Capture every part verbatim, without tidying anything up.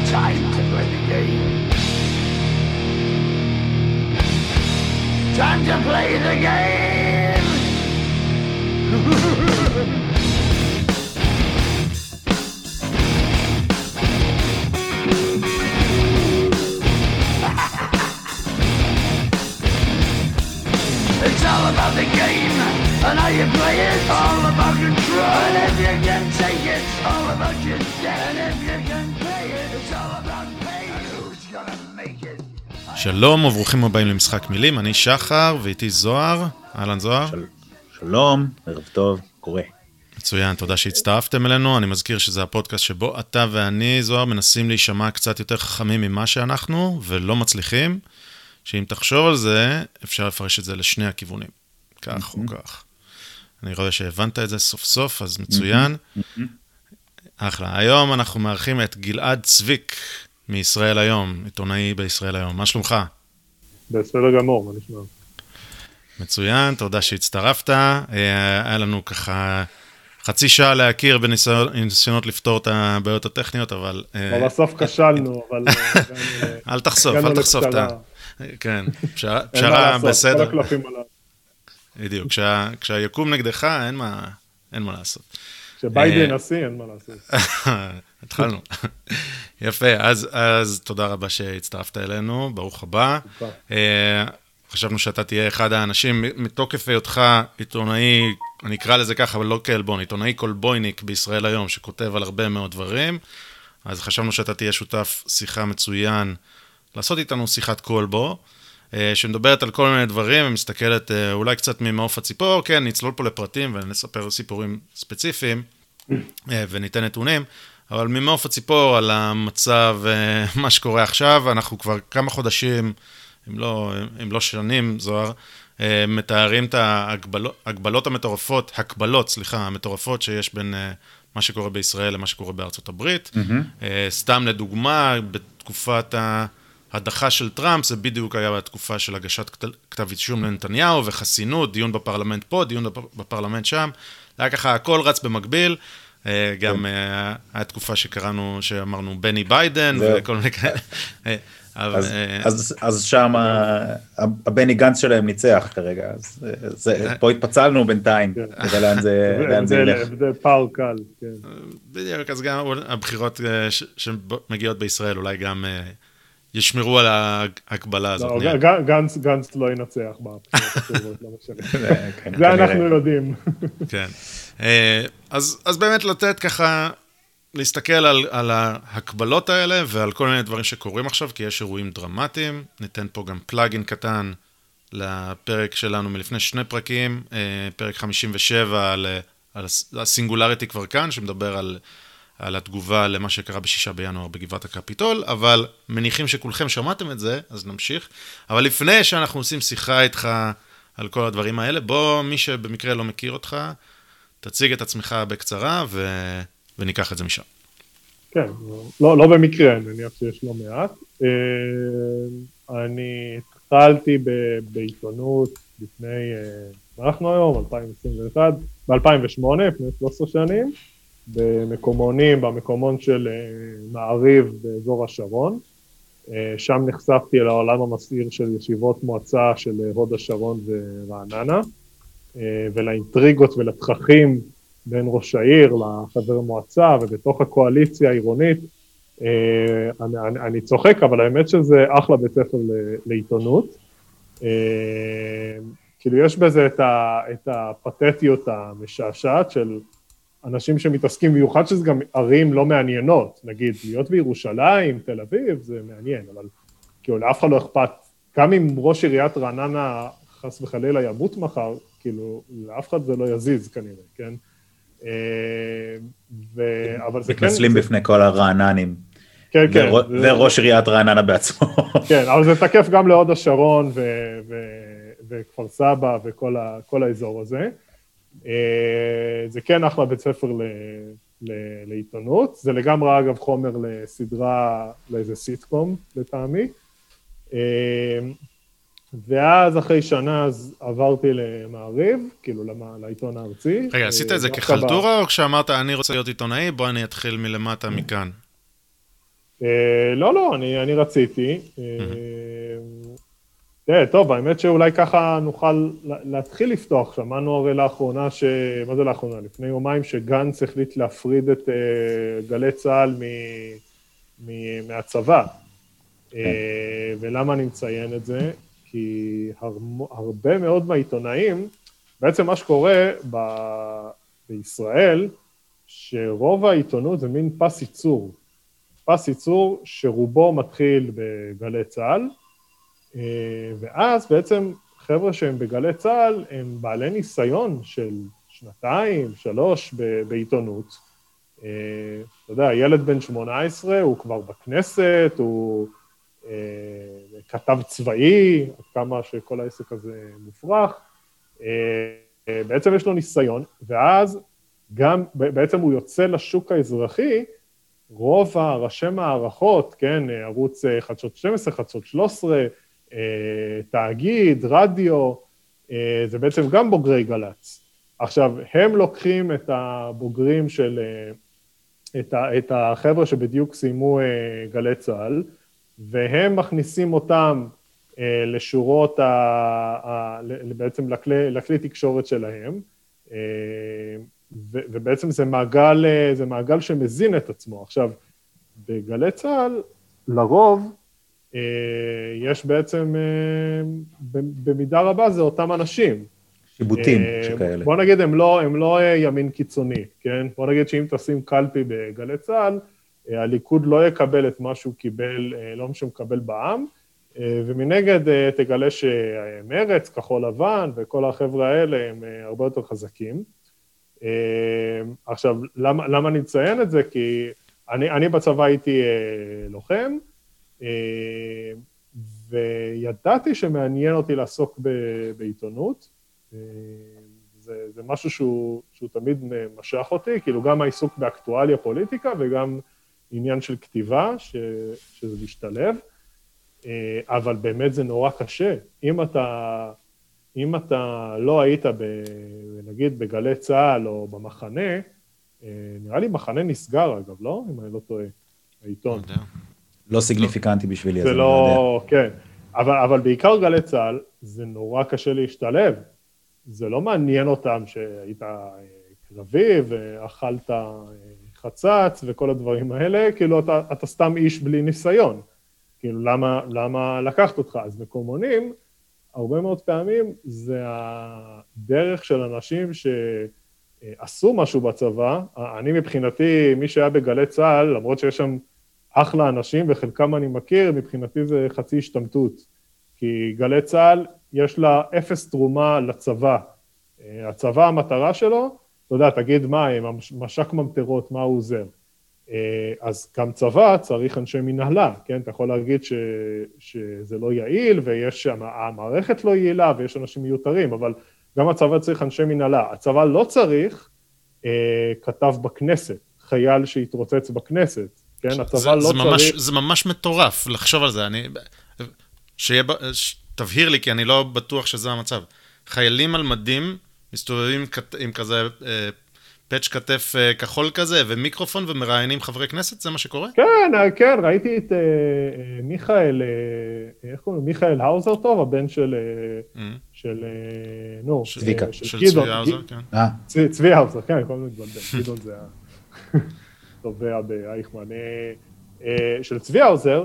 time to play the game. Time to play the game. It's all about the game and how you play it. All about control. And if you can take it, it's all about your debt. And if you can pay it, it's all about pay. And who's gonna make it? שלום וברוכים הבאים למשחק מילים, אני שחר ואיתי זוהר. אהלן זוהר. של... שלום, ערב טוב, קורא. מצוין, תודה שהצטרפתם אלינו. אני מזכיר שזה הפודקאסט שבו אתה ואני, זוהר, מנסים להישמע קצת יותר חכמים ממה שאנחנו, ולא מצליחים. שאם תחשוב על זה, אפשר לפרש את זה לשני הכיוונים. כך או כך. אני רואה שהבנת את זה סוף סוף, אז מצוין. אחלה. היום אנחנו מארחים את גלעד צביק מישראל היום, עיתונאי בישראל היום. מה שלומך? בסדר גמור, מה נשמע? מצוין, תודה שהצטרפת. היה לנו ככה חצי שעה להכיר בניסיונות לפתור את הבעיות הטכניות, אבל... אבל בסוף כשלנו, אבל... אל תחשוף, אל תחשוף את ה... כן, פשרה בסדר. כל הקלפים עליו. בדיוק, כשהיקום נגדך, אין מה, אין מה לעשות. כשביידן נשיא, אין מה לעשות. התחלנו. יפה, אז, אז תודה רבה שהצטרפת אלינו, ברוך הבא. חשבנו שאתה תהיה אחד האנשים, מתוקף היותך עיתונאי, אני אקרא לזה ככה, אבל לא כאלבון, עיתונאי קולבויניק בישראל היום, שכותב על הרבה מאוד דברים, אז חשבנו שאתה תהיה שותף שיחה מצוין, לעשות איתנו שיחת קולבו, שמדברת על כל מיני דברים, ומסתכלת אולי קצת ממעוף הציפור, כן, נצלול פה לפרטים ונספר סיפורים ספציפיים, וניתן נתונים, אבל ממעוף הציפור על המצב, מה שקורה עכשיו, אנחנו כבר כמה חודשים, אם לא, אם לא שנים, זוהר, מתארים את ההגבלות המטורפות, הקבלות, סליחה, המטורפות שיש בין מה שקורה בישראל למה שקורה בארצות הברית. Mm-hmm. סתם לדוגמה, בתקופת ההדחה של טראמפ, זה בדיוק היה בתקופה של הגשת כתב אישום לנתניהו, וחסינות, דיון בפרלמנט פה, דיון בפרלמנט שם. זה היה ככה, הכל רץ במקביל. גם היה תקופה שקראנו, שאמרנו בני ביידן, וכל מיני כאלה. אז שם הבני גנץ שלהם ניצח כרגע, אז פה התפצלנו בינתיים, אבל לאן זה ילך. זה פער קל, כן. בדיוק, אז גם הבחירות שמגיעות בישראל אולי גם ישמרו על ההקבלה הזאת. גנץ לא ינצח בבחירות, לא משנה. זה אנחנו יודעים. כן. אז באמת לתת ככה, להסתכל על, על ההקבלות האלה ועל כל מיני דברים שקורים עכשיו, כי יש אירועים דרמטיים. ניתן פה גם פלאגין קטן לפרק שלנו מלפני שני פרקים, פרק חמישים ושבע על, על הסינגולריטי כבר כאן, שמדבר על, על התגובה למה שקרה בשישה בינואר בגבעת הקפיטול, אבל מניחים שכולכם שמעתם את זה, אז נמשיך. אבל לפני שאנחנו עושים שיחה איתך על כל הדברים האלה, בוא, מי שבמקרה לא מכיר אותך, תציג את עצמך בקצרה ו... וניקח את זה משם. כן, לא, לא במקרה, אני מניח שיש לא מעט. אני התחלתי בעיתונות לפני, אנחנו היום, אלפיים עשרים ואחת, ב-אלפיים ושמונה, לפני שלוש עשרה שנים, במקומונים, במקומון של מעריב באזור השרון. שם נחשפתי לעולם המסעיר של ישיבות מועצה של הוד השרון ורעננה, ולאינטריגות ולתככים, בין ראש העיר לחבר מועצה, ובתוך הקואליציה העירונית, אני, אני, אני צוחק, אבל האמת שזה אחלה בית ספר לעיתונות. כאילו יש בזה את, ה, את הפתטיות המשעשעת של אנשים שמתעסקים, במיוחד שזה גם ערים לא מעניינות, נגיד, להיות בירושלים, תל אביב, זה מעניין, אבל כאילו לאף אחד לא אכפת, גם אם ראש עיריית רעננה חס וחלילה ימות מחר, כאילו לאף אחד זה לא יזיז כנראה, כן? אבל זה כן... מתנצלים בפני כל הרעננים. כן, כן. וראש עיריית רעננה בעצמו. כן, אבל זה תקף גם להוד השרון וכפר סבא וכל האזור הזה. זה כן אחלה בית ספר לעיתונות. זה לגמרי אגב חומר לסדרה, לאיזה סיטקום לטעמי. ואז אחרי שנה אז עברתי למעריב, כאילו לעיתון הארצי. רגע, עשית את זה כחלטורה או כשאמרת אני רוצה להיות עיתונאי, בוא אני אתחיל מלמטה מכאן? לא, לא, אני רציתי. תראה, טוב, האמת שאולי ככה נוכל להתחיל לפתוח. שמענו הרי לאחרונה, ש... מה זה לאחרונה? לפני יומיים שגנץ החליט להפריד את גלי צהל מ... מ... מהצבא. ולמה אני מציין את זה? כי הרבה מאוד מהעיתונאים, בעצם מה שקורה ב... בישראל, שרוב העיתונות זה מין פס ייצור. פס ייצור שרובו מתחיל בגלי צהל, ואז בעצם חבר'ה שהם בגלי צהל הם בעלי ניסיון של שנתיים, שלוש בעיתונות. אתה יודע, ילד בן שמונה עשרה, הוא כבר בכנסת, הוא כתב צבאי, עד כמה שכל העסק הזה מופרך. בעצם יש לו ניסיון, ואז גם בעצם הוא יוצא לשוק האזרחי, רוב הראשי מערכות, כן, ערוץ חדשות שתים עשרה, חדשות שלוש עשרה, תאגיד, רדיו, זה בעצם גם בוגרי גל"צ. עכשיו, הם לוקחים את הבוגרים של, את, ה, את החבר'ה שבדיוק סיימו גלי צהל, והם מכניסים אותם לשורות, ה, ה, בעצם לכלי, לכלי תקשורת שלהם, ו, ובעצם זה מעגל, זה מעגל שמזין את עצמו. עכשיו, בגלי צהל, לרוב, יש בעצם, במידה רבה, זה אותם אנשים. שיבוטים שכאלה. בוא נגיד, הם לא, הם לא ימין קיצוני, כן? בוא נגיד שאם תשים קלפי בגלי צהל, הליכוד לא יקבל את מה שהוא קיבל, לא מה שהוא מקבל בעם, ומנגד תגלה שמרץ, כחול לבן, וכל החבר'ה האלה הם הרבה יותר חזקים. עכשיו, למה, למה אני מציין את זה? כי אני, אני בצבא הייתי לוחם, וידעתי שמעניין אותי לעסוק בעיתונות, זה, זה משהו שהוא, שהוא תמיד משך אותי, כאילו גם העיסוק באקטואליה פוליטיקה, וגם עניין של כתיבה, ש, שזה משתלב, אבל באמת זה נורא קשה. אם אתה, אם אתה לא היית, ב, נגיד, בגלי צהל או במחנה, נראה לי מחנה נסגר, אגב, לא? אם אני לא טועה, העיתון. לא סיגניפיקנטי בשבילי. זה לא, כן. אבל, אבל בעיקר גלי צהל, זה נורא קשה להשתלב. זה לא מעניין אותם שהיית קרבי ואכלת חצץ וכל הדברים האלה, כאילו אתה, אתה סתם איש בלי ניסיון. כאילו, למה, למה לקחת אותך? אז מקומונים, הרבה מאוד פעמים, זה הדרך של אנשים שעשו משהו בצבא. אני מבחינתי, מי שהיה בגלי צהל, למרות שיש שם אחלה אנשים, וחלקם אני מכיר, מבחינתי זה חצי השתמטות. כי גלי צהל, יש לה אפס תרומה לצבא. הצבא, המטרה שלו, אתה יודע, תגיד מה, משק ממטרות, מה הוא עוזר. אז גם צבא צריך אנשי מנהלה, כן? אתה יכול להגיד ש, שזה לא יעיל, ויש, המערכת לא יעילה, ויש אנשים מיותרים, אבל גם הצבא צריך אנשי מנהלה. הצבא לא צריך אה, כתב בכנסת, חייל שהתרוצץ בכנסת, כן? הצבא זה, לא זה צריך... ממש, זה ממש מטורף לחשוב על זה. אני... שיה... תבהיר לי, כי אני לא בטוח שזה המצב. חיילים על מדים מסתובבים עם כזה... אה, פאץ' כתף כחול כזה, ומיקרופון ומראיינים חברי כנסת, זה מה שקורה? כן, כן, ראיתי את מיכאל, איך קוראים? מיכאל האוזר טוב, הבן של, של, נו, צביקה. של צבי האוזר, כן. צבי האוזר, כן, כל מיני מתבלבל, גידון זה התובע באייכמן, של צבי האוזר,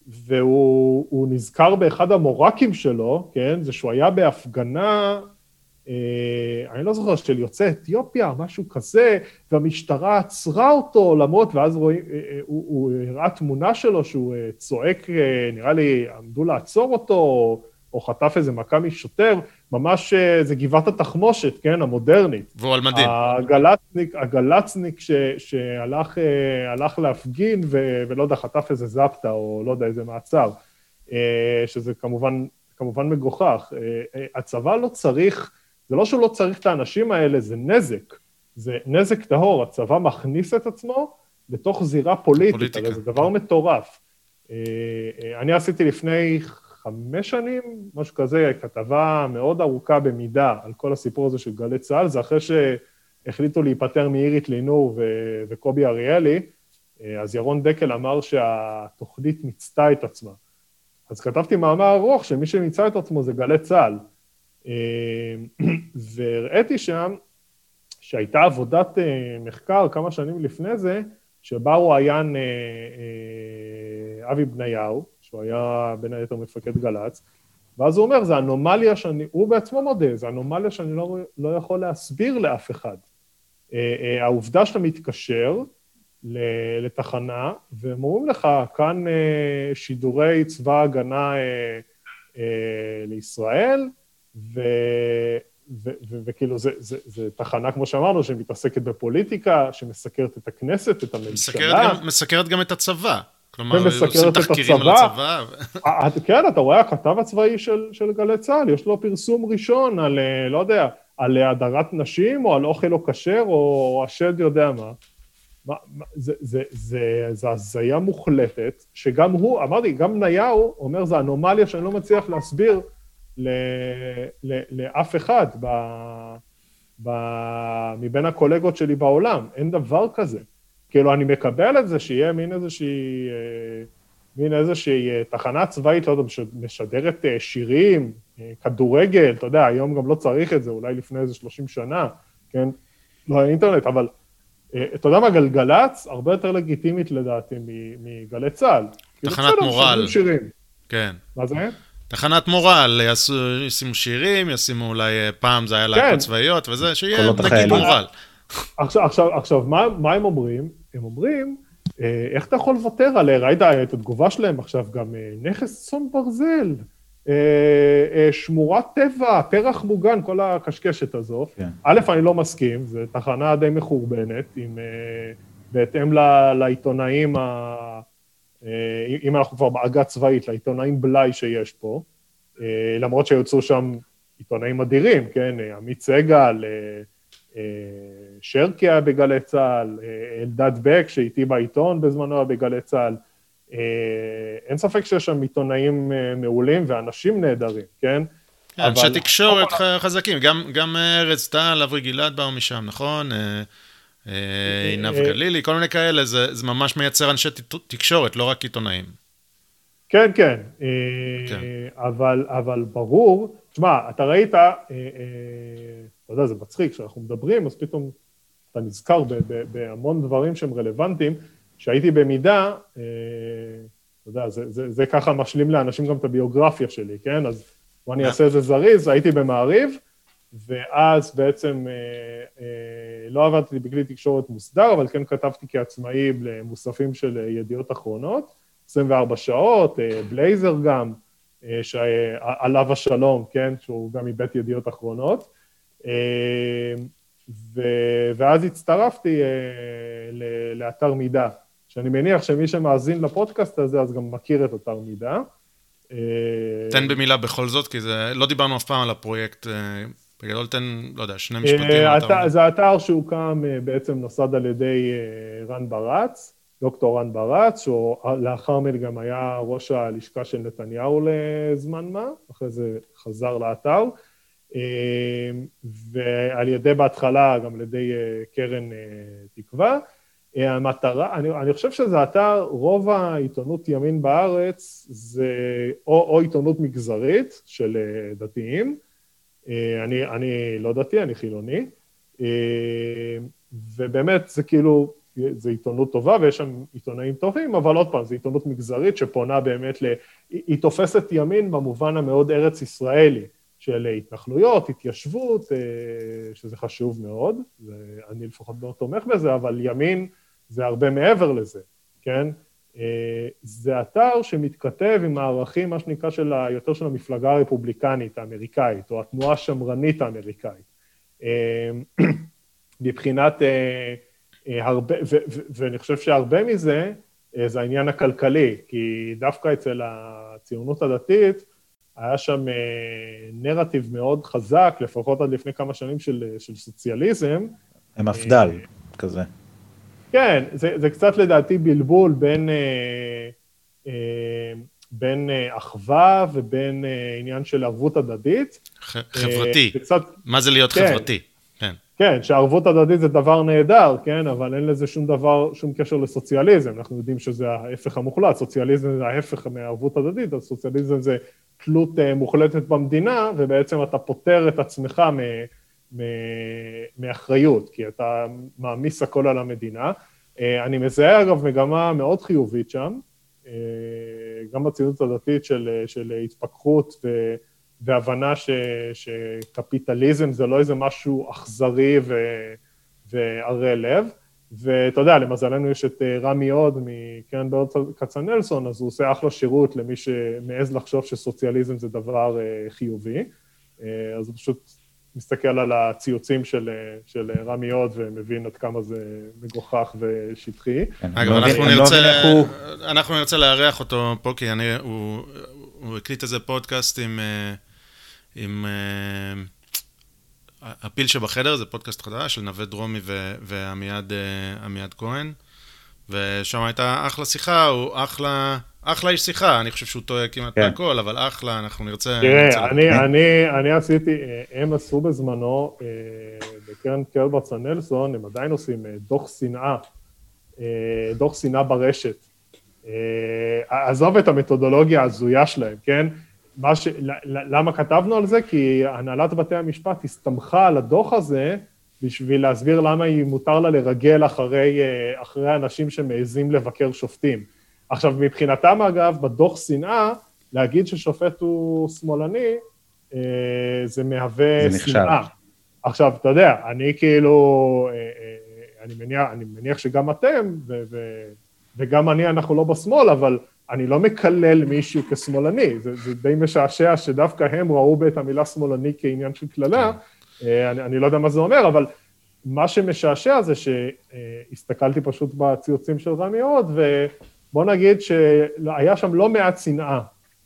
והוא נזכר באחד המורקים שלו, כן, זה שהוא היה בהפגנה, אני לא זוכר, של יוצא אתיופיה, משהו כזה, והמשטרה עצרה אותו, למרות, ואז רואים, הוא, הוא הראה תמונה שלו, שהוא צועק, נראה לי, עמדו לעצור אותו, או חטף איזה מכה משוטר, ממש זה גבעת התחמושת, כן, המודרנית. והוא על מדים. הגלצניק, הגלצניק ש, שהלך הלך להפגין, ו, ולא יודע, חטף איזה זפטה, או לא יודע, איזה מעצר, שזה כמובן, כמובן מגוחך. הצבא לא צריך, זה לא שהוא לא צריך את האנשים האלה, זה נזק. זה נזק טהור. הצבא מכניס את עצמו לתוך זירה פוליטית. פוליטיקה. זה דבר מטורף. אני עשיתי לפני חמש שנים, משהו כזה, כתבה מאוד ארוכה במידה על כל הסיפור הזה של גלי צהל, זה אחרי שהחליטו להיפטר מאירית לינור ו- וקובי אריאלי, אז ירון דקל אמר שהתוכנית מיצתה את עצמה. אז כתבתי מאמר ארוך שמי שמיצה את עצמו זה גלי צה"ל. והראיתי שם שהייתה עבודת מחקר כמה שנים לפני זה, שבה הוא היה אבי בניהו, שהוא היה בין היתר מפקד גל"צ, ואז הוא אומר, זה אנומליה שאני, הוא בעצמו מודה, זה אנומליה שאני לא, לא יכול להסביר לאף אחד. העובדה שאתה מתקשר לתחנה, והם אומרים לך, כאן שידורי צבא הגנה לישראל, ו... וכאילו זה, זה, זה תחנה, כמו שאמרנו, שמתעסקת בפוליטיקה, שמסקרת את הכנסת, את הממשלה. מסקרת גם, מסקרת גם את הצבא. כלומר, עושים תחקירים על הצבא. כן, אתה רואה, הכתב הצבאי של, של גלי צה"ל, יש לו פרסום ראשון על, לא יודע, על הדרת נשים, או על אוכל לא כשר, או השד יודע מה. מה, זה, זה, זה, זה הזיה מוחלטת, שגם הוא, אמרתי, גם בניהו אומר, זה אנומליה שאני לא מצליח להסביר, ל, ל, לאף אחד ב, ב, מבין הקולגות שלי בעולם, אין דבר כזה. כאילו, אני מקבל את זה שיהיה מין איזושהי, מין איזושהי תחנה צבאית, לא יודע, משדרת שירים, כדורגל, אתה יודע, היום גם לא צריך את זה, אולי לפני איזה שלושים שנה, כן? לא היה אינטרנט, אבל אתה יודע מה, גלגלץ, הרבה יותר לגיטימית לדעתי מגלי צה"ל. תחנת מורל. כן. מה זה? תחנת מורל, ישימו שירים, ישימו אולי פעם זה היה להקות צבאיות וזה, שיהיה נגיד מורל. עכשיו, עכשיו, עכשיו, מה, מה הם אומרים? הם אומרים, איך אתה יכול לוותר עליה? ראית את התגובה שלהם עכשיו, גם נכס צאן ברזל, שמורת טבע, פרח מוגן, כל הקשקשת הזו. כן. א', אני לא מסכים, זו תחנה די מחורבנת, עם, בהתאם ל, לעיתונאים ה... אם אנחנו כבר בעגה צבאית, לעיתונאים בלי שיש פה, למרות שיוצאו שם עיתונאים אדירים, כן, עמית סגל, שרקי בגלי צה"ל, אלדד בק, שאיתי בעיתון בזמנו בגלי צה"ל, אין ספק שיש שם עיתונאים מעולים ואנשים נהדרים, כן? אנשי תקשורת חזקים, גם ארץ טל, אברי גלעד באו משם, נכון? עינב גלילי, כל מיני כאלה, זה ממש מייצר אנשי תקשורת, לא רק עיתונאים. כן, כן, אבל ברור, תשמע, אתה ראית, אתה יודע, זה מצחיק, כשאנחנו מדברים, אז פתאום אתה נזכר בהמון דברים שהם רלוונטיים, שהייתי במידה, אתה יודע, זה ככה משלים לאנשים גם את הביוגרפיה שלי, כן? אז בוא אני אעשה איזה זריז, הייתי במעריב, ואז בעצם לא עבדתי בכלי תקשורת מוסדר, אבל כן כתבתי כעצמאי למוספים של ידיעות אחרונות, עשרים וארבע שעות, בלייזר גם, עליו השלום, כן, שהוא גם מבית ידיעות אחרונות, ואז הצטרפתי לאתר מידע, שאני מניח שמי שמאזין לפודקאסט הזה, אז גם מכיר את אתר מידע. תן במילה בכל זאת, כי לא דיברנו אף פעם על הפרויקט, בגדול תן, לא יודע, שני משפטים. זה אתר שהוקם, בעצם נוסד על ידי רן ברץ, דוקטור רן ברץ, שהוא לאחר מכן גם היה ראש הלשכה של נתניהו לזמן מה, אחרי זה חזר לאתר, ועל ידי בהתחלה, גם על ידי קרן תקווה. המטרה, אני, אני חושב שזה אתר, רוב העיתונות ימין בארץ, זה או, או עיתונות מגזרית של דתיים, אני, אני לא דתי, אני חילוני, ובאמת זה כאילו, זה עיתונות טובה, ויש שם עיתונאים טובים, אבל עוד פעם, זה עיתונות מגזרית שפונה באמת ל... היא תופסת ימין במובן המאוד ארץ ישראלי, של התנחלויות, התיישבות, שזה חשוב מאוד, ואני לפחות לא תומך בזה, אבל ימין זה הרבה מעבר לזה, כן? זה אתר שמתכתב עם הערכים, מה שנקרא, של יותר של המפלגה הרפובליקנית האמריקאית, או התנועה השמרנית האמריקאית. מבחינת... הרבה, ו, ו, ואני חושב שהרבה מזה, זה העניין הכלכלי, כי דווקא אצל הציונות הדתית, היה שם נרטיב מאוד חזק, לפחות עד לפני כמה שנים של, של סוציאליזם. הם מפדל, כזה. כן, זה, זה קצת לדעתי בלבול בין, בין אחווה ובין עניין של ערבות הדדית. חברתי. קצת, מה זה להיות כן. חברתי? כן. כן, שהערבות הדדית זה דבר נהדר, כן, אבל אין לזה שום דבר, שום קשר לסוציאליזם, אנחנו יודעים שזה ההפך המוחלט, סוציאליזם זה ההפך מהערבות הדדית, אז סוציאליזם זה תלות מוחלטת במדינה, ובעצם אתה פותר את עצמך מ, מ, מאחריות, כי אתה מעמיס הכל על המדינה. אני מזהה אגב מגמה מאוד חיובית שם, גם בציונות הדתית של, של התפכחות ו... והבנה ש, שקפיטליזם זה לא איזה משהו אכזרי ו, וערי לב, ואתה יודע, למזלנו יש את רמי עוד מקרן ברל כצנלסון, אז הוא עושה אחלה שירות למי שמעז לחשוב שסוציאליזם זה דבר חיובי, אז הוא פשוט מסתכל על הציוצים של, של רמי עוד ומבין עד כמה זה מגוחך ושטחי. אגב, אנחנו נרצה, אנחנו נרצה לארח אותו פה, כי אני, הוא, הוא הקליט איזה פודקאסט עם... עם uh, הפיל שבחדר, זה פודקאסט חדש של נווה דרומי ו- ועמיעד uh, עמיעד כהן, ושם הייתה אחלה שיחה, הוא אחלה, אחלה איש שיחה, אני חושב שהוא טועה כמעט כן. הכל, אבל אחלה, אנחנו נרצה... תראה, נרצה אני, אני, אני עשיתי, הם עשו בזמנו, בקרן קרל כצנלסון, הם עדיין עושים דוח שנאה, דוח שנאה ברשת. עזוב את המתודולוגיה הזויה שלהם, כן? מה ש... למה כתבנו על זה? כי הנהלת בתי המשפט הסתמכה על הדוח הזה, בשביל להסביר למה היא מותר לה לרגל אחרי, אחרי אנשים שמעזים לבקר שופטים. עכשיו, מבחינתם אגב, בדוח שנאה, להגיד ששופט הוא שמאלני, זה מהווה זה שנאה. עכשיו, אתה יודע, אני כאילו, אני מניח, אני מניח שגם אתם, ו, ו, וגם אני, אנחנו לא בשמאל, אבל אני לא מקלל מישהו כשמאלני, זה, זה די משעשע שדווקא הם ראו את המילה שמאלני כעניין של כללה, אני, אני לא יודע מה זה אומר, אבל מה שמשעשע זה שהסתכלתי פשוט בציוצים של רמי עוד, ובוא נגיד שהיה שם לא מעט שנאה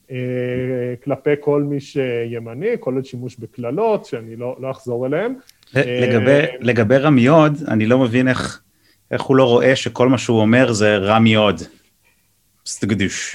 כלפי כל מי שימני, כולל שימוש בכללות, שאני לא, לא אחזור אליהם. לגבי, לגבי רמי עוד, אני לא מבין איך, איך הוא לא רואה שכל מה שהוא אומר זה רמי עוד. סתגדוש.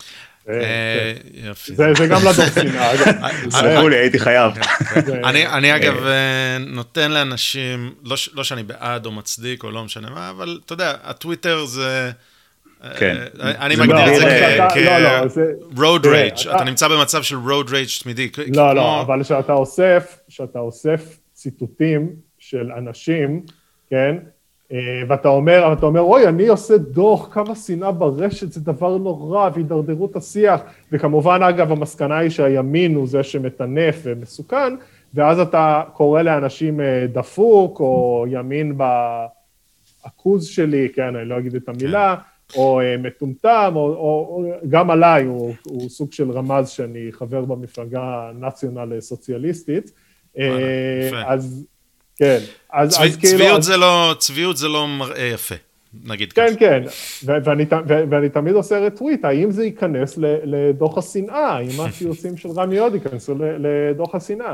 זה גם לדוח שנאה. סלחו לי, הייתי חייב. אני אגב נותן לאנשים, לא שאני בעד או מצדיק או לא משנה מה, אבל אתה יודע, הטוויטר זה... אני מגדיר את זה כ-road rage, אתה נמצא במצב של road rage תמידי. לא, לא, אבל שאתה אוסף, שאתה אוסף ציטוטים של אנשים, כן, ואתה אומר, אתה אומר, אוי, אני עושה דוח, כמה שנאה ברשת, זה דבר נורא, והידרדרות השיח, וכמובן, אגב, המסקנה היא שהימין הוא זה שמטנף ומסוכן, ואז אתה קורא לאנשים דפוק, או ימין בעכוז שלי, כן, אני לא אגיד את המילה, או מטומטם, או, או, או גם עליי, הוא, הוא סוג של רמז שאני חבר במפלגה נציונל סוציאליסטית, אז... כן, אז, צבי, אז כאילו... צביעות, אז... זה לא, צביעות זה לא מראה יפה, נגיד כן, כך. כן, כן, ואני, ואני תמיד עושה רטוויט, האם זה ייכנס לדוח השנאה, האם הציוצים של רמי עוד ייכנסו לדוח השנאה.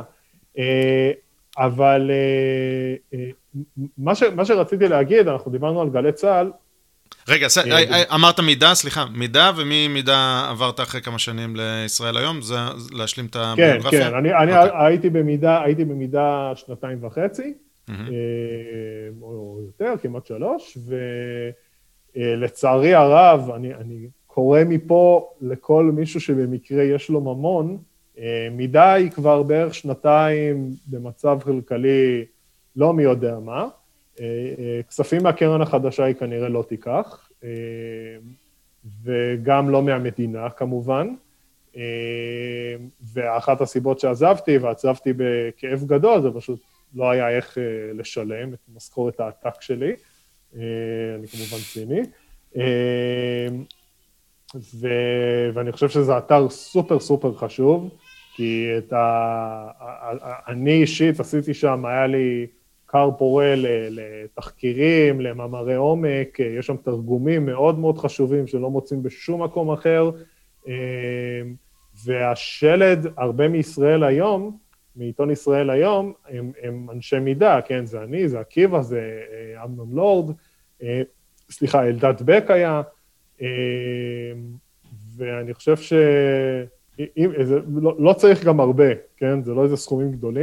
אבל מה, ש, מה שרציתי להגיד, אנחנו דיברנו על גלי צהל, רגע, אמרת מידע, סליחה, מידע, ומי מידע עברת אחרי כמה שנים לישראל היום? זה להשלים את הביוגרפיה? כן, כן, אני הייתי במידע, הייתי במידע שנתיים וחצי, או יותר, כמעט שלוש, ולצערי הרב, אני קורא מפה לכל מישהו שבמקרה יש לו ממון, מידע היא כבר בערך שנתיים במצב כלכלי לא מי יודע מה, כספים מהקרן החדשה היא כנראה לא תיקח, וגם לא מהמדינה כמובן, ואחת הסיבות שעזבתי, ועזבתי בכאב גדול, זה פשוט לא היה איך לשלם את משכורת העתק שלי, אני כמובן ציני, ואני חושב שזה אתר סופר סופר חשוב, כי את ה... אני אישית עשיתי שם, היה לי... קר פורה לתחקירים, למאמרי עומק, יש שם תרגומים מאוד מאוד חשובים שלא מוצאים בשום מקום אחר, והשלד, הרבה מישראל היום, מעיתון ישראל היום, הם, הם אנשי מידע, כן, זה אני, זה עקיבא, זה אמנון לורד, סליחה, אלדד בק היה, ואני חושב ש... לא, לא צריך גם הרבה, כן, זה לא איזה סכומים גדולים,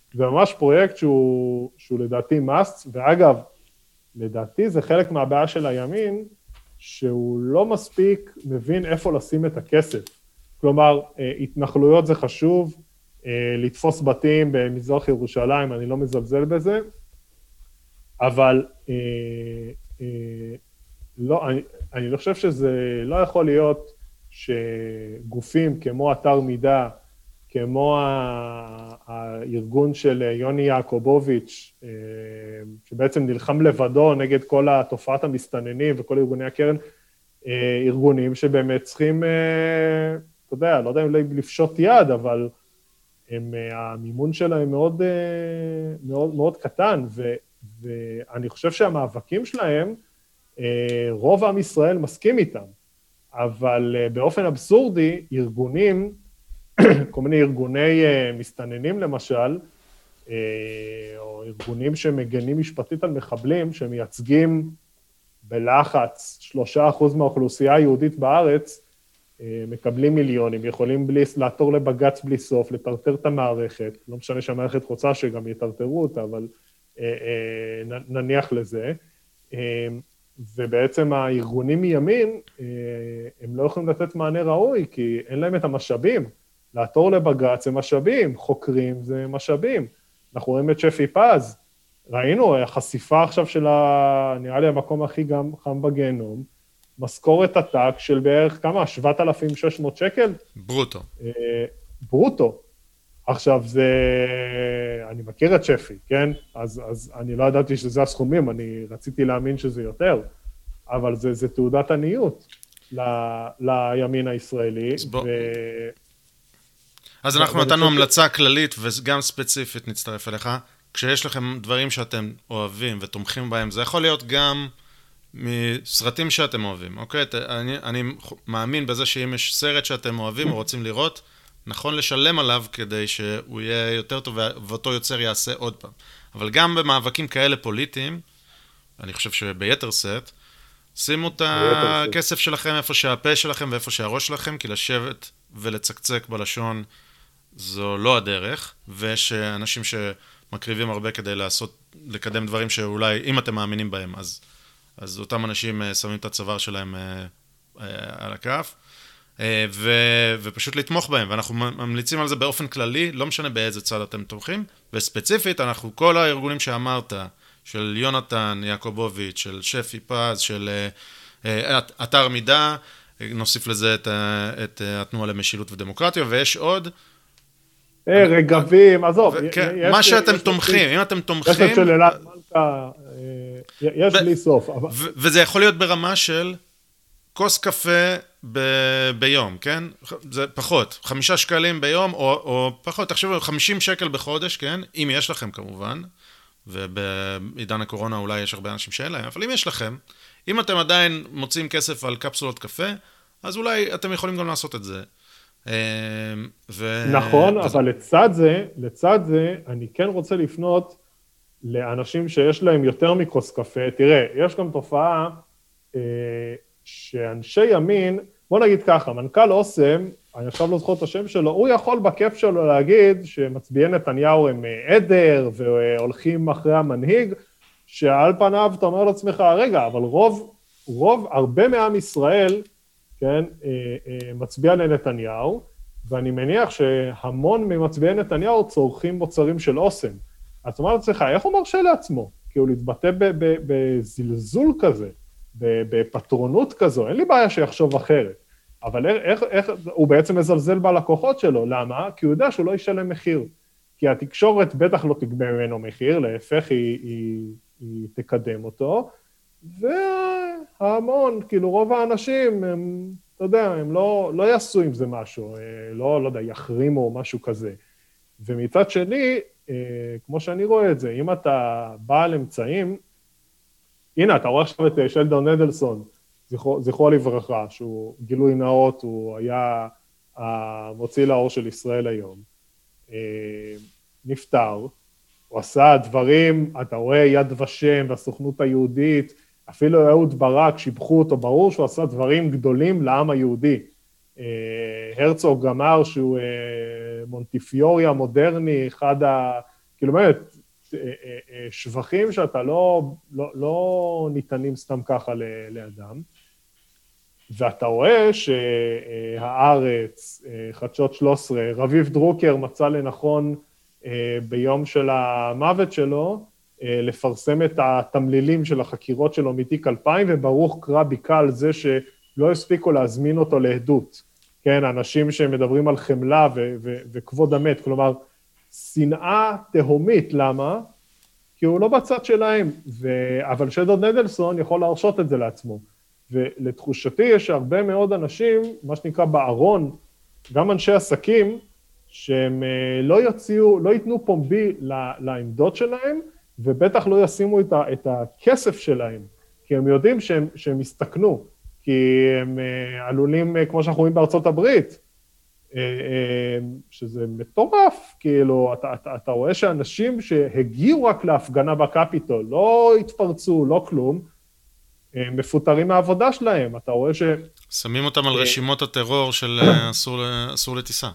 זה ממש פרויקט שהוא, שהוא לדעתי must, ואגב, לדעתי זה חלק מהבעיה של הימין, שהוא לא מספיק מבין איפה לשים את הכסף. כלומר, התנחלויות זה חשוב, לתפוס בתים במזרח ירושלים, אני לא מזלזל בזה, אבל אה, אה, לא, אני, אני לא חושב שזה לא יכול להיות שגופים כמו אתר מידע, כמו הארגון של יוני יעקובוביץ', אה, שבעצם נלחם לבדו נגד כל התופעת המסתננים וכל ארגוני הקרן, אה, ארגונים שבאמת צריכים, אה, אתה יודע, לא יודע אם לפשוט יד, אבל הם, המימון שלהם מאוד, מאוד, מאוד קטן, ו, ואני חושב שהמאבקים שלהם, רוב עם ישראל מסכים איתם, אבל באופן אבסורדי, ארגונים, כל מיני ארגוני מסתננים למשל, או ארגונים שמגנים משפטית על מחבלים, שמייצגים בלחץ שלושה אחוז מהאוכלוסייה היהודית בארץ, מקבלים מיליונים, יכולים בלי, לעתור לבגץ בלי סוף, לטרטר את המערכת, לא משנה שהמערכת רוצה שגם יטרטרו אותה, אבל אה, אה, נניח לזה, אה, ובעצם הארגונים מימין, אה, הם לא יכולים לתת מענה ראוי, כי אין להם את המשאבים, לעתור לבגץ זה משאבים, חוקרים זה משאבים, אנחנו רואים את שפי פז, ראינו, החשיפה עכשיו של, ה, נראה לי המקום הכי גם חם בגיהנום, משכורת עתק של בערך כמה? שבעת אלפים ושש מאות שקל? ברוטו. אה, ברוטו. עכשיו זה, אני מכיר את שפי, כן? אז, אז אני לא ידעתי שזה הסכומים, אני רציתי להאמין שזה יותר, אבל זה, זה תעודת עניות ל, לימין הישראלי. אז, בוא... ו... אז אנחנו נתנו המלצה כללית וגם ספציפית נצטרף אליך, כשיש לכם דברים שאתם אוהבים ותומכים בהם, זה יכול להיות גם מסרטים שאתם אוהבים, אוקיי? אני, אני מאמין בזה שאם יש סרט שאתם אוהבים או רוצים לראות, נכון לשלם עליו כדי שהוא יהיה יותר טוב ואותו יוצר יעשה עוד פעם. אבל גם במאבקים כאלה פוליטיים, אני חושב שביתר סט, שימו את הכסף שלכם איפה שהפה שלכם ואיפה שהראש שלכם, כי לשבת ולצקצק בלשון זו לא הדרך, ויש אנשים שמקריבים הרבה כדי לעשות, לקדם דברים שאולי, אם אתם מאמינים בהם, אז, אז אותם אנשים שמים את הצוואר שלהם על הכף, ו, ופשוט לתמוך בהם, ואנחנו ממליצים על זה באופן כללי, לא משנה באיזה צד אתם תומכים, וספציפית, אנחנו, כל הארגונים שאמרת, של יונתן יעקובוביץ', של שפי פז, של אתר מידע, נוסיף לזה את, את התנועה למשילות ודמוקרטיה, ויש עוד... רגבים, עזוב. מה שאתם תומכים, אם אתם תומכים... יש של אלעד מלכה, יש בלי סוף. וזה יכול להיות ברמה של כוס קפה ביום, כן? זה פחות, חמישה שקלים ביום, או פחות, תחשבו, חמישים שקל בחודש, כן? אם יש לכם כמובן, ובעידן הקורונה אולי יש הרבה אנשים שאין להם, אבל אם יש לכם, אם אתם עדיין מוצאים כסף על קפסולות קפה, אז אולי אתם יכולים גם לעשות את זה. ו... נכון, וזה... אבל לצד זה, לצד זה, אני כן רוצה לפנות לאנשים שיש להם יותר מכוס קפה. תראה, יש גם תופעה אה, שאנשי ימין, בוא נגיד ככה, מנכ"ל אוסם, אני עכשיו לא זוכר את השם שלו, הוא יכול בכיף שלו להגיד שמצביעי נתניהו הם עדר והולכים אחרי המנהיג, שעל פניו אתה אומר לעצמך, רגע, אבל רוב, רוב, הרבה מעם ישראל, כן, מצביע לנתניהו, ואני מניח שהמון ממצביעי נתניהו צורכים מוצרים של אוסם. אז אומר לעצמך, איך הוא מרשה לעצמו? כי הוא להתבטא בזלזול כזה, בפטרונות כזו, אין לי בעיה שיחשוב אחרת. אבל איך, איך, הוא בעצם מזלזל בלקוחות שלו, למה? כי הוא יודע שהוא לא ישלם מחיר. כי התקשורת בטח לא תגבה ממנו מחיר, להפך היא, היא, היא תקדם אותו, וההמון, כאילו רוב האנשים, הם, אתה יודע, הם לא, לא יעשו עם זה משהו, לא, לא יודע, יחרימו או משהו כזה. ומצד שני, כמו שאני רואה את זה, אם אתה בעל אמצעים, הנה, אתה רואה עכשיו את שלדון אדלסון, זכרו, זכרו לברכה, שהוא גילוי נאות, הוא היה המוציא לאור של ישראל היום. נפטר, הוא עשה דברים, אתה רואה יד ושם והסוכנות היהודית, אפילו אהוד ברק, שיבחו אותו, ברור שהוא עשה דברים גדולים לעם היהודי. הרצוג אמר שהוא מונטיפיורי המודרני, אחד כאילו באמת, שבחים שאתה לא, לא, לא ניתנים סתם ככה לאדם, ואתה רואה שהארץ, חדשות שלוש עשרה, רביב דרוקר מצא לנכון ביום של המוות שלו, לפרסם את התמלילים של החקירות שלו מתיק אלפיים, וברוך קרא ביקה על זה שלא הספיקו להזמין אותו לעדות. כן, אנשים שמדברים על חמלה ו- ו- וכבוד המת, כלומר, שנאה תהומית, למה? כי הוא לא בצד שלהם, ו- אבל שדוד נדלסון יכול להרשות את זה לעצמו. ולתחושתי יש הרבה מאוד אנשים, מה שנקרא בארון, גם אנשי עסקים, שהם לא יוציאו, לא ייתנו פומבי לעמדות שלהם, ובטח לא ישימו את, ה- את הכסף שלהם, כי הם יודעים שהם, שהם יסתכנו, כי הם עלולים, כמו שאנחנו רואים בארצות הברית, שזה מטורף, כאילו, אתה, אתה, אתה רואה שאנשים שהגיעו רק להפגנה בקפיטול, לא התפרצו, לא כלום, מפוטרים מהעבודה שלהם, אתה רואה ש... שמים אותם על רשימות הטרור של אסור, אסור לטיסה.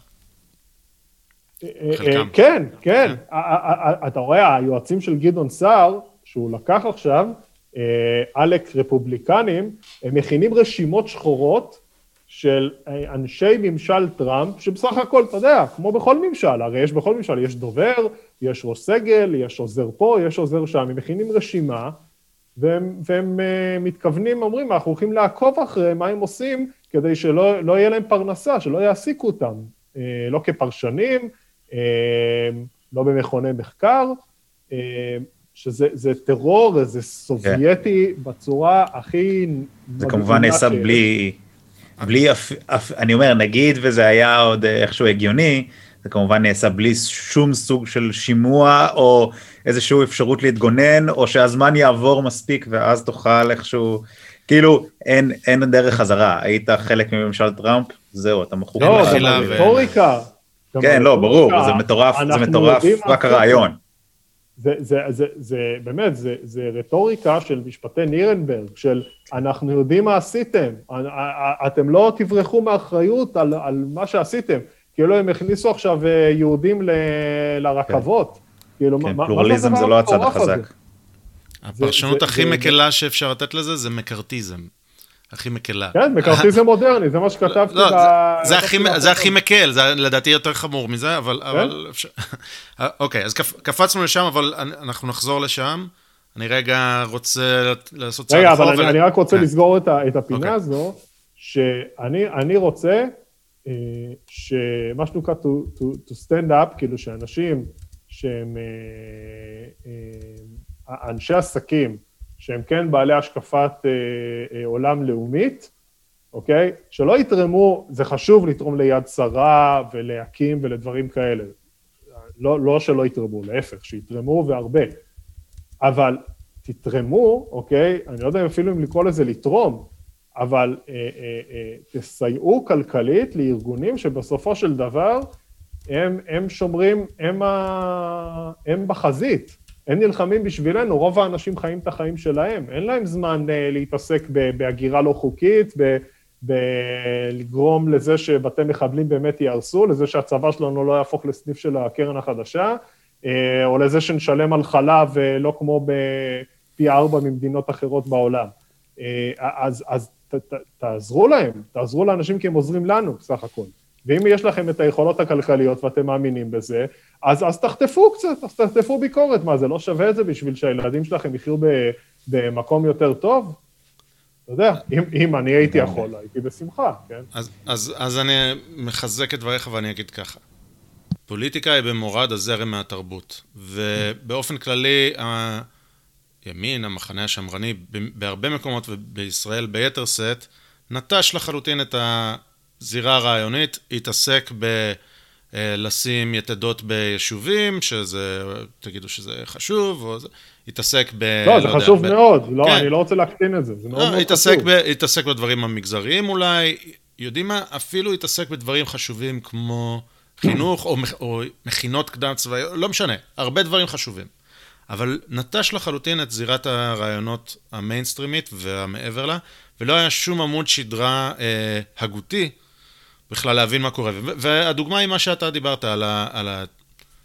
חלקם. כן, כן, אתה רואה, היועצים של גדעון סער, שהוא לקח עכשיו, אלק רפובליקנים, הם מכינים רשימות שחורות של אנשי ממשל טראמפ, שבסך הכל, אתה יודע, כמו בכל ממשל, הרי יש בכל ממשל, יש דובר, יש ראש סגל, יש עוזר פה, יש עוזר שם, הם מכינים רשימה, והם, והם מתכוונים, אומרים, אנחנו הולכים לעקוב אחרי מה הם עושים, כדי שלא לא יהיה להם פרנסה, שלא יעסיקו אותם, לא כפרשנים, לא במכוני מחקר, שזה זה טרור, זה סובייטי yeah. בצורה הכי... זה כמובן נעשה ש... בלי, בלי אפ, אפ, אני אומר, נגיד, וזה היה עוד איכשהו הגיוני, זה כמובן נעשה בלי שום סוג של שימוע, או איזושהי אפשרות להתגונן, או שהזמן יעבור מספיק, ואז תוכל איכשהו, כאילו, אין, אין דרך חזרה, היית חלק מממשל טראמפ, זהו, אתה מחוק. לא, זה רטוריקה. כן, לא, ברור, זה מטורף, זה מטורף, רק הרעיון. זה, זה, זה, זה, באמת, זה, זה רטוריקה של משפטי נירנברג, של אנחנו יודעים מה עשיתם, אתם לא תברחו מאחריות על, על מה שעשיתם, כאילו הם הכניסו עכשיו יהודים ל, לרכבות. כאילו, כן, מה, פלורליזם מה זה לא הצד החזק. הפרשנות זה, הכי זה, מקלה זה... שאפשר לתת לזה, זה מקרטיזם. הכי מקלה. כן, מקרטיזם מודרני, זה מה שכתבתי. לא, זה, הכי, זה הכי מקל, זה לדעתי יותר חמור מזה, אבל, כן? אבל אפשר... אוקיי, אז קפצנו לשם, אבל אנחנו נחזור לשם. אני רגע רוצה לעשות צעד רגע, אבל אני, ול... אני רק רוצה כן. לסגור את, ה, את הפינה אוקיי. הזו, שאני אני רוצה, שמה שנקרא to, to, to stand up, כאילו שאנשים שהם אנשי עסקים, שהם כן בעלי השקפת אה, אה, עולם לאומית, אוקיי? שלא יתרמו, זה חשוב לתרום ליד שרה ולהקים ולדברים כאלה. לא, לא שלא יתרמו, להפך, שיתרמו והרבה. אבל תתרמו, אוקיי? אני לא יודע אפילו אם לקרוא לזה לתרום, אבל אה, אה, אה, תסייעו כלכלית לארגונים שבסופו של דבר הם, הם שומרים, הם, ה, הם בחזית. הם נלחמים בשבילנו, רוב האנשים חיים את החיים שלהם, אין להם זמן uh, להתעסק בהגירה לא חוקית, בלגרום לזה שבתי מחבלים באמת יהרסו, לזה שהצבא שלנו לא יהפוך לסניף של הקרן החדשה, uh, או לזה שנשלם על חלב ולא כמו בפי ארבע ממדינות אחרות בעולם. Uh, אז, אז ת, ת, תעזרו להם, תעזרו לאנשים כי הם עוזרים לנו, בסך הכל. ואם יש לכם את היכולות הכלכליות ואתם מאמינים בזה, אז, אז תחטפו קצת, אז תחטפו ביקורת. מה, זה לא שווה את זה בשביל שהילדים שלכם יחיו במקום יותר טוב? אתה יודע, אם, אם אני הייתי יכול, הייתי בשמחה, כן? אז, אז, אז אני מחזק את דבריך ואני אגיד ככה. פוליטיקה היא במורד הזרם מהתרבות, ובאופן כללי, הימין, המחנה השמרני, בהרבה מקומות ובישראל ביתר סט, נטש לחלוטין את ה... זירה רעיונית, התעסק בלשים יתדות ביישובים, שזה, תגידו שזה חשוב, או זה, התעסק ב... לא, זה חשוב מאוד, לא, אני לא רוצה להקטין את זה, זה מאוד מאוד חשוב. התעסק בדברים המגזריים אולי, יודעים מה, אפילו התעסק בדברים חשובים כמו חינוך, או מכינות קדם צבאיות, לא משנה, הרבה דברים חשובים. אבל נטש לחלוטין את זירת הרעיונות המיינסטרימית והמעבר לה, ולא היה שום עמוד שדרה אה, הגותי, בכלל להבין מה קורה. והדוגמה היא מה שאתה דיברת על, ה, על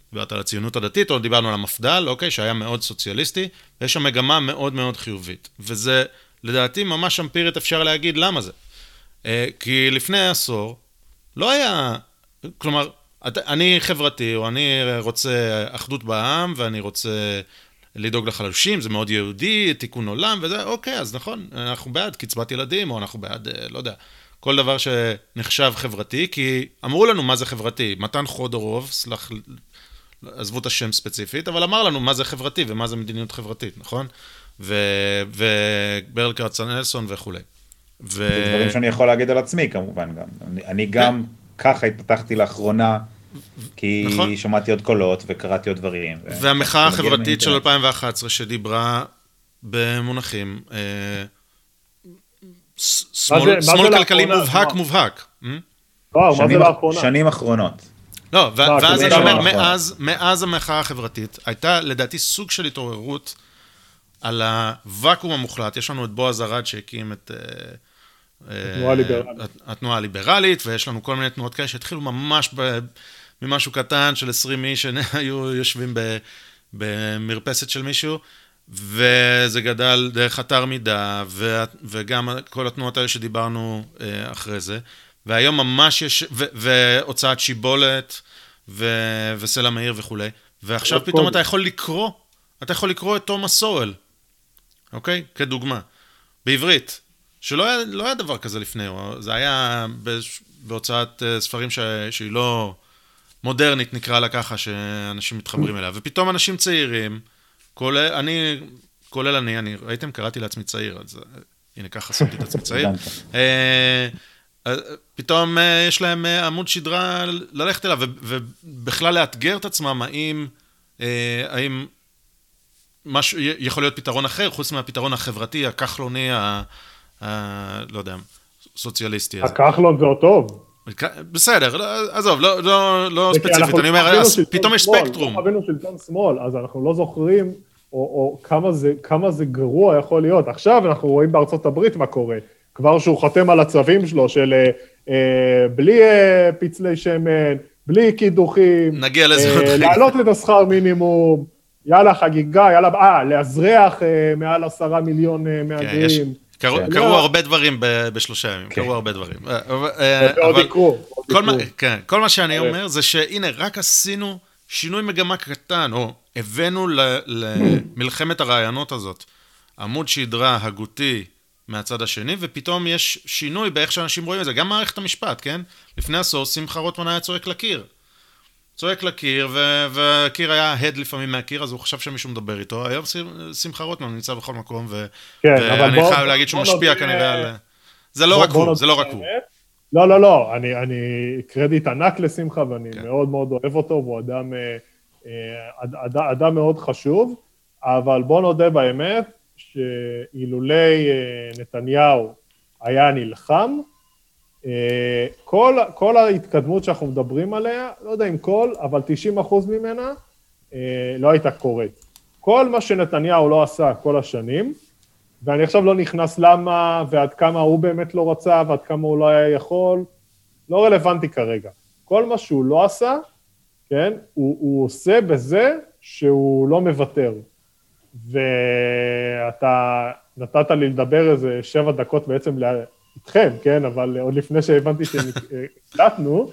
דיברת על הציונות הדתית, או דיברנו על המפד"ל, אוקיי, שהיה מאוד סוציאליסטי, ויש שם מגמה מאוד מאוד חיובית. וזה, לדעתי, ממש אמפירית אפשר להגיד למה זה. כי לפני עשור, לא היה, כלומר, אני חברתי, או אני רוצה אחדות בעם, ואני רוצה לדאוג לחלשים, זה מאוד יהודי, תיקון עולם, וזה, אוקיי, אז נכון, אנחנו בעד קצבת ילדים, או אנחנו בעד, לא יודע, כל דבר שנחשב חברתי, כי אמרו לנו מה זה חברתי, מתן חודורוב, סלח, עזבו את השם ספציפית, אבל אמר לנו מה זה חברתי, ומה זה מדיניות חברתית, נכון? וברל כצנלסון וכו'. זה דברים שאני יכול להגיד על עצמי, כמובן, גם. אני גם ככה התפתחתי לאחרונה, כי שמעתי עוד קולות וקראתי עוד דברים. והמחאה החברתית של אלפיים ואחת עשרה שדיברה במונחים, שמאל כלכלי מובהק מובהק. שנים אחרונות. לא, ואז אני אומר, מאז המחאה החברתית, הייתה לדעתי סוג של התעוררות על הוואקום המוחלט. יש לנו את בועז ארד שהקים את התנועה הליברלית, ויש לנו כל מיני תנועות כאלה שהתחילו ממש ממשהו קטן של עשרים איש שהיו יושבים במרפסת של מישהו, וזה גדל דרך אתר מידע, וגם כל התנועות האלה שדיברנו אחרי זה, והיום ממש יש, והוצאת שיבולת, וסלע מאיר וכו', ועכשיו פתאום אתה יכול לקרוא, אתה יכול לקרוא את תומאס סואל, אוקיי? כדוגמה, בעברית, שלא היה, לא היה דבר כזה לפני, זה היה בהוצאת ספרים שהיא לא מודרנית, נקרא לה ככה, שאנשים מתחברים אליה, ופתאום אנשים צעירים, כולל אני, כולל אני, אני ראיתם, קראתי לעצמי צעיר, אז הנה ככה שמתי את עצמי צעיר, פתאום יש להם עמוד שדרה ללכת אליו, ובכלל לאתגר את עצמם, האם, האם משהו, יכול להיות פתרון אחר, חוץ מהפתרון החברתי, הכחלוני, לא יודע, סוציאליסטי. הכחלון זה עוד טוב. בסדר, עזוב, לא ספציפית, אני אומר, פתאום יש ספקטרום. אנחנו חווינו שלטון שמאל, אז אנחנו לא זוכרים, או כמה זה גרוע יכול להיות. עכשיו אנחנו רואים בארצות הברית מה קורה. כבר שהוא חתם על הצווים שלו, של בלי פיצלי שמן, בלי קידוחים, נגיע לזה. להעלות את השכר מינימום, יאללה חגיגה, יאללה, אה, להזריח מעל עשרה מיליון מהגרים. קראו הרבה דברים בשלושה ימים, קראו הרבה דברים. ועוד יקרו. כל מה שאני אומר זה שהנה, רק עשינו שינוי מגמה קטן, או הבאנו למלחמת הרעיונות הזאת, עמוד שדרה הגותי מהצד השני, ופתאום יש שינוי באיך שאנשים רואים את זה, גם מערכת המשפט, כן? לפני עשור, שמחה רוטמן היה צועק לקיר. צועק לקיר, וקיר היה הד לפעמים מהקיר, אז הוא חשב שמישהו מדבר איתו. היום שמחה רוטמן נמצא בכל מקום, ואני חייב להגיד שהוא משפיע כנראה על... זה לא רק הוא, זה לא רק הוא. לא, לא, לא, אני קרדיט ענק לשמחה, ואני מאוד מאוד אוהב אותו, והוא אדם מאוד חשוב, אבל בוא נודה באמת, שאילולי נתניהו היה נלחם, כל, כל ההתקדמות שאנחנו מדברים עליה, לא יודע אם כל, אבל תשעים אחוז ממנה, לא הייתה קורית. כל מה שנתניהו לא עשה כל השנים, ואני עכשיו לא נכנס למה, ועד כמה הוא באמת לא רצה, ועד כמה הוא לא היה יכול, לא רלוונטי כרגע. כל מה שהוא לא עשה, כן, הוא, הוא עושה בזה שהוא לא מוותר. ואתה נתת לי לדבר איזה שבע דקות בעצם איתכם, כן, אבל עוד לפני שהבנתי שהקלטנו,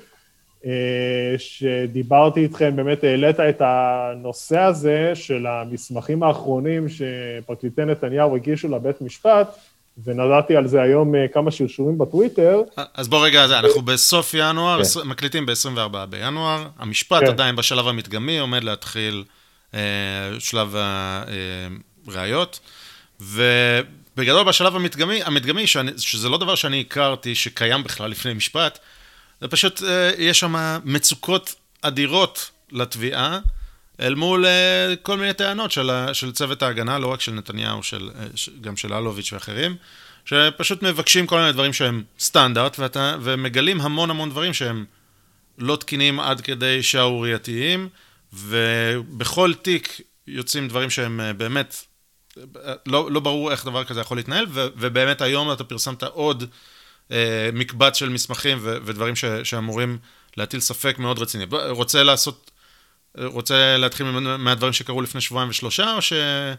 שדיברתי איתכם, באמת העלית את הנושא הזה של המסמכים האחרונים שפרקליטי נתניהו הגישו לבית משפט, ונדעתי על זה היום כמה שרשורים בטוויטר. אז בוא רגע, אנחנו בסוף ינואר, מקליטים ב-עשרים וארבעה בינואר, המשפט עדיין בשלב המדגמי, עומד להתחיל שלב הראיות, ובגדול בשלב המדגמי, המדגמי שזה לא דבר שאני הכרתי שקיים בכלל לפני משפט, זה פשוט, יש שם מצוקות אדירות לתביעה, אל מול כל מיני טענות של, של צוות ההגנה, לא רק של נתניהו, של, גם של אלוביץ' ואחרים, שפשוט מבקשים כל מיני דברים שהם סטנדרט, ואתה, ומגלים המון המון דברים שהם לא תקינים עד כדי שערורייתיים, ובכל תיק יוצאים דברים שהם באמת, לא, לא ברור איך דבר כזה יכול להתנהל, ו, ובאמת היום אתה פרסמת עוד אה, מקבץ של מסמכים ו, ודברים ש, שאמורים להטיל ספק מאוד רציני. רוצה לעשות רוצה להתחיל מהדברים שקרו לפני שבועיים ושלושה, או ש...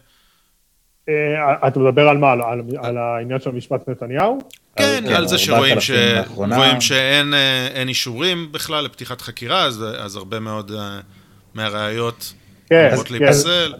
אתה מדבר על מה? על העניין של משפט נתניהו? כן, על זה שרואים שאין אישורים בכלל לפתיחת חקירה, אז הרבה מאוד מהראיות אמורות להיפסל.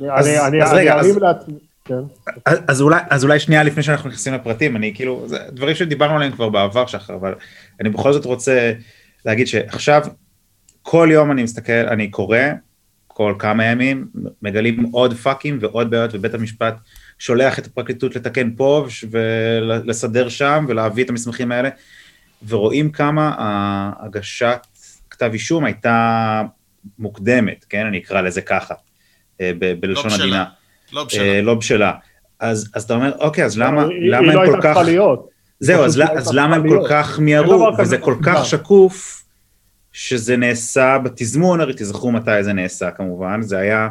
אז אולי שנייה לפני שאנחנו נכנסים לפרטים, אני כאילו, דברים שדיברנו עליהם כבר בעבר שחר, אבל אני בכל זאת רוצה להגיד שעכשיו, כל יום אני מסתכל, אני קורא, כל כמה ימים, מגלים עוד פאקים ועוד בעיות, ובית המשפט שולח את הפרקליטות לתקן פה, ולסדר שם, ולהביא את המסמכים האלה, ורואים כמה הגשת כתב אישום הייתה מוקדמת, כן, אני אקרא לזה ככה, בלשון המדינה. לא בשלה. לא בשלה. אז אתה אומר, אוקיי, אז למה הם כל כך... זהו, אז למה הם כל כך מיירו, וזה כל כך שקוף, שזה נעשה בתזמון, הרי תזכרו מתי זה נעשה כמובן, זה היה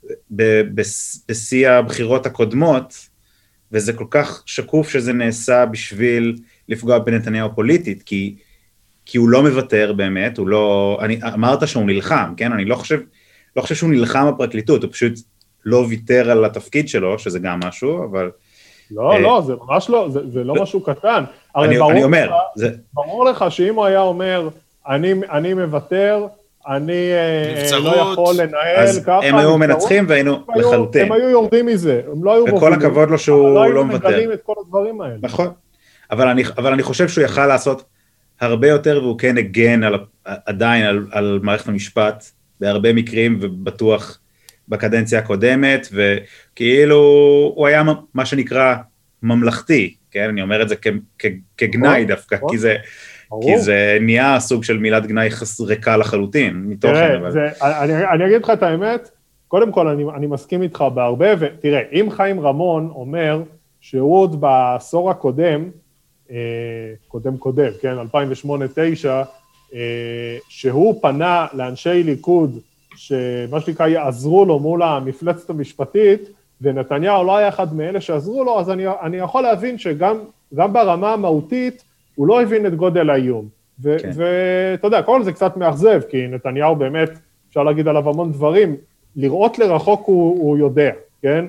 בשיא הבחירות הקודמות, וזה כל כך שקוף שזה נעשה בשביל לפגוע בנתניהו פוליטית, כי, כי הוא לא מוותר באמת, הוא לא, אני, אמרת שהוא נלחם, כן? אני לא חושב, לא חושב שהוא נלחם בפרקליטות, הוא פשוט לא ויתר על התפקיד שלו, שזה גם משהו, אבל... לא, לא, זה ממש לא, זה, זה לא משהו קטן. אני, אני אומר, לך, זה... ברור לך שאם הוא היה אומר, אני, אני מוותר, אני נבצרות, לא יכול לנהל ככה. הם היו מנצחים והיינו לחלוטין. הם היו יורדים מזה, הם לא היו מובילים. וכל הכבוד לו שהוא לא, לא מוותר. לא היו מגלים את כל הדברים האלה. נכון, אבל אני, אבל אני חושב שהוא יכל לעשות הרבה יותר, והוא כן הגן על, עדיין על, על מערכת המשפט, בהרבה מקרים, ובטוח בקדנציה הקודמת, וכאילו הוא היה מה שנקרא ממלכתי, כן? אני אומר את זה כ, כ, כגנאי דווקא, כי זה... כי זה נהיה סוג של מילת גנאי ריקה לחלוטין, מתוכן. אבל... זה, אני, אני אגיד לך את האמת, קודם כל אני, אני מסכים איתך בהרבה, ותראה, אם חיים רמון אומר שהוא עוד בעשור הקודם, אה, קודם קודם, כן, אלפיים שמונה תשע, אה, שהוא פנה לאנשי ליכוד, שמה שנקרא יעזרו לו מול המפלצת המשפטית, ונתניהו לא היה אחד מאלה שעזרו לו, אז אני, אני יכול להבין שגם גם ברמה המהותית, הוא לא הבין את גודל האיום, ואתה יודע, כל זה קצת מאכזב, כי נתניהו באמת, אפשר להגיד עליו המון דברים, לראות לרחוק הוא יודע, כן?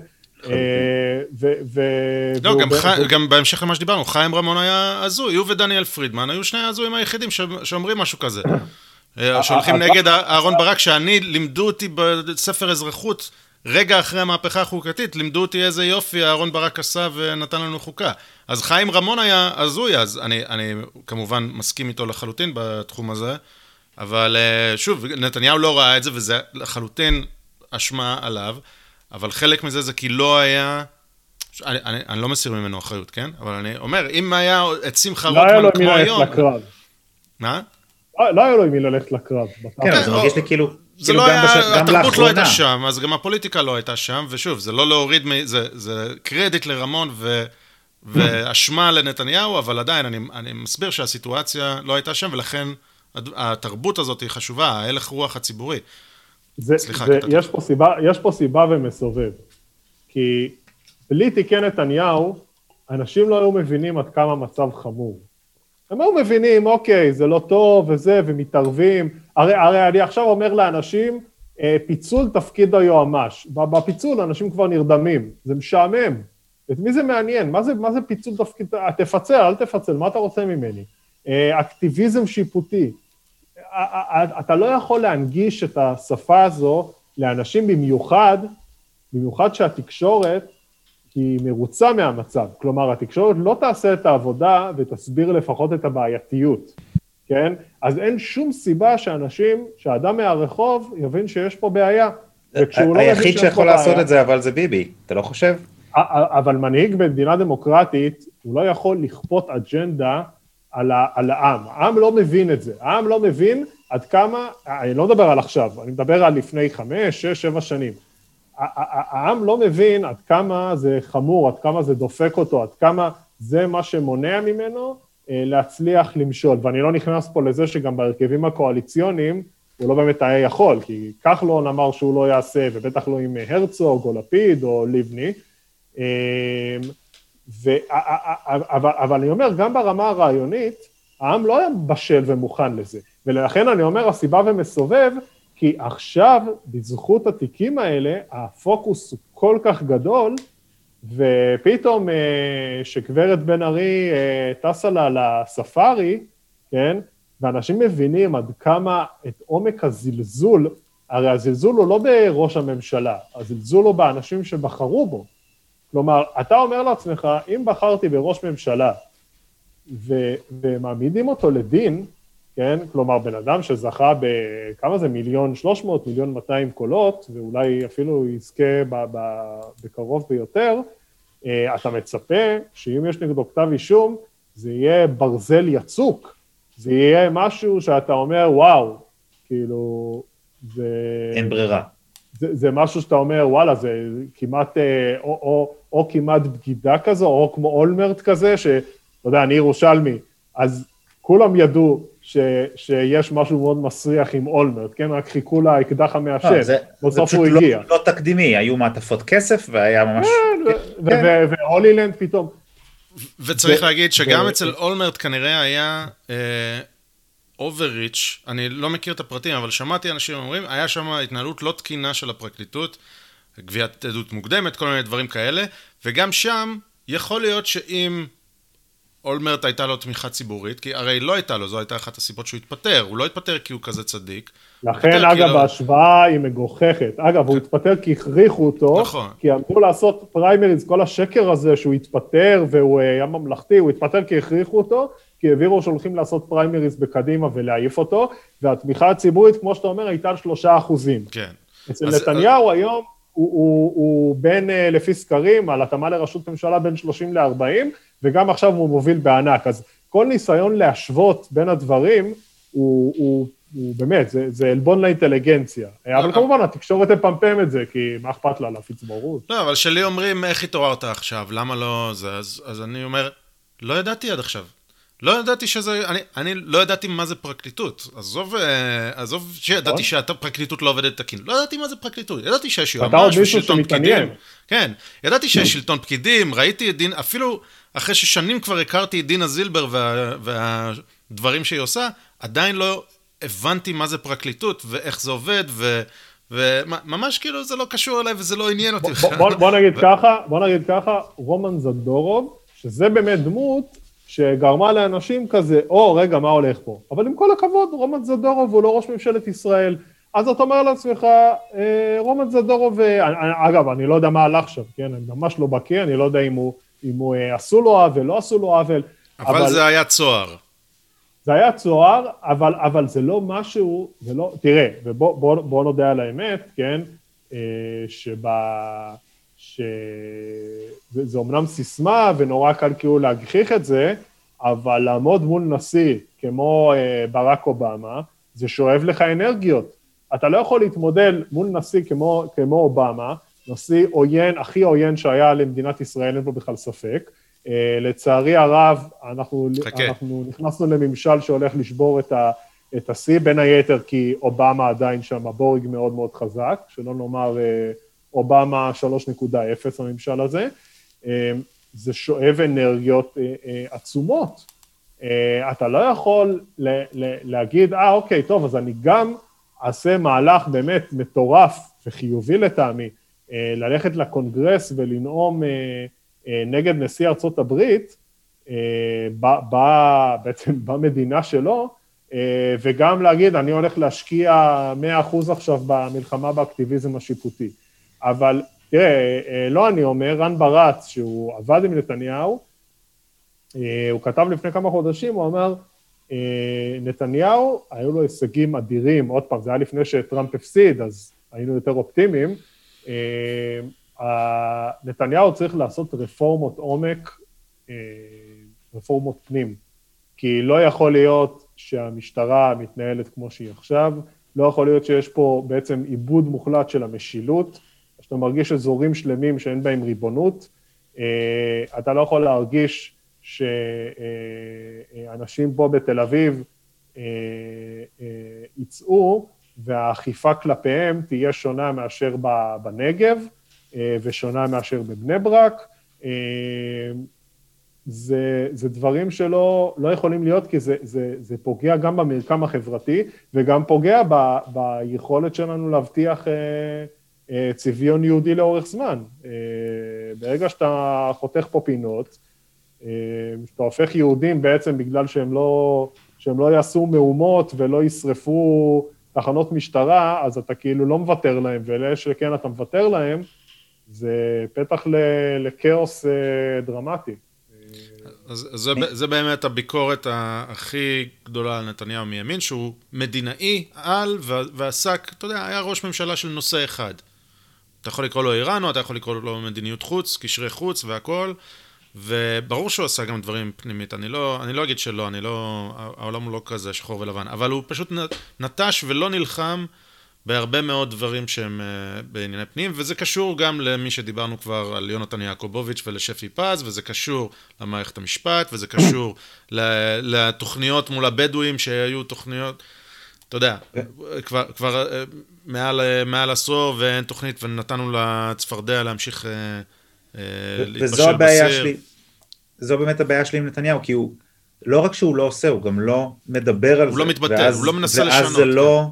לא, גם בהמשך למה שדיברנו, חיים רמון היה הזוי, הוא ודניאל פרידמן, היו שני הזויים היחידים שאומרים משהו כזה, שהולכים נגד אהרון ברק, שאני, לימדו אותי בספר אזרחות, רגע אחרי המהפכה החוקתית, לימדו אותי איזה יופי אהרון ברק עשה ונתן לנו חוקה. אז חיים רמון היה הזוי, אז אני, אני כמובן מסכים איתו לחלוטין בתחום הזה, אבל שוב, נתניהו לא ראה את זה, וזה לחלוטין אשמה עליו, אבל חלק מזה זה כי לא היה, אני, אני, אני לא מסיר ממנו אחריות, כן? אבל אני אומר, אם היה את שמחה רוטמן כמו היום... מה? לא היה לו עם מי ללכת לקרב. כן, זה מרגיש לי כאילו... זה לא היה, התרבות לא הייתה שם, אז גם הפוליטיקה לא הייתה שם, ושוב, זה לא להוריד, זה קרדיט לרמון ואשמה לנתניהו, אבל עדיין אני מסביר שהסיטואציה לא הייתה שם, ולכן התרבות הזאת היא חשובה, ההלך רוח הציבורי. סליחה, יש פה סיבה ומסובב, כי בלי תיקי נתניהו, אנשים לא היו מבינים עד כמה מצב חמור. הם היו מבינים, אוקיי, זה לא טוב וזה, ומתערבים. הרי, הרי אני עכשיו אומר לאנשים, פיצול תפקיד היועמ"ש. בפיצול אנשים כבר נרדמים, זה משעמם. את מי זה מעניין? מה זה, מה זה פיצול תפקיד? תפצל, אל תפצל, מה אתה רוצה ממני? אקטיביזם שיפוטי. אתה לא יכול להנגיש את השפה הזו לאנשים במיוחד, במיוחד שהתקשורת, היא מרוצה מהמצב, כלומר, התקשורת לא תעשה את העבודה ותסביר לפחות את הבעייתיות, כן? אז אין שום סיבה שאנשים, שהאדם מהרחוב יבין שיש פה בעיה. היחיד שיכול לעשות את זה, אבל זה ביבי, אתה לא חושב? אבל מנהיג במדינה דמוקרטית, הוא לא יכול לכפות אג'נדה על העם. העם לא מבין את זה. העם לא מבין עד כמה, אני לא מדבר על עכשיו, אני מדבר על לפני חמש, שש, שבע שנים. העם לא מבין עד כמה זה חמור, עד כמה זה דופק אותו, עד כמה זה מה שמונע ממנו להצליח למשול. ואני לא נכנס פה לזה שגם בהרכבים הקואליציוניים הוא לא באמת היה יכול, כי כחלון אמר שהוא לא יעשה, ובטח לא עם הרצוג או לפיד או לבני. אבל אני אומר, גם ברמה הרעיונית, העם לא היה בשל ומוכן לזה. ולכן אני אומר, הסיבה ומסובב, כי עכשיו, בזכות התיקים האלה, הפוקוס הוא כל כך גדול, ופתאום שגברת בן ארי טסה לה לספארי, כן? ואנשים מבינים עד כמה את עומק הזלזול, הרי הזלזול הוא לא בראש הממשלה, הזלזול הוא באנשים שבחרו בו. כלומר, אתה אומר לעצמך, אם בחרתי בראש ממשלה, ו- ומעמידים אותו לדין, כן? כלומר, בן אדם שזכה בכמה זה מיליון שלוש מאות, מיליון מאתיים קולות, ואולי אפילו יזכה ב- ב- בקרוב ביותר, אתה מצפה שאם יש נגדו כתב אישום, זה יהיה ברזל יצוק, זה יהיה משהו שאתה אומר, וואו, כאילו, זה... אין ברירה. זה, זה משהו שאתה אומר, וואלה, זה כמעט, או, או, או כמעט בגידה כזו, או כמו אולמרט כזה, שאתה יודע, אני ירושלמי, אז כולם ידעו ש, שיש משהו מאוד מסריח עם אולמרט, כן? רק חיכו לה אקדח המעשן, בסוף הוא הגיע. לא תקדימי, היו מעטפות כסף, והיה ממש... והולילנד פתאום. וצריך להגיד שגם אצל אולמרט כנראה היה אובריץ', אני לא מכיר את הפרטים, אבל שמעתי אנשים אומרים, היה שם התנהלות לא תקינה של הפרקליטות, גביית עדות מוקדמת, כל מיני דברים כאלה, וגם שם יכול להיות שאם אולמרט הייתה לו תמיכה ציבורית, כי הרי לא הייתה לו, זו הייתה אחת הסיבות שהוא התפטר, הוא לא התפטר כי הוא כזה צדיק. לכן, אגב, ההשוואה היא מגוחכת. אגב, הוא התפטר כי הכריחו אותו, כי אמרו לעשות פריימריז, כל השקר הזה שהוא התפטר והוא היה ממלכתי, הוא התפטר כי הכריחו אותו, כי העבירו שהולכים לעשות פריימריז בקדימה ולהעיף אותו, והתמיכה הציבורית, כמו שאתה אומר, הייתה שלושה אחוזים. כן. אצל נתניהו היום, הוא בין, לפי סקרים, על התאמה לראשות ממשלה בין שלושים לארבעים, וגם עכשיו הוא מוביל בענק. אז כל ניסיון להשוות בין הדברים, הוא, הוא, הוא באמת, זה, זה אלבון לאינטליגנציה. אבל כמובן, התקשורת תפמפם את זה, כי מה אכפת לה להפיץ בורות? לא, אבל שלי אומרים, איך התעוררת עכשיו? למה לא זה? אז, אז אני אומר, לא ידעתי עד עכשיו. לא ידעתי שזה, אני, אני לא ידעתי מה זה פרקליטות. עזוב, עזוב שידעתי שהפרקליטות לא עובדת תקין. לא ידעתי מה זה פרקליטות. ידעתי שיש יועמ"ש ושלטון פקידים. כן, ידעתי שיש שלטון פקידים, ראיתי את דין, אפילו אחרי ששנים כבר הכרתי את דינה זילבר וה, והדברים שהיא עושה, עדיין לא הבנתי מה זה פרקליטות ואיך זה עובד, ו, וממש כאילו זה לא קשור אליי וזה לא עניין אותי. בוא, בוא, בוא נגיד ככה, בוא נגיד ככה, רומן זדורוב, שזה באמת דמות, שגרמה לאנשים כזה, או רגע, מה הולך פה? אבל עם כל הכבוד, רומן זדורוב הוא לא ראש ממשלת ישראל, אז אתה אומר לעצמך, רומן זדורוב, אגב, אני לא יודע מה הלך שם, כן? אני ממש לא בקיא, אני לא יודע אם הוא, אם הוא עשו לו עוול, לא עשו לו עוול. אבל, אבל זה היה צוהר. זה היה צוהר, אבל, אבל זה לא משהו, זה לא, תראה, ובוא, בוא, בוא נודע על האמת, כן? שבה... שזה אומנם סיסמה ונורא קל כאילו להגחיך את זה, אבל לעמוד מול נשיא כמו ברק אובמה, זה שואב לך אנרגיות. אתה לא יכול להתמודד מול נשיא כמו, כמו אובמה, נשיא עוין, הכי עוין שהיה למדינת ישראל, אין פה בכלל ספק. לצערי הרב, אנחנו, אנחנו נכנסנו לממשל שהולך לשבור את ה, את השיא, בין היתר כי אובמה עדיין שם בורג מאוד מאוד חזק, שלא נאמר אובמה שלוש נקודה אפס הממשל הזה, זה שואב אנרגיות עצומות. אתה לא יכול להגיד, אה אוקיי, טוב, אז אני גם אעשה מהלך באמת מטורף וחיובי לטעמי, ללכת לקונגרס ולנאום נגד נשיא ארצות הברית, בעצם במדינה שלו, וגם להגיד, אני הולך להשקיע מאה אחוז עכשיו במלחמה באקטיביזם השיפוטי. אבל תראה, לא אני אומר, רן ברץ, שהוא עבד עם נתניהו, הוא כתב לפני כמה חודשים, הוא אמר, נתניהו, היו לו הישגים אדירים, עוד פעם, זה היה לפני שטראמפ הפסיד, אז היינו יותר אופטימיים, נתניהו צריך לעשות רפורמות עומק, רפורמות פנים, כי לא יכול להיות שהמשטרה מתנהלת כמו שהיא עכשיו, לא יכול להיות שיש פה בעצם עיבוד מוחלט של המשילות, שאתה מרגיש אזורים שלמים שאין בהם ריבונות, אתה לא יכול להרגיש שאנשים פה בתל אביב יצאו, והאכיפה כלפיהם תהיה שונה מאשר בנגב, ושונה מאשר בבני ברק, זה, זה דברים שלא לא יכולים להיות, כי זה, זה, זה פוגע גם במרקם החברתי, וגם פוגע ב, ביכולת שלנו להבטיח אה, אה, צביון יהודי לאורך זמן. אה, ברגע שאתה חותך פה פינות, אה, שאתה הופך יהודים בעצם בגלל שהם לא, שהם לא יעשו מהומות ולא ישרפו תחנות משטרה, אז אתה כאילו לא מוותר להם, ואלה שכן אתה מוותר להם, זה פתח לכאוס דרמטי. אז זה, זה באמת הביקורת הכי גדולה על נתניהו מימין, שהוא מדינאי על ועסק, אתה יודע, היה ראש ממשלה של נושא אחד. אתה יכול לקרוא לו איראן, או אתה יכול לקרוא לו מדיניות חוץ, קשרי חוץ והכל, וברור שהוא עשה גם דברים פנימית. אני לא, אני לא אגיד שלא, אני לא, העולם הוא לא כזה שחור ולבן, אבל הוא פשוט נטש ולא נלחם בהרבה מאוד דברים שהם uh, בענייני פנים, וזה קשור גם למי שדיברנו כבר על יונתן יעקובוביץ' ולשפי פז, וזה קשור למערכת המשפט, וזה קשור לתוכניות מול הבדואים שהיו תוכניות, אתה יודע, כבר, כבר uh, מעל, uh, מעל עשור ואין תוכנית, ונתנו לצפרדע להמשיך uh, uh, להתבשל הבעיה בסיר. שלי, זו באמת הבעיה שלי עם נתניהו, כי הוא, לא רק שהוא לא עושה, הוא גם לא מדבר על הוא זה. לא מתבטא, ואז, הוא לא מנסה ואז לשנות. זה לא...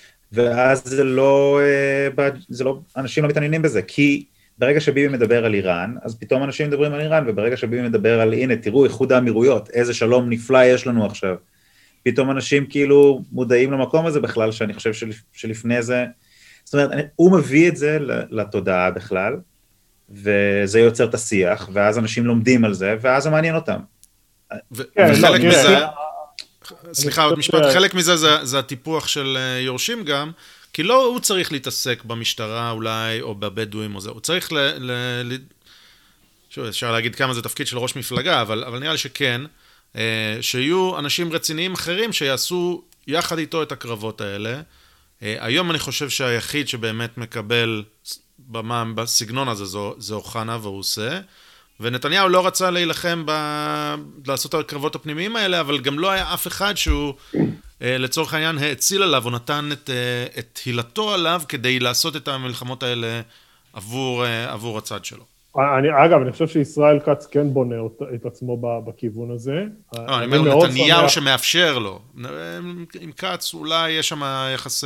ואז זה לא, זה לא, אנשים לא מתעניינים בזה, כי ברגע שביבי מדבר על איראן, אז פתאום אנשים מדברים על איראן, וברגע שביבי מדבר על, הנה, תראו, איחוד האמירויות, איזה שלום נפלא יש לנו עכשיו, פתאום אנשים כאילו מודעים למקום הזה בכלל, שאני חושב שלפ, שלפני זה, זאת אומרת, הוא מביא את זה לתודעה בכלל, וזה יוצר את השיח, ואז אנשים לומדים על זה, ואז זה מעניין אותם. וחלק מזה... סליחה, עוד משפט, חלק מזה זה, זה הטיפוח של יורשים גם, כי לא הוא צריך להתעסק במשטרה אולי, או בבדואים או זה, הוא צריך ל... ל, ל שוב, אפשר להגיד כמה זה תפקיד של ראש מפלגה, אבל, אבל נראה לי שכן, שיהיו אנשים רציניים אחרים שיעשו יחד איתו את הקרבות האלה. היום אני חושב שהיחיד שבאמת מקבל במה, בסגנון הזה זה אוחנה והוא עושה, ונתניהו לא רצה להילחם ב... לעשות את הקרבות הפנימיים האלה, אבל גם לא היה אף אחד שהוא לצורך העניין האציל עליו, או נתן את, את הילתו עליו כדי לעשות את המלחמות האלה עבור, עבור הצד שלו. אני, אגב, אני חושב שישראל כץ כן בונה את עצמו בכיוון הזה. לא, אני אומר, נתניהו שמאפשר לו. עם כץ אולי יש שם יחסי...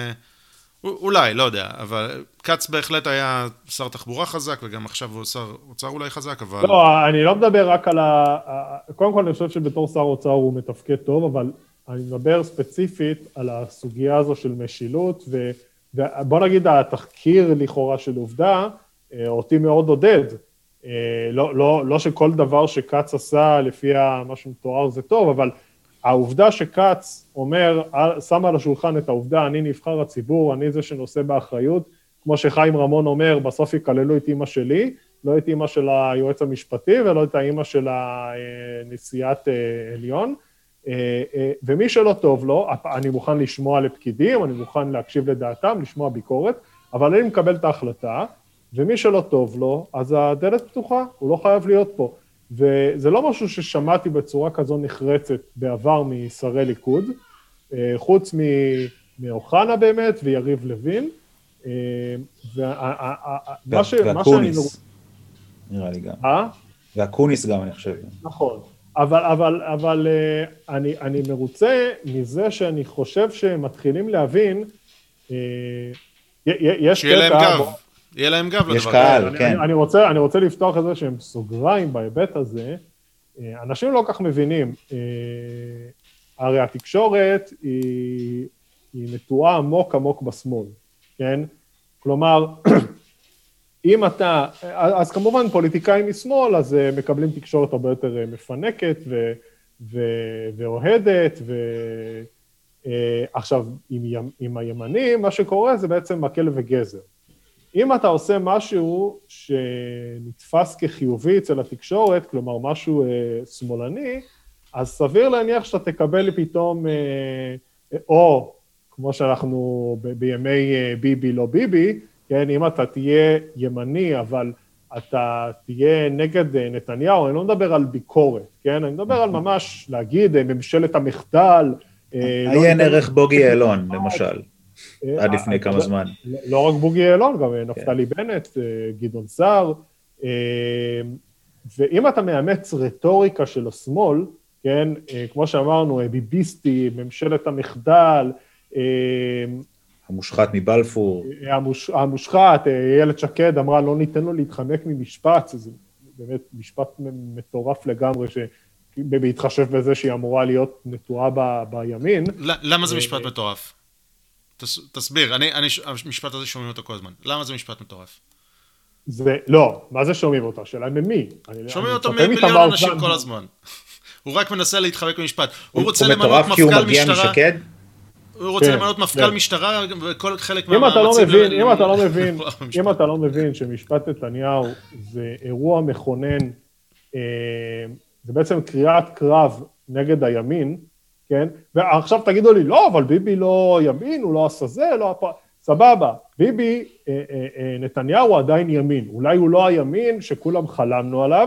אולי, לא יודע, אבל כץ בהחלט היה שר תחבורה חזק, וגם עכשיו הוא שר אוצר אולי חזק, אבל... לא, אני לא מדבר רק על ה... קודם כל אני חושב שבתור שר אוצר הוא מתפקד טוב, אבל אני מדבר ספציפית על הסוגיה הזו של משילות, ו... ובוא נגיד, התחקיר לכאורה של עובדה, אותי מאוד עודד. לא, לא, לא שכל דבר שכץ עשה לפי מה שמתואר זה טוב, אבל העובדה שכץ אומר, שם על השולחן את העובדה, אני נבחר הציבור, אני זה שנושא באחריות, כמו שחיים רמון אומר, בסוף יקללו את אמא שלי, לא את אמא של היועץ המשפטי, ולא את האמא של הנשיאת עליון, ומי שלא טוב לו, אני מוכן לשמוע לפקידים, אני מוכן להקשיב לדעתם, לשמוע ביקורת, אבל אני מקבל את ההחלטה, ומי שלא טוב לו, אז הדלת פתוחה, הוא לא חייב להיות פה. וזה לא משהו ששמעתי בצורה כזו נחרצת בעבר משרי ליכוד, חוץ מאוחנה באמת ויריב לוין. והקוניס, נראה לי גם. והקוניס גם, אני חושב. נכון, אבל, אבל, אבל אני, אני מרוצה מזה שאני חושב שמתחילים להבין, יש שיהיה להם גב. יהיה להם גב לדבר. יש קהל, כן. אני רוצה, אני רוצה לפתוח את זה שהם סוגריים בהיבט הזה. אנשים לא כך מבינים. הרי התקשורת היא, היא נטועה עמוק עמוק בשמאל, כן? כלומר, אם אתה, אז כמובן פוליטיקאים משמאל, אז מקבלים תקשורת הרבה יותר מפנקת ו, ו, ואוהדת, ועכשיו, עם, עם הימנים, מה שקורה זה בעצם מקל וגזר. אם אתה עושה משהו שנתפס כחיובי אצל התקשורת, כלומר משהו אה, שמאלני, אז סביר להניח שאתה תקבל פתאום, אה, או כמו שאנחנו ב- בימי אה, ביבי לא ביבי, כן, אם אתה תהיה ימני, אבל אתה תהיה נגד אה, נתניהו, אני לא מדבר על ביקורת, כן, אני מדבר על ממש להגיד, אה, ממשלת המחדל. אה, עיין לא ערך בוגי יעלון, למשל. עד לפני כמה זמן. לא רק בוגי יעלון, גם נפתלי בנט, גדעון סער, ואם אתה מאמץ רטוריקה של השמאל, כן, כמו שאמרנו, ביביסטי, ממשלת המחדל, המושחת מבלפור. המוש, המושחת, ילד שקד אמרה, לא ניתן לו להתחמק ממשפט, זה באמת משפט מטורף לגמרי, שבהתחשב בזה שהיא אמורה להיות נטועה ב, בימין. למה זה משפט מטורף? תסביר, אני, אני, המשפט הזה שומעים אותו כל הזמן. למה זה משפט מטורף? זה, לא, מה זה שומעים אותו? שאלה ממי? שומעים אותו מיליון אנשים כל הזמן. הוא רק מנסה להתחמק במשפט. הוא רוצה למנות מפכ"ל משטרה. הוא רוצה למנות מפכ"ל משטרה וכל חלק מהמאמצים. אם אתה לא מבין, אם אתה לא מבין שמשפט נתניהו זה אירוע מכונן, זה בעצם קריאת קרב נגד הימין, כן? ועכשיו תגידו לי, לא, אבל ביבי לא ימין, הוא לא עשה זה, לא... סבבה, ביבי, נתניהו עדיין ימין, אולי הוא לא הימין שכולם חלמנו עליו,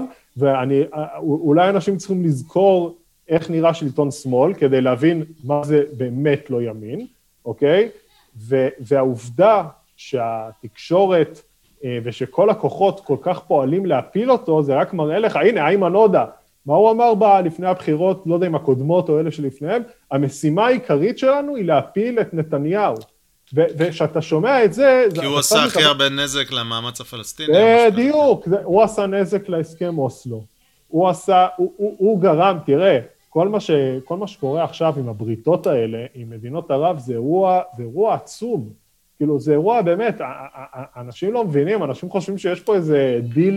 ואולי אנשים צריכים לזכור איך נראה שלטון שמאל, כדי להבין מה זה באמת לא ימין, אוקיי? והעובדה שהתקשורת ושכל הכוחות כל כך פועלים להפיל אותו, זה רק מראה לך, הנה, איימן עודה, מה הוא אמר בה לפני הבחירות, לא יודע אם הקודמות או אלה שלפניהם, המשימה העיקרית שלנו היא להפיל את נתניהו. ושאתה שומע את זה... כי הוא עשה הכי הרבה נזק למאמץ הפלסטיני. בדיוק, הוא עשה נזק להסכם אוסלו. הוא עשה, הוא גרם, תראה, כל מה שקורה עכשיו עם הבריתות האלה, עם מדינות ערב, זה אירוע עצום. כאילו, זה אירוע באמת, אנשים לא מבינים, אנשים חושבים שיש פה איזה דיל,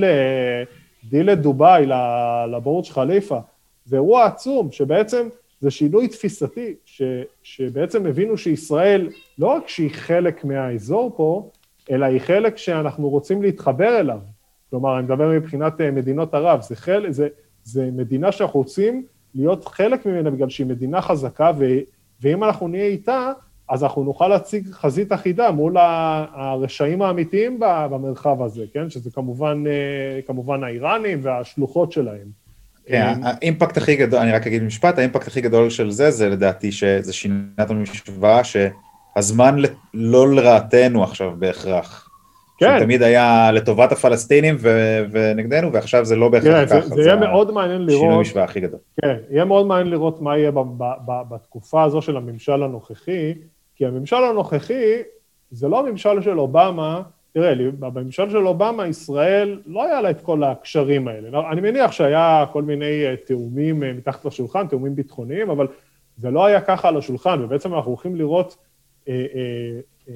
דיל לדובאי, לבורג' חליפה. זה אירוע עצום, שבעצם זה שינוי תפיסתי, ש, שבעצם הבינו שישראל, לא רק שהיא חלק מהאזור פה, אלא היא חלק שאנחנו רוצים להתחבר אליו. כלומר, אני מדבר מבחינת מדינות ערב, זה, חלק, זה, זה מדינה שאנחנו רוצים להיות חלק ממנה, בגלל שהיא מדינה חזקה, ו, ואם אנחנו נהיה איתה, אז אנחנו נוכל להציג חזית אחידה מול הרשעים האמיתיים במרחב הזה, כן? שזה כמובן, כמובן האיראנים והשלוחות שלהם. כן, האימפקט הכי גדול, אני רק אגיד משפט, האימפקט הכי גדול של זה, זה לדעתי שזה שינת המשוואה, שהזמן לא לרעתנו עכשיו בהכרח. כן. שתמיד היה לטובת הפלסטינים ונגדנו, ועכשיו זה לא בהכרח ככה. זה יהיה מאוד מעניין לראות. שינוי המשוואה הכי גדול. כן, יהיה מאוד מעניין לראות מה יהיה בתקופה הזו של הממשל הנוכחי, כי הממשל הנוכחי זה לא הממשל של אובמה, תראה, בממשל של אובמה, ישראל לא היה לה את כל הקשרים האלה. אני מניח שהיה כל מיני תאומים מתחת לשולחן, תאומים ביטחוניים, אבל זה לא היה ככה על השולחן, ובעצם אנחנו הולכים לראות אה, אה, אה,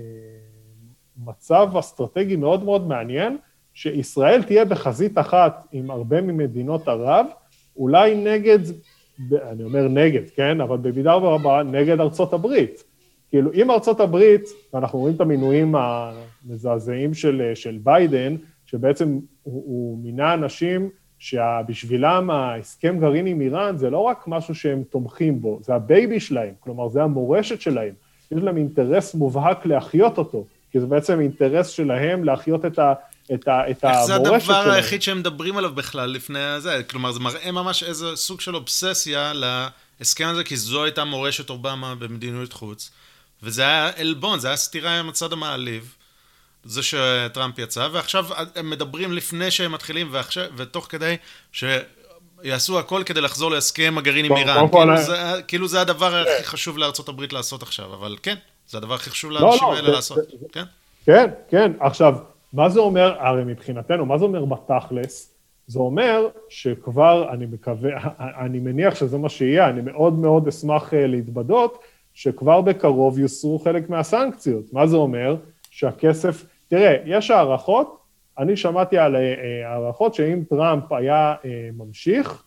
מצב אסטרטגי מאוד מאוד מעניין, שישראל תהיה בחזית אחת עם הרבה ממדינות ערב, אולי נגד, אני אומר נגד, כן? אבל במידה רבה נגד ארצות הברית. כאילו, אם ארצות הברית, ואנחנו רואים את המינויים המזעזעים של, של ביידן, שבעצם הוא, הוא מינה אנשים שבשבילם ההסכם גרעין עם איראן, זה לא רק משהו שהם תומכים בו, זה הבייבי שלהם, כלומר, זה המורשת שלהם. יש להם אינטרס מובהק להחיות אותו, כי זה בעצם אינטרס שלהם להחיות את ה... את ה, את המורשת שלהם. זה הדבר היחיד שהם מדברים עליו בכלל לפני זה, כלומר, זה מראה ממש איזה סוג של אובססיה להסכם הזה, כי זו הייתה מורשת אובמה במדיניות חוץ, וזה היה אלבון, זה היה סתירה עם הצד המעליב, זה שטראמפ יצא, ועכשיו הם מדברים לפני שהם מתחילים, ועכשיו, ותוך כדי שיעשו הכל כדי לחזור להסכם הגרעין עם איראן. כאילו זה, כאילו זה הדבר הכי חשוב לארצות הברית לעשות עכשיו, אבל כן, זה הדבר הכי חשוב לאנשים האלה לעשות, כן? כן, כן, עכשיו, מה זה אומר, הרי מבחינתנו, מה זה אומר בתכלס? זה אומר שכבר, אני מקווה, אני מניח שזה מה שיהיה, אני מאוד מאוד אשמח להתבדות, שכבר בקרוב יוסרו חלק מהסנקציות. מה זה אומר? שהכסף, תראה, יש הערכות, אני שמעתי על הערכות שאם טראמפ היה ממשיך,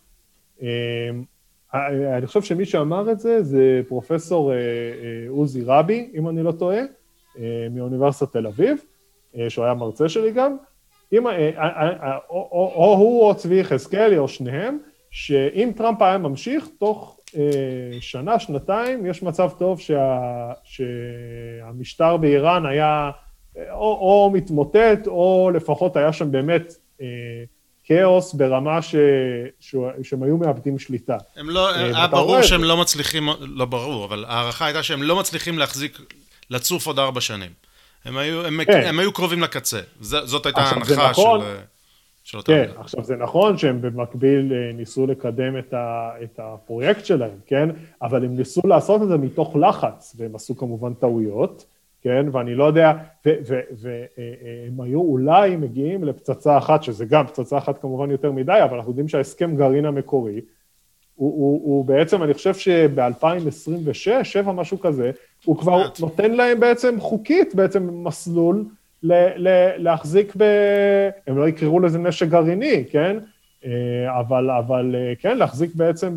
אני חושב שמי שאמר את זה, זה פרופסור עוזי רבי, אם אני לא טועה, מאוניברסיטת תל אביב, שהוא היה מרצה שלי גם, אם, או, או, או הוא או צבי חזקאלי או שניהם, שאם טראמפ היה ממשיך, תוך שנה, שנתיים, יש מצב טוב שה, שהמשטר באיראן היה או, או מתמוטט, או לפחות היה שם באמת כאוס ברמה ש, שהם היו מאבדים שליטה. הם לא, היה ברור שהם לא מצליחים, לא ברור, אבל הערכה הייתה שהם לא מצליחים להחזיק, לצוף עוד ארבע שנים. הם היו, הם, כן. הם היו קרובים לקצה. זאת הייתה ההנחה נכון, של... של אותם. כן, עכשיו זה נכון שהם במקביל ניסו לקדם את, ה, את הפרויקט שלהם, כן? אבל הם ניסו לעשות את זה מתוך לחץ, והם עשו כמובן טעויות, כן? ואני לא יודע, והם היו אולי מגיעים לפצצה אחת, שזה גם פצצה אחת כמובן יותר מדי, אבל אנחנו יודעים שההסכם גרעין המקורי, הוא, הוא, הוא בעצם, אני חושב שב-אלפיים עשרים ושש, שבע משהו כזה, הוא כבר נותן להם בעצם חוקית, בעצם מסלול, ל, ל, להחזיק ב... הם לא יקראו לזה נשק גרעיני, כן? אבל, אבל כן, להחזיק בעצם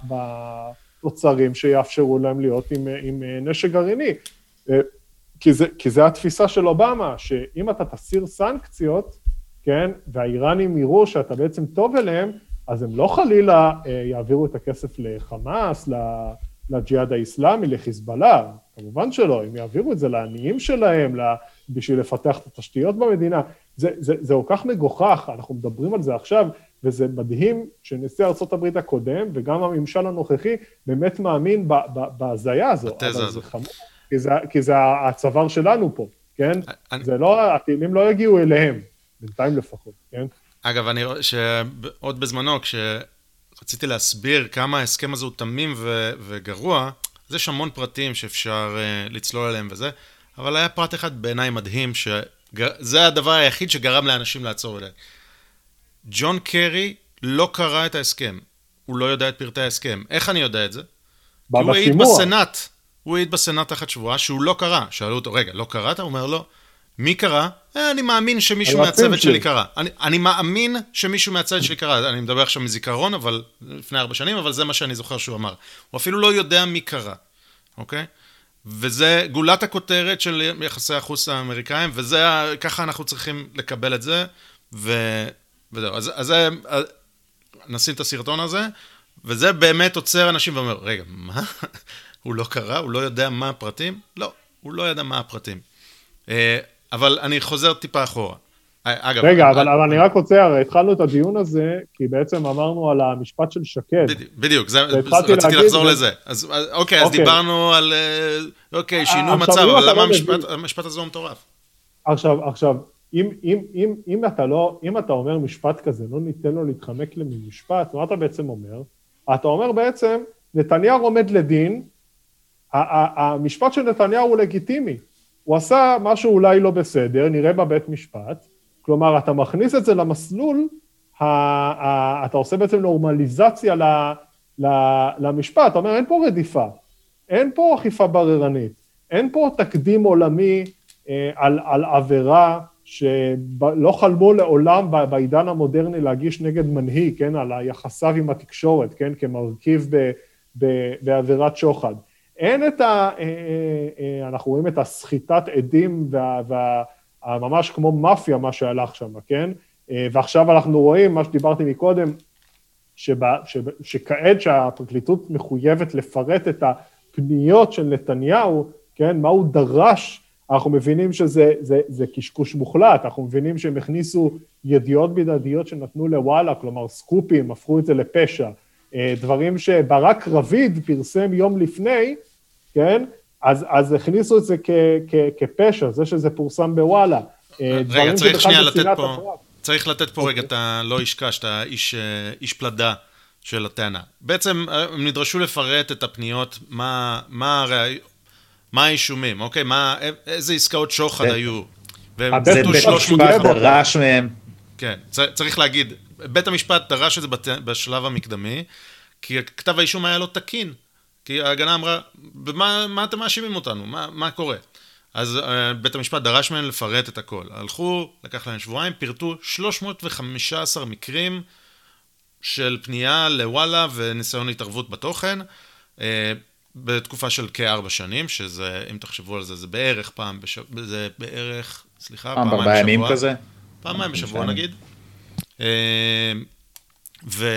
בתוצרים שיאפשרו להם להיות עם, עם נשק גרעיני. כי זה, כי זה התפיסה של אובמה, שאם אתה תסיר סנקציות, כן, והאיראנים יראו שאתה בעצם טוב אליהם, אז הם לא חלילה יעבירו את הכסף לחמאס, לג'יהאד האסלאמי, לחיזבאללה, כמובן שלא, הם יעבירו את זה לעניים שלהם, בשביל לפתח את התשתיות במדינה. זה, זה, זה כל כך מגוחך, אנחנו מדברים על זה עכשיו, וזה מדהים שנשיא ארצות הברית הקודם, וגם הממשל הנוכחי, באמת מאמין בהזיה הזו, אבל זה חמור, כי זה, כי זה הצוואר שלנו פה, כן? אני... זה לא, הטילים לא יגיעו אליהם, בינתיים לפחות, כן? אגב, אני רואה שעוד בזמנו, כשרציתי להסביר כמה ההסכם הזה הוא תמים ו- וגרוע, אז יש המון פרטים שאפשר uh, לצלול עליהם וזה, אבל היה פרט אחד בעיניי מדהים, שזה הדבר היחיד שגרם לאנשים לעצור אליהם. ג'ון קרי לא קרא את ההסכם, הוא לא יודע את פרטי ההסכם. איך אני יודע את זה? כי הוא העיד בסנאט, הוא העיד בסנאט תחת שבועה שהוא לא קרא. שאלו אותו, רגע, לא קראת? הוא אומר לו, מי קרא? אה, אני מאמין שמישהו מהצוות שלי קרא. אני, אני מאמין שמישהו מהצוות שלי קרא. אני מדבר עכשיו מזיכרון, אבל לפני ארבע שנים, אבל זה מה שאני זוכר שהוא אמר. הוא אפילו לא יודע מי קרא, אוקיי? וזה גולת הכותרת של יחסי החוץ האמריקאים, וזה, ככה אנחנו צריכים לקבל את זה, ו, וזהו. אז, אז נשים את הסרטון הזה, וזה באמת עוצר אנשים ואומר, רגע, מה? הוא לא קרא? הוא לא יודע מה הפרטים? לא, הוא לא יודע מה הפרטים. אבל אני חוזר טיפה אחורה. אגב, רגע, אבל, אבל אני רק רוצה, הרי התחלנו את הדיון הזה, כי בעצם אמרנו על המשפט של שקד. בדיוק, זה, רציתי לחזור לזה. אז, אוקיי, אז דיברנו על, אוקיי, שינוי מצב, אבל למה המשפט, המשפט הזה הוא מטורף? עכשיו, עכשיו, אם, אם, אם, אם אתה לא, אם אתה אומר משפט כזה, לא ניתן לו להתחמק למשפט, מה אתה בעצם אומר? אתה אומר בעצם, נתניהו עומד לדין, המשפט של נתניהו הוא לגיטימי. הוא עשה משהו אולי לא בסדר, נראה בבית משפט, כלומר, אתה מכניס את זה למסלול, אתה עושה בעצם נורמליזציה למשפט, אתה אומר, אין פה רדיפה, אין פה אכיפה בררנית, אין פה תקדים עולמי על, על עבירה שלא חלמו לעולם בעידן המודרני להגיש נגד מנהיג, כן, על היחסיו עם התקשורת, כן, כמרכיב ב, ב, בעבירת שוחד. אין את ה... אנחנו רואים את הסחיטת עדים וה... וה ממש כמו מאפיה מה שהלך שם, כן? ועכשיו אנחנו רואים, מה שדיברתי מקודם, שבא, שכעת שהפרקליטות מחויבת לפרט את הפניות של נתניהו, כן? מה הוא דרש, אנחנו מבינים שזה זה, זה קשקוש מוחלט, אנחנו מבינים שהם הכניסו ידיעות בלעדיות שנתנו לוואלה, כלומר סקופים, הפכו את זה לפשע, דברים שברק רביד פרסם יום לפני, כן? אז, אז הכניסו את זה כ, כ, כפשע, זה שזה פורסם בוואלה. רגע, צריך שנייה לתת פה, הפרט. צריך לתת פה okay. רגע, אתה לא השקש, אתה איש, איש פלדה של הטענה. בעצם הם נדרשו לפרט את הפניות, מה, מה, מה האישומים, אוקיי? מה, איזה עסקאות שוחד היו. זה בית המשפט דרש מהם. כן, צריך להגיד, בית המשפט דרש את זה בשלב המקדמי, כי כתב האישום היה לא תקין. כי ההגנה אמרה, במה, מה אתם מאשימים אותנו? מה, מה קורה? אז uh, בית המשפט דרש מהם לפרט את הכל. הלכו, לקח להם שבועיים, פירטו שלוש מאות וחמישה עשר מקרים של פנייה לוואלה וניסיון התערבות בתוכן, uh, בתקופה של כארבע שנים, שזה, אם תחשבו על זה, זה בערך פעם בשבוע, זה בערך, סליחה, פעמיים בשבוע. בימים כזה? פעמיים בשבוע נגיד. Uh, ו,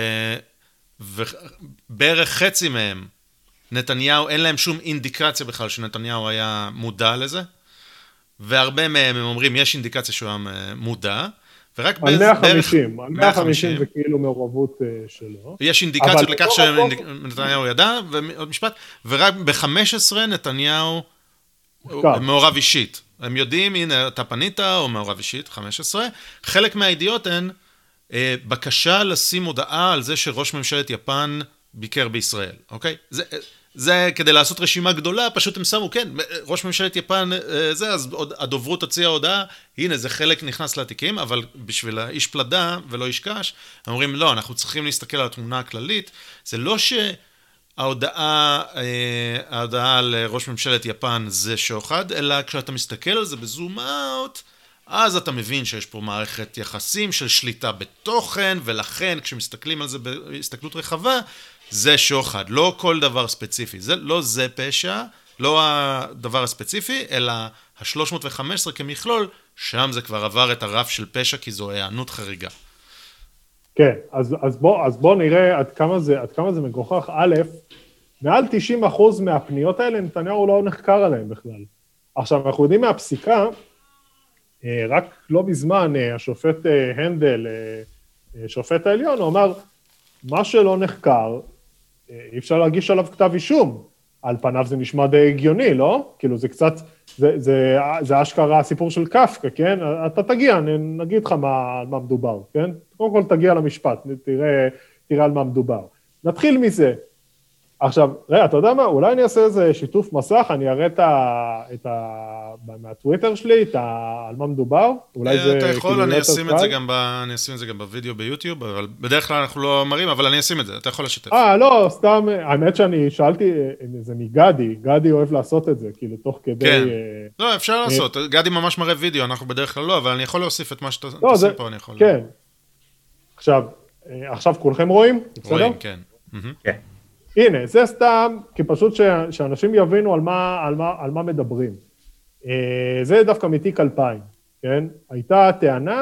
ובערך חצי מהם, נתניהו, אין להם שום אינדיקציה בכלל שנתניהו היה מודע לזה, והרבה מהם הם אומרים, יש אינדיקציה שהוא היה מודע, ורק על מאה וחמישים, על מאה וחמישים זה כאילו מעורבות שלו. יש אינדיקציות לכך שנתניהו ידע, ועוד משפט, ורק ב-חמש עשרה נתניהו מעורב אישית. הם יודעים, הנה, אתה פנית, או מעורב אישית, חמש עשרה. חלק מהידיעות הן, בקשה לשים הודעה על זה שראש ממשלת יפן ביקר בישראל, אוקיי? זה, זה כדי לעשות רשימה גדולה, פשוט הם שמו, כן, ראש ממשלת יפן זה, אז הדוברות הוציאה הודעה, הנה זה חלק נכנס לתיקים, אבל בשביל האיש פלדה ולא איש קש, אומרים לא, אנחנו צריכים להסתכל על התמונה הכללית, זה לא שההודעה, ההודעה על ראש ממשלת יפן זה שוחד, אלא כשאתה מסתכל על זה בזום אאוט, אז אתה מבין שיש פה מערכת יחסים של שליטה בתוכן, ולכן כשמסתכלים על זה בהסתכלות רחבה, זה שוחד, לא כל דבר ספציפי. זה, לא זה פשע, לא הדבר הספציפי, אלא ה-שלוש מאות וחמש עשרה כמכלול, שם זה כבר עבר את הרף של פשע, כי זו הענות חריגה. כן, אז, אז, בוא, אז בוא נראה עד כמה זה, עד כמה זה מגוחך. א', מעל תשעים אחוז מהפניות האלה, נתניהו לא נחקר עליהם בכלל. עכשיו, אנחנו יודעים מהפסיקה, רק לא בזמן, השופט הנדל, שופט העליון, הוא אמר, מה שלא נחקר, אי אפשר להגיש עליו כתב אישום. על פניו זה נשמע די הגיוני, לא? כאילו זה קצת, זה, זה, זה אשכרה הסיפור של קפקא, כן? אתה תגיע, נגיד לך מה, מה מדובר, כן? קודם כל תגיע למשפט, תראה, תראה על מה מדובר. נתחיל מזה. עכשיו, ראה, אתה יודע מה? אולי אני אעשה איזה שיתוף מסך, אני אראה את ה... את ה... מהטוויטר שלי, את ה... על מה מדובר. אולי זה... אתה יכול, אני אשים את זה גם ב... אני אשים את זה גם בווידאו ביוטיוב, אבל בדרך כלל אנחנו לא מראים, אבל אני אשים את זה, אתה יכול לשתף. אה, לא, סתם, האמת שאני שאלתי, זה מגדי, גדי אוהב לעשות את זה, כאילו, תוך כדי... כן, לא, אפשר לעשות, גדי ממש מראה וידאו, אנחנו בדרך כלל לא, אבל אני יכול להוסיף את מה שאתה תשים פה, אני יכול... כן. עכשיו, עכשיו כולכם רואים? רואים, כן. כן. הנה, זה סתם, כי פשוט ש, שאנשים יבינו על מה, על מה, על מה מדברים. זה דווקא מתיק אלפיים, כן? הייתה טענה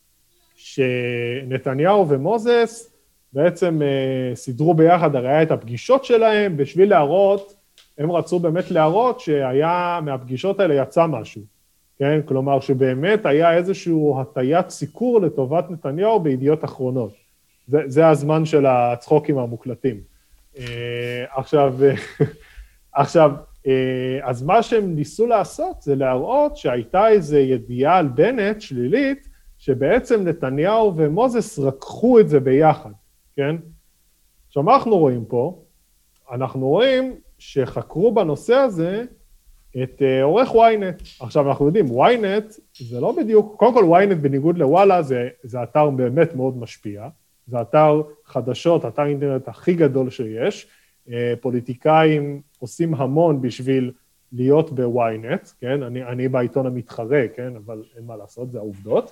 שנתניהו ומוזס בעצם סידרו ביחד, הרי היה את הפגישות שלהם, בשביל להראות, הם רצו באמת להראות שהיה, מהפגישות האלה יצא משהו, כן? כלומר שבאמת היה איזשהו הטיית סיקור לטובת נתניהו בידיעות אחרונות. זה, זה הזמן של הצחוקים המוקלטים. עכשיו, עכשיו, אז מה שהם ניסו לעשות זה להראות שהייתה איזו ידיעה על בנט שלילית, שבעצם נתניהו ומוזס רקחו את זה ביחד, כן? עכשיו, מה אנחנו רואים פה? אנחנו רואים שחקרו בנושא הזה את עורך וויינט. עכשיו, אנחנו יודעים, וויינט זה לא בדיוק, קודם כל וויינט בניגוד לוואלה, זה, זה אתר באמת מאוד משפיע, זה אתר חדשות, אתר אינטרנט הכי גדול שיש, פוליטיקאים עושים המון בשביל להיות בוויינט, כן? אני, אני בעיתון המתחרה, כן? אבל אין מה לעשות, זה העובדות.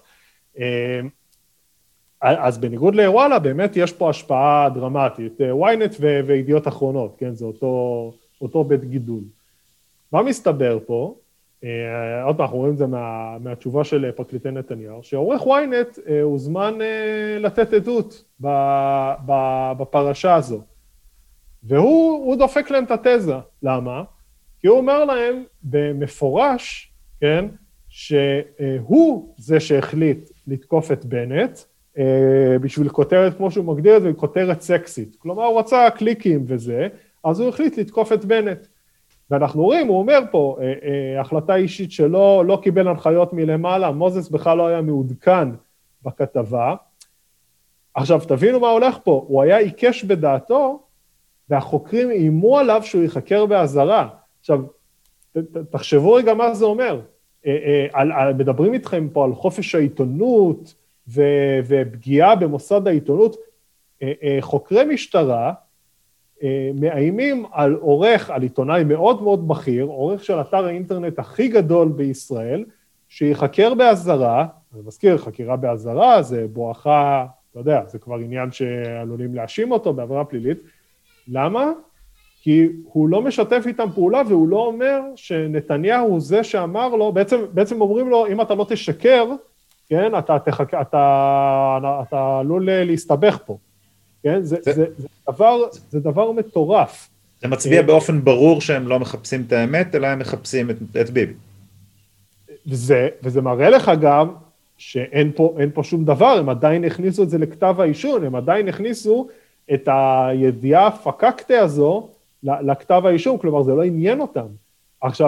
אז בניגוד לוואלה, באמת יש פה השפעה דרמטית, וויינט וידיעות אחרונות, כן? זה אותו, אותו בית גידול. מה מסתבר פה? עוד פעם, אנחנו רואים את זה מה, מהתשובה של פרקליטי נתניהו, שעורך וויינט הוזמן לתת עדות בפרשה הזו. והוא דופק להם את התזה. למה? כי הוא אומר להם במפורש, כן, שהוא זה שהחליט לתקוף את בנט, בשביל כותרת, כמו שהוא מגדיר את זה, כותרת סקסית. כלומר, הוא רצה קליקים וזה, אז הוא החליט לתקוף את בנט. ואנחנו רואים, הוא אומר פה, אה, אה, החלטה אישית שלו, לא קיבל הנחיות מלמעלה, מוזס בכלל לא היה מעודכן בכתבה. עכשיו, תבינו מה הולך פה, הוא היה עיקש בדעתו, והחוקרים איימו עליו שהוא יחקר באזהרה. עכשיו, ת, ת, תחשבו רגע מה זה אומר. אה, אה, על, על, מדברים איתכם פה על חופש העיתונות, ו, ופגיעה במוסד העיתונות. אה, אה, חוקרי משטרה, מאיימים על עורך, על עיתונאי מאוד מאוד בכיר, עורך של אתר האינטרנט הכי גדול בישראל, שיחקר באזהרה, אני מזכיר, חקירה באזהרה, זה בואכה, אתה יודע, זה כבר עניין שעלולים להאשים אותו בעבירה פלילית. למה? כי הוא לא משתף איתם פעולה, והוא לא אומר שנתניהו הוא זה שאמר לו, בעצם, בעצם אומרים לו, אם אתה לא תשקר, כן, אתה, תחק, אתה, אתה עלול להסתבך פה. כן? זה, זה, זה, זה, דבר, זה דבר מטורף. זה מצביע באופן ברור שהם לא מחפשים את האמת, אלא הם מחפשים את, את ביבי. וזה, וזה מראה לך גם שאין פה, אין פה שום דבר, הם עדיין הכניסו את זה לכתב האישון, הם עדיין הכניסו את הידיעה הפקקטה הזו לכתב האישון, כלומר זה לא עניין אותם. עכשיו,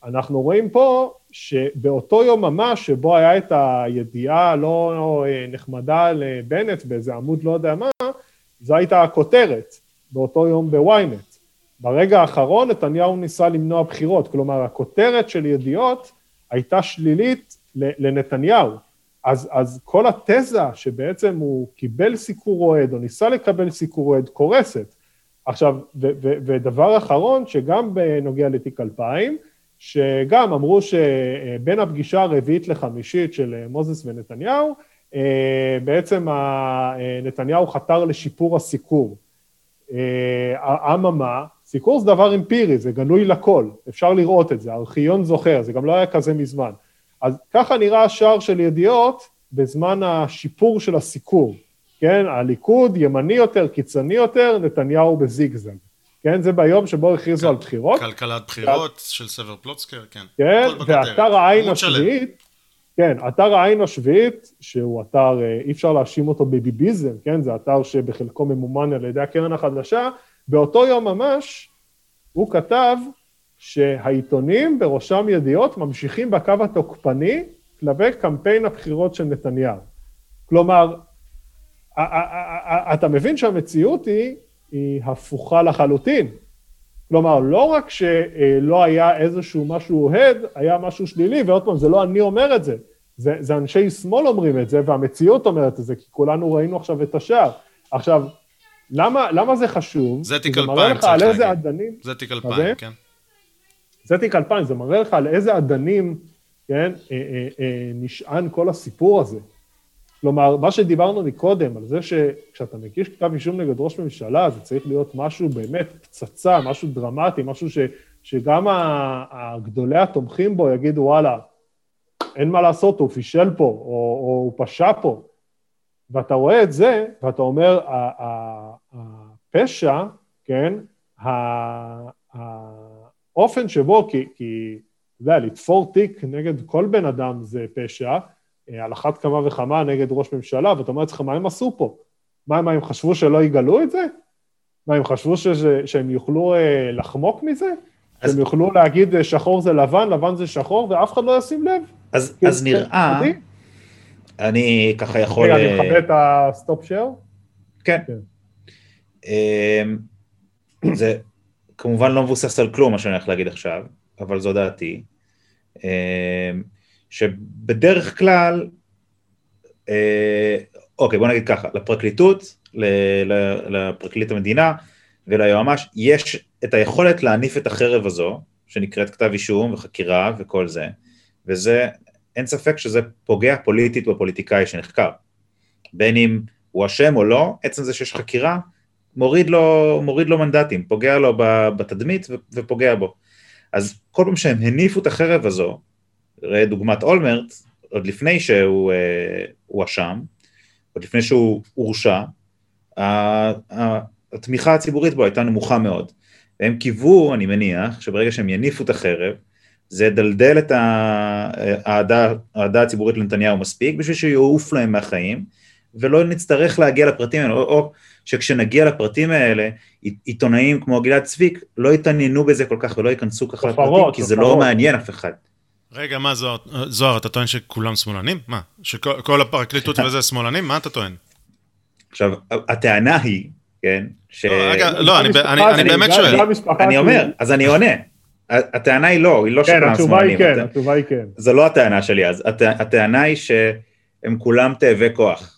אנחנו רואים פה שבאותו יום ממש שבו היה את הידיעה לא נחמדה לבנט באיזה עמוד לא יודע מה, זו הייתה הכותרת באותו יום בוויינט. ברגע האחרון נתניהו ניסה למנוע בחירות, כלומר הכותרת של ידיעות הייתה שלילית לנתניהו. אז, אז כל התזה שבעצם הוא קיבל סיקור אוהד או ניסה לקבל סיקור אוהד קורסת. עכשיו, ו, ו, ודבר אחרון שגם בנוגע לתיק אלפיים, שגם אמרו שבין הפגישה הרביעית לחמישית של מוזס ונתניהו, בעצם נתניהו חתר לשיפור הסיקור. אממה, סיקור זה דבר אמפירי, זה גלוי לכל, אפשר לראות את זה, הארכיון זוכר, זה גם לא היה כזה מזמן. אז ככה נראה השער של ידיעות בזמן השיפור של הסיקור, כן? הליכוד ימני יותר, קיצוני יותר, נתניהו בזיגזג. כן, זה ביום שבו הכריזו על בחירות. כלכלת בחירות של סבר פלוצקר, כן. כן, ואתר העין השביעית, כן, אתר העין השביעית, שהוא אתר, אי אפשר להאשים אותו בביביזם, כן, זה אתר שבחלקו ממומן על ידי הקרן החדשה, באותו יום ממש, הוא כתב שהעיתונים בראשם ידיעות ממשיכים בקו התוקפני, כלפי קמפיין הבחירות של נתניהו. כלומר, אתה מבין שהמציאות היא, היא הפוכה לחלוטין. כלומר, לא רק שלא היה איזשהו משהו אוהד, היה משהו שלילי, ועוד פעם, זה לא אני אומר את זה, זה, זה אנשי שמאל אומרים את זה, והמציאות אומרת את זה, כי כולנו ראינו עכשיו את השער. עכשיו, למה, למה זה חשוב? זה תיק אלפיים, צריך להגיד. עדנים, זה תיק אלפיים, כן. זה תיק אלפיים, זה מראה לך על איזה עדנים, כן, אה, אה, אה, נשען כל הסיפור הזה. כלומר, מה שדיברנו מקודם, על זה שכשאתה מגיש כתב אישום נגד ראש ממשלה, זה צריך להיות משהו באמת פצצה, משהו דרמטי, משהו ש, שגם הגדולי התומכים בו יגידו, וואלה, אין מה לעשות, הוא פישל פה, או, או הוא פשע פה. ואתה רואה את זה, ואתה אומר, הפשע, כן, האופן שבו, כי, כי, אתה יודע, לתפור תיק נגד כל בן אדם זה פשע, על אחת כמה וכמה נגד ראש ממשלה, ואתה אומר לך, מה הם עשו פה? מה, מה הם חשבו שלא יגלו את זה? מה הם חשבו ש, שהם יוכלו אה, לחמוק מזה? אז... שהם יוכלו להגיד שחור זה לבן, לבן זה שחור, ואף אחד לא ישים לב? אז, אז נראה, אני, אני ככה יכול... רגע, אני מכבה את הסטופ שייר? כן. כן. זה כמובן לא מבוסס על כלום, מה שאני הולך להגיד עכשיו, אבל זו דעתי. שבדרך כלל, אה, אוקיי, בוא נגיד ככה, לפרקליטות, לפרקליט המדינה וליועמ"ש, יש את היכולת להניף את החרב הזו, שנקראת כתב אישום וחקירה וכל זה, וזה, אין ספק שזה פוגע פוליטית בפוליטיקאי שנחקר. בין אם הוא אשם או לא, עצם זה שיש חקירה, מוריד לו, מוריד לו מנדטים, פוגע לו בתדמית ופוגע בו. אז כל פעם שהם הניפו את החרב הזו, ראה דוגמת אולמרט, עוד לפני שהוא אשם, עוד לפני שהוא הורשע, התמיכה הציבורית בו הייתה נמוכה מאוד. והם קיוו, אני מניח, שברגע שהם יניפו את החרב, זה דלדל את העדה הציבורית לנתניהו מספיק, בשביל שיעוף להם מהחיים, ולא נצטרך להגיע לפרטים האלה, או, או שכשנגיע לפרטים האלה, עיתונאים כמו גלעד צביק, לא יתעניינו בזה כל כך, ולא ייכנסו ככה לפרטים, כי זה לא מעניין אף אחד. רגע, מה זוהר? זוהר, אתה טוען שכולם שמאלנים? מה? שכל הפרקליטות וזה שמאלנים? מה אתה טוען? עכשיו, הטענה היא, כן, ש... לא, אני באמת שואל. אני אומר, אז אני עונה. הטענה היא לא, היא לא שכולם שמאלנים. כן, התשובה היא כן. זו לא הטענה שלי, אז הטענה היא שהם כולם תאבי כוח.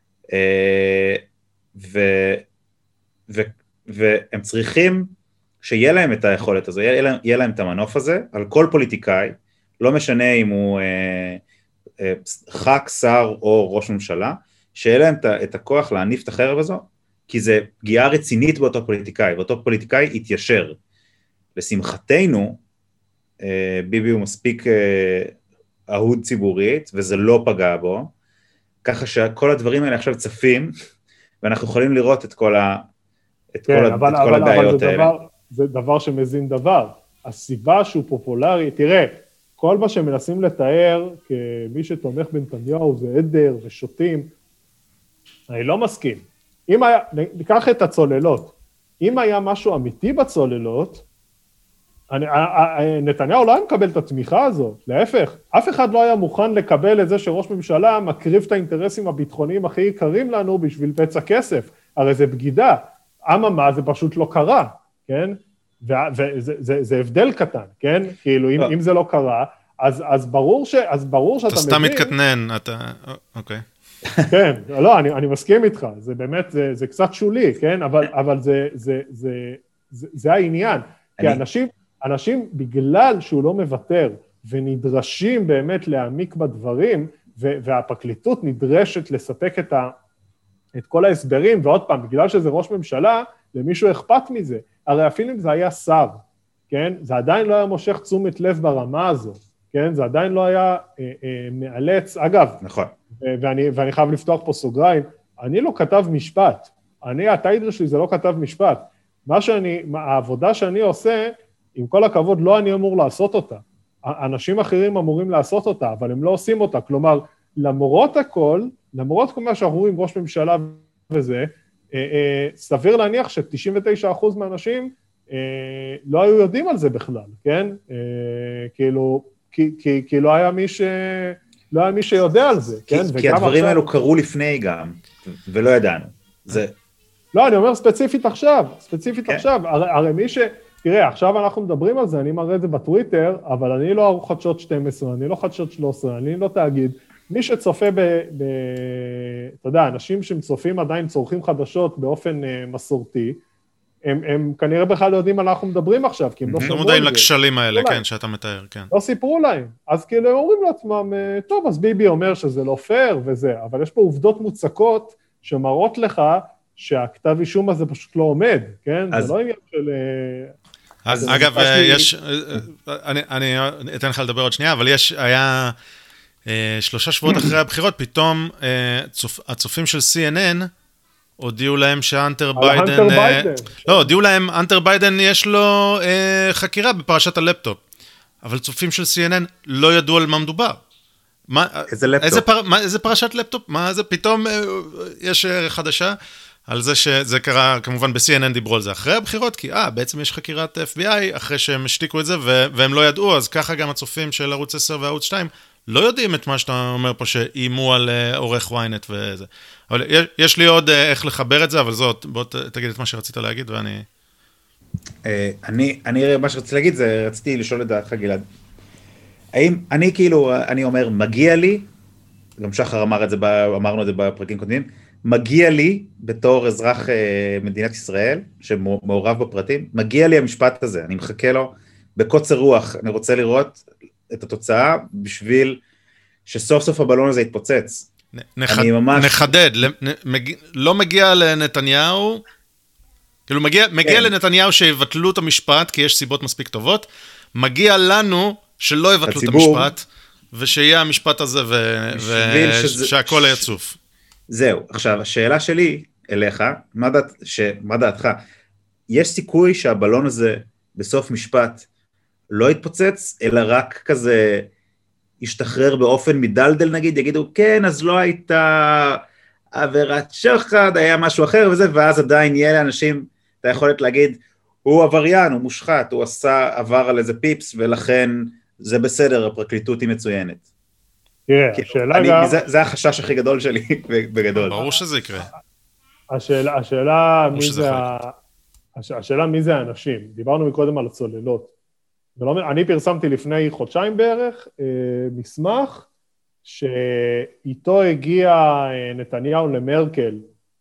והם צריכים שיהיה להם את היכולת הזו, יהיה להם את המנוף הזה, על כל פוליטיקאי, לא משנה אם הוא אה, אה, ח"כ, שר או ראש ממשלה, שיהיה להם את הכוח להניף את החרב הזו, כי זה פגיעה רצינית באותו פוליטיקאי, ואותו פוליטיקאי יתיישר. לשמחתנו, אה, ביבי הוא מספיק אה, אהוד ציבורית, וזה לא פגע בו, ככה שכל הדברים האלה עכשיו צפים, ואנחנו יכולים לראות את כל, ה, את כן, כל, אבל, את כל אבל, הבעיות אבל זה האלה. דבר, זה דבר שמזין דבר. הסיבה שהוא פופולרי, תראה, כל מה שמנסים לתאר כמי שתומך בנתניהו זה עדר ושוטים, אני לא מסכים. אם היה, ניקח את הצוללות, אם היה משהו אמיתי בצוללות, אני, נתניהו לא היה מקבל את התמיכה הזאת, להפך, אף אחד לא היה מוכן לקבל את זה שראש ממשלה מקריב את האינטרסים הביטחוניים הכי יקרים לנו בשביל בצע כסף, הרי זה בגידה, אממה זה פשוט לא קרה, כן? וזה זה, זה הבדל קטן, כן? כאילו אם, אם זה לא קרה, אז, אז ברור ש, אז ברור שאתה מבין... אתה סתם מתקטנן, אתה... אוקיי. כן, לא, אני, אני מסכים איתך, זה באמת, זה, זה קצת שולי, כן? אבל, אבל זה, זה, זה, זה, זה העניין, כי אני... אנשים... אנשים, בגלל שהוא לא מוותר, ונדרשים באמת להעמיק בדברים, והפרקליטות נדרשת לספק את, ה, את כל ההסברים, ועוד פעם, בגלל שזה ראש ממשלה, למישהו אכפת מזה. הרי אפילו אם זה היה שר, כן? זה עדיין לא היה מושך תשומת לב ברמה הזו, כן? זה עדיין לא היה אה, אה, מאלץ, אגב, נכון. ואני, ואני חייב לפתוח פה סוגריים, אני לא כתב משפט, אני, הטייטל שלי זה לא כתב משפט, מה שאני, העבודה שאני עושה, עם כל הכבוד, לא אני אמור לעשות אותה. אנשים אחרים אמורים לעשות אותה, אבל הם לא עושים אותה. כלומר, למרות הכל, למרות כל מה שאנחנו רואים ראש ממשלה וזה, אה, אה, סביר להניח ש-תשעים ותשעה אחוז מהאנשים אה, לא היו יודעים על זה בכלל, כן? אה, כאילו, כי, כי, כי לא היה מי ש... לא היה מי שיודע על זה, כי, כן? כי הדברים עכשיו... האלו קרו לפני גם, ולא ידענו. זה... לא, אני אומר ספציפית עכשיו, ספציפית כן. עכשיו, הרי, הרי מי ש... תראה, עכשיו אנחנו מדברים על זה, אני מראה את זה בטוויטר, אבל אני לא ערוך חדשות שתים עשרה, אני לא חדשות שלוש עשרה, אני לא תאגיד. מי שצופה ב... ב אתה יודע, אנשים שצופים עדיין צורכים חדשות באופן uh, מסורתי, הם, הם כנראה בכלל לא יודעים על אנחנו מדברים עכשיו, כי הם לא שמעו על זה. לא מודעים לכשלים האלה, כן, שאתה מתאר, כן. לא סיפרו להם. אז כאילו הם אומרים לעצמם, טוב, אז ביבי אומר שזה לא פייר וזה, אבל יש פה עובדות מוצקות שמראות לך שהכתב אישום הזה פשוט לא עומד, כן? אז... זה לא עניין של... אגב, יש, אני אתן לך לדבר עוד שנייה, אבל יש, היה שלושה שבועות אחרי הבחירות, פתאום הצופים של סי אן אן הודיעו להם שהאנטר ביידן, לא, הודיעו להם, אנטר ביידן יש לו חקירה בפרשת הלפטופ, אבל צופים של סי אן אן לא ידעו על מה מדובר. איזה לפטופ? איזה פרשת לפטופ? מה זה? פתאום יש חדשה? על זה שזה קרה, כמובן ב-סי אן אן דיברו על זה אחרי הבחירות, כי אה, בעצם יש חקירת אף בי איי, אחרי שהם השתיקו את זה, ו- והם לא ידעו, אז ככה גם הצופים של ערוץ עשר וערוץ שתיים, לא יודעים את מה שאתה אומר פה, שאימו על uh, עורך וויינט וזה. אבל יש, יש לי עוד uh, איך לחבר את זה, אבל זאת, בוא ת, תגיד את מה שרצית להגיד, ואני... Uh, אני, אני, מה שרציתי להגיד, זה רציתי לשאול את דעתך, גלעד. האם, אני כאילו, אני אומר, מגיע לי, גם שחר אמר את זה, אמרנו את זה בפרקים קודמים, מגיע לי, בתור אזרח אה, מדינת ישראל, שמעורב בפרטים, מגיע לי המשפט הזה, אני מחכה לו בקוצר רוח, אני רוצה לראות את התוצאה, בשביל שסוף סוף הבלון הזה יתפוצץ. נח... ממש... נחדד, למג... לא מגיע לנתניהו, כאילו מגיע, מגיע כן. לנתניהו שיבטלו את המשפט, כי יש סיבות מספיק טובות, מגיע לנו שלא יבטלו הציבור, את המשפט, ושיהיה המשפט הזה, ו... ושהכל שזה... יצוף. זהו, עכשיו, השאלה שלי אליך, מה, דעת, ש... מה דעתך? יש סיכוי שהבלון הזה בסוף משפט לא יתפוצץ, אלא רק כזה ישתחרר באופן מדלדל נגיד, יגידו, כן, אז לא הייתה עבירת שוחד, היה משהו אחר וזה, ואז עדיין יהיה לאנשים את היכולת להגיד, הוא עבריין, הוא מושחת, הוא עשה עבר על איזה פיפס, ולכן זה בסדר, הפרקליטות היא מצוינת. תראה, השאלה גם... זה החשש הכי גדול שלי, בגדול. ברור שזה יקרה. השאלה מי זה האנשים. דיברנו מקודם על הצוללות. אני פרסמתי לפני חודשיים בערך מסמך, שאיתו הגיע נתניהו למרקל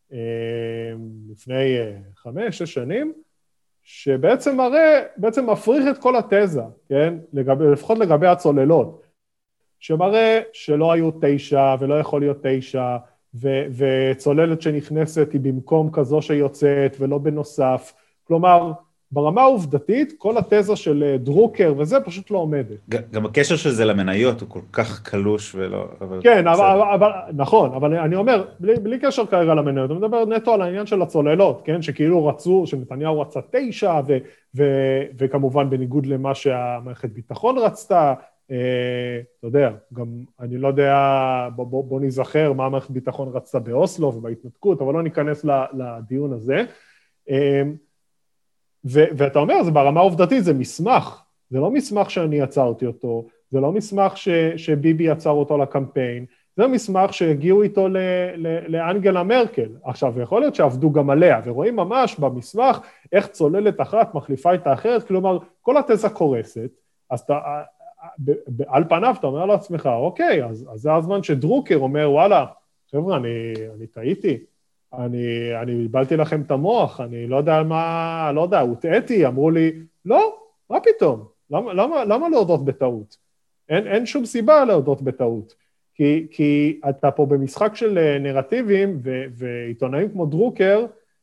לפני חמש, שש שנים, שבעצם מראה, בעצם מפריך את כל התזה, כן? לפחות לגבי הצוללות. שמראה שלא היו תשע ולא יכול להיות תשע, ו- וצוללת שנכנסת היא במקום כזו שיוצאת ולא בנוסף. כלומר, ברמה העובדתית, כל התזה של דרוקר וזה פשוט לא עומדת. גם הקשר של זה למניות הוא כל כך קלוש ולא... כן, אבל, אבל, נכון, אבל אני אומר, בלי, בלי קשר כרגע למניות, אני מדבר נטו על העניין של הצוללות, כן? שכאילו רצו, שנתניהו רצה תשע, ו- ו- וכמובן בניגוד למה שהמערכת ביטחון רצתה, אתה יודע, גם אני לא יודע, בוא, בוא, בוא נזכר מה המערכת ביטחון רצתה באוסלו ובהתנתקות, אבל לא ניכנס לדיון הזה. ו- ואתה אומר, זה ברמה העובדתית, זה מסמך, זה לא מסמך שאני יצרתי אותו, זה לא מסמך ש- שביבי יצר אותו לקמפיין, זה מסמך שהגיעו איתו ל- ל- לאנגלה מרקל. עכשיו, יכול להיות שעבדו גם עליה, ורואים ממש במסמך איך צוללת אחת מחליפה את האחרת, כלומר, כל התזה קורסת, אז אתה, על פניו אתה אומר לעצמך, אוקיי, אז, אז זה הזמן שדרוקר אומר, וואלה, חבר'ה, אני, אני טעיתי, אני, אני ביבלתי לכם את המוח, אני לא יודע מה, לא יודע, הוטעיתי, אמרו לי, לא, מה פתאום? למה, למה, למה להודות בטעות? אין, אין שום סיבה להודות בטעות. כי, כי אתה פה במשחק של נרטיבים, ו, ועיתונאים כמו דרוקר,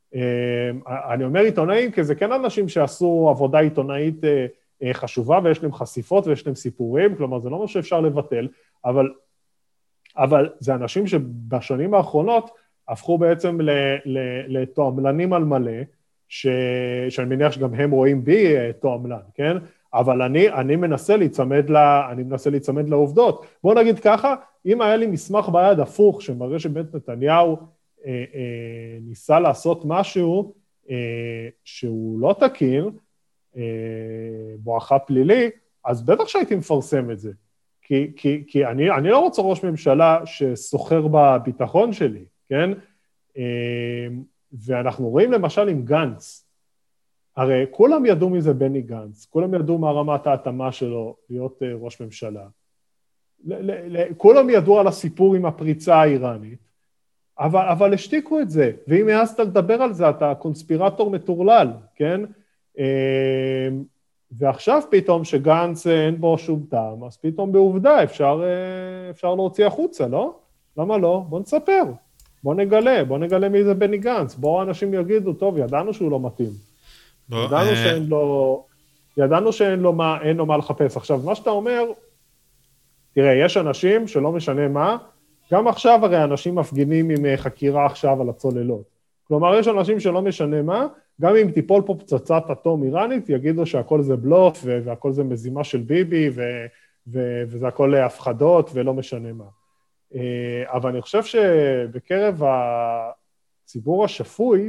אני אומר עיתונאים, כי זה כן אנשים שעשו עבודה עיתונאית חשובה, ויש להם חשיפות ויש להם סיפורים, כלומר זה לא מה שאפשר לבטל, אבל, אבל זה אנשים שבשנים האחרונות הפכו בעצם לתועמלנים על מלא, ש, שאני מניח שגם הם רואים בי תועמלן, כן? אבל אני, אני מנסה להיצמד לה, אני מנסה להיצמד לעובדות. בוא נגיד ככה, אם היה לי מסמך ביד הפוך, שמראה שבית נתניהו אה, אה, ניסה לעשות משהו אה, שהוא לא תקין, אה, בואכה פלילי, אז בטח שהייתי מפרסם את זה. כי, כי, כי אני, אני לא רוצה ראש ממשלה שסוחר בביטחון שלי, כן? אה, ואנחנו רואים למשל עם גנץ, הרי כולם ידעו מי זה בני גנץ, כולם ידעו מה רמת ההתאמה שלו להיות uh, ראש ממשלה, ל- ל- ל- כולם ידעו על הסיפור עם הפריצה האיראנית, אבל, אבל השתיקו את זה, ואם העזת לדבר על זה, אתה קונספירטור מטורלל, כן? Uh, ועכשיו פתאום שגנץ אין בו שום טעם, אז פתאום בעובדה אפשר, uh, אפשר להוציא החוצה, לא? למה לא? בוא נספר, בוא נגלה, בוא נגלה מי זה בני גנץ, בואו אנשים יגידו, טוב, ידענו שהוא לא מתאים. ידענו שאין לו, ידענו שאין לו מה, אין לו מה לחפש. עכשיו, מה שאתה אומר, תראה, יש אנשים שלא משנה מה, גם עכשיו הרי אנשים מפגינים עם חקירה עכשיו על הצוללות. כלומר, יש אנשים שלא משנה מה, גם אם תיפול פה פצצת אטום איראנית, יגידו שהכל זה בלוף, והכל זה מזימה של ביבי, ו- ו- וזה הכל הפחדות, ולא משנה מה. אבל אני חושב שבקרב הציבור השפוי,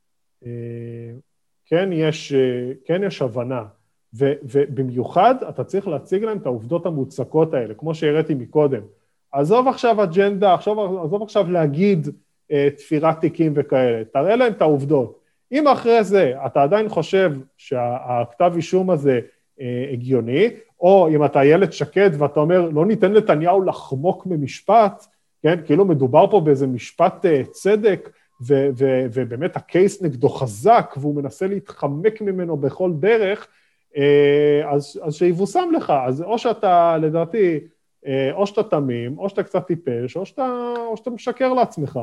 כן יש, כן יש הבנה, ו, ובמיוחד אתה צריך להציג להם את העובדות המוצקות האלה, כמו שהראיתי מקודם. עזוב עכשיו אג'נדה, עזוב, עזוב עכשיו להגיד אה, תפירת תיקים וכאלה, תראה להם את העובדות. אם אחרי זה אתה עדיין חושב שהכתב אישום הזה אה, הגיוני, או אם אתה ילד שקד ואתה אומר, לא ניתן נתניהו לחמוק ממשפט, כן, כאילו מדובר פה באיזה משפט אה, צדק, ו- ו- ובאמת הקייס נגדו חזק, והוא מנסה להתחמק ממנו בכל דרך, אז, אז שיבוסם לך. אז או שאתה, לדעתי, או שאתה תמים, או שאתה קצת טיפש, או שאתה, או שאתה משקר לעצמך.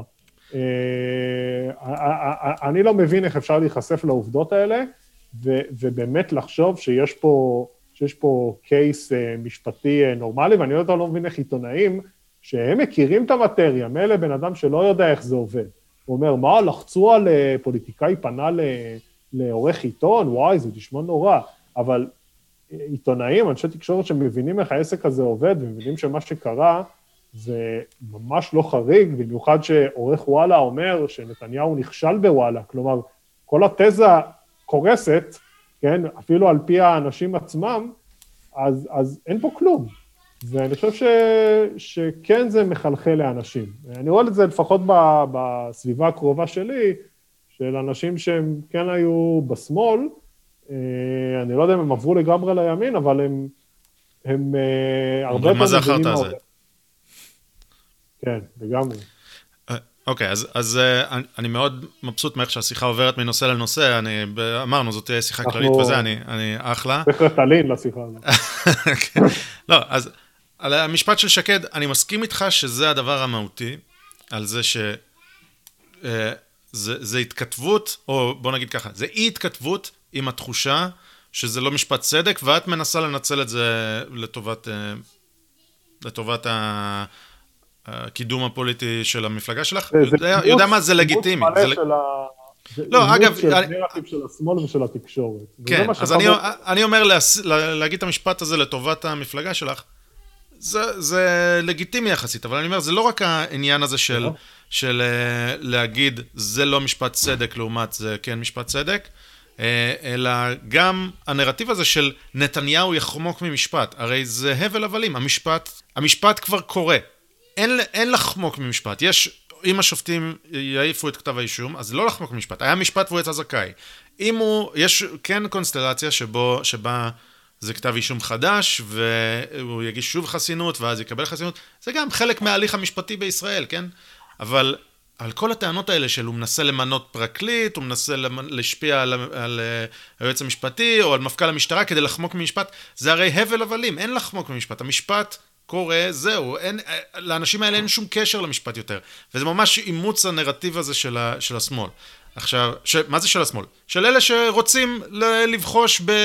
אני לא מבין איך אפשר להיחשף לעובדות האלה, ו- ובאמת לחשוב שיש פה, שיש פה קייס משפטי נורמלי, ואני לא, לא מבין איך עיתונאים, שהם מכירים את המטריה, מאלה בן אדם שלא יודע איך זה עובד. הוא אומר, מה, לחצו על פוליטיקאי פנה לעורך עיתון? וואי, זה נשמע נורא. אבל עיתונאים, אנשי תקשורת שמבינים איך העסק הזה עובד, ומבינים שמה שקרה זה ממש לא חריג, במיוחד שעורך וואלה אומר שנתניהו נכשל בוואלה, כלומר, כל התזה קורסת, כן, אפילו על פי האנשים עצמם, אז, אז אין פה כלום. ואני חושב ש, שכן זה מחלחל לאנשים. אני רואה את זה לפחות ב, בסביבה הקרובה שלי, של אנשים שהם כן היו בשמאל, אני לא יודע אם הם עברו לגמרי לימין, אבל הם, הם הרבה יותר... מה זה אחרת הזה? כן, לגמרי. אוקיי, אז, אז אני, אני מאוד מבסוט מאיך שהשיחה עוברת מנושא לנושא, אני, אמרנו, זאת תהיה שיחה כללית וזה, אני, אני אחלה. צריך לטלין לשיחה הזאת. לא, אז על המשפט של שקד, אני מסכים איתך שזה הדבר המהותי, על זה ש... זה, זה התכתבות, או בוא נגיד ככה, זה אי התכתבות עם התחושה שזה לא משפט צדק, ואת מנסה לנצל את זה לטובת, לטובת הקידום הפוליטי של המפלגה שלך. יודע, יודע מה, זה לגיטימי. זה לג... לא, אגב... זה נרטיב של השמאל ושל התקשורת. כן, אז אני, אני אומר להס... להגיד את המשפט הזה לטובת המפלגה שלך, זה, זה לגיטימי יחסית, אבל אני אומר, זה לא רק העניין הזה של, של להגיד, זה לא משפט צדק לעומת זה כן משפט צדק, אלא גם הנרטיב הזה של נתניהו יחמוק ממשפט, הרי זה הבל הבלים, המשפט, המשפט כבר קורה, אין, אין לחמוק ממשפט, יש, אם השופטים יעיפו את כתב האישום, אז לא לחמוק ממשפט, היה משפט והוא יצא זכאי, אם הוא, יש כן קונסטלציה שבו, שבה זה כתב אישום חדש, והוא יגיש שוב חסינות, ואז יקבל חסינות, זה גם חלק מההליך המשפטי בישראל, כן? אבל על כל הטענות האלה של הוא מנסה למנות פרקליט, הוא מנסה להשפיע על, על היועץ המשפטי, או על מפכ"ל המשטרה כדי לחמוק ממשפט, זה הרי הבל הבלים, אין לחמוק ממשפט, המשפט קורה, זהו, אין, לאנשים האלה אין שום קשר למשפט יותר, וזה ממש אימוץ הנרטיב הזה של, ה, של השמאל. עכשיו, ש... מה זה של השמאל? של אלה שרוצים לבחוש ב...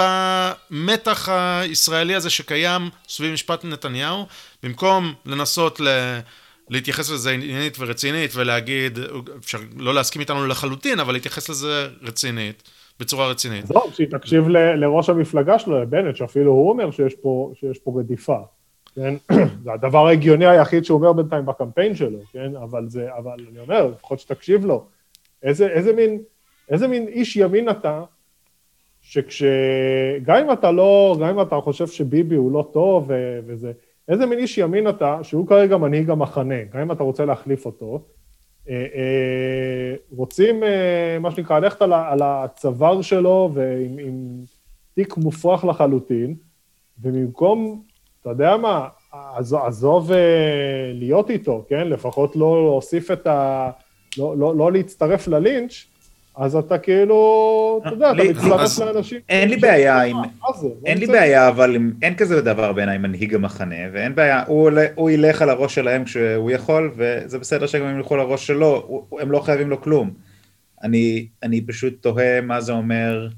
במתח הישראלי הזה שקיים סביב משפט נתניהו, במקום לנסות ל... להתייחס לזה עניינית ורצינית ולהגיד, אפשר לא להסכים איתנו לחלוטין, אבל להתייחס לזה רצינית, בצורה רצינית. זהו, שתקשיב ל... לראש המפלגה שלו, לבנט, שאפילו הוא אומר שיש פה, שיש פה רדיפה. כן? זה הדבר ההגיוני היחיד שהוא אומר בינתיים בקמפיין שלו, כן? אבל זה, אבל אני אומר, לפחות שתקשיב לו. איזה, איזה מין, איזה מין איש ימין אתה, שכש, גם אם אתה לא, גם אם אתה חושב שביבי הוא לא טוב ו, וזה, איזה מין איש ימין אתה, שהוא כרגע מנהיג המחנה, גם אם אתה רוצה להחליף אותו, אה, אה, רוצים, אה, מה שנקרא, ללכת על, על הצוואר שלו, ועם עם תיק מופרך לחלוטין, ובמקום, אתה יודע מה, עזוב, עזוב אה, להיות איתו, כן? לפחות לא להוסיף את ה... לא, לא, לא להצטרף ללינץ', אז אתה כאילו, אתה יודע, אתה מצטרף לאנשים. אין לי בעיה עם, אין לי בעיה, אבל אין כזה דבר בעיניי מנהיג המחנה, ואין בעיה, הוא ילך על הראש שלהם כשהוא יכול, וזה בסדר שגם הם ילכו על הראש שלו, הם לא חייבים לו כלום. אני, אני פשוט תוהה מה זה אומר,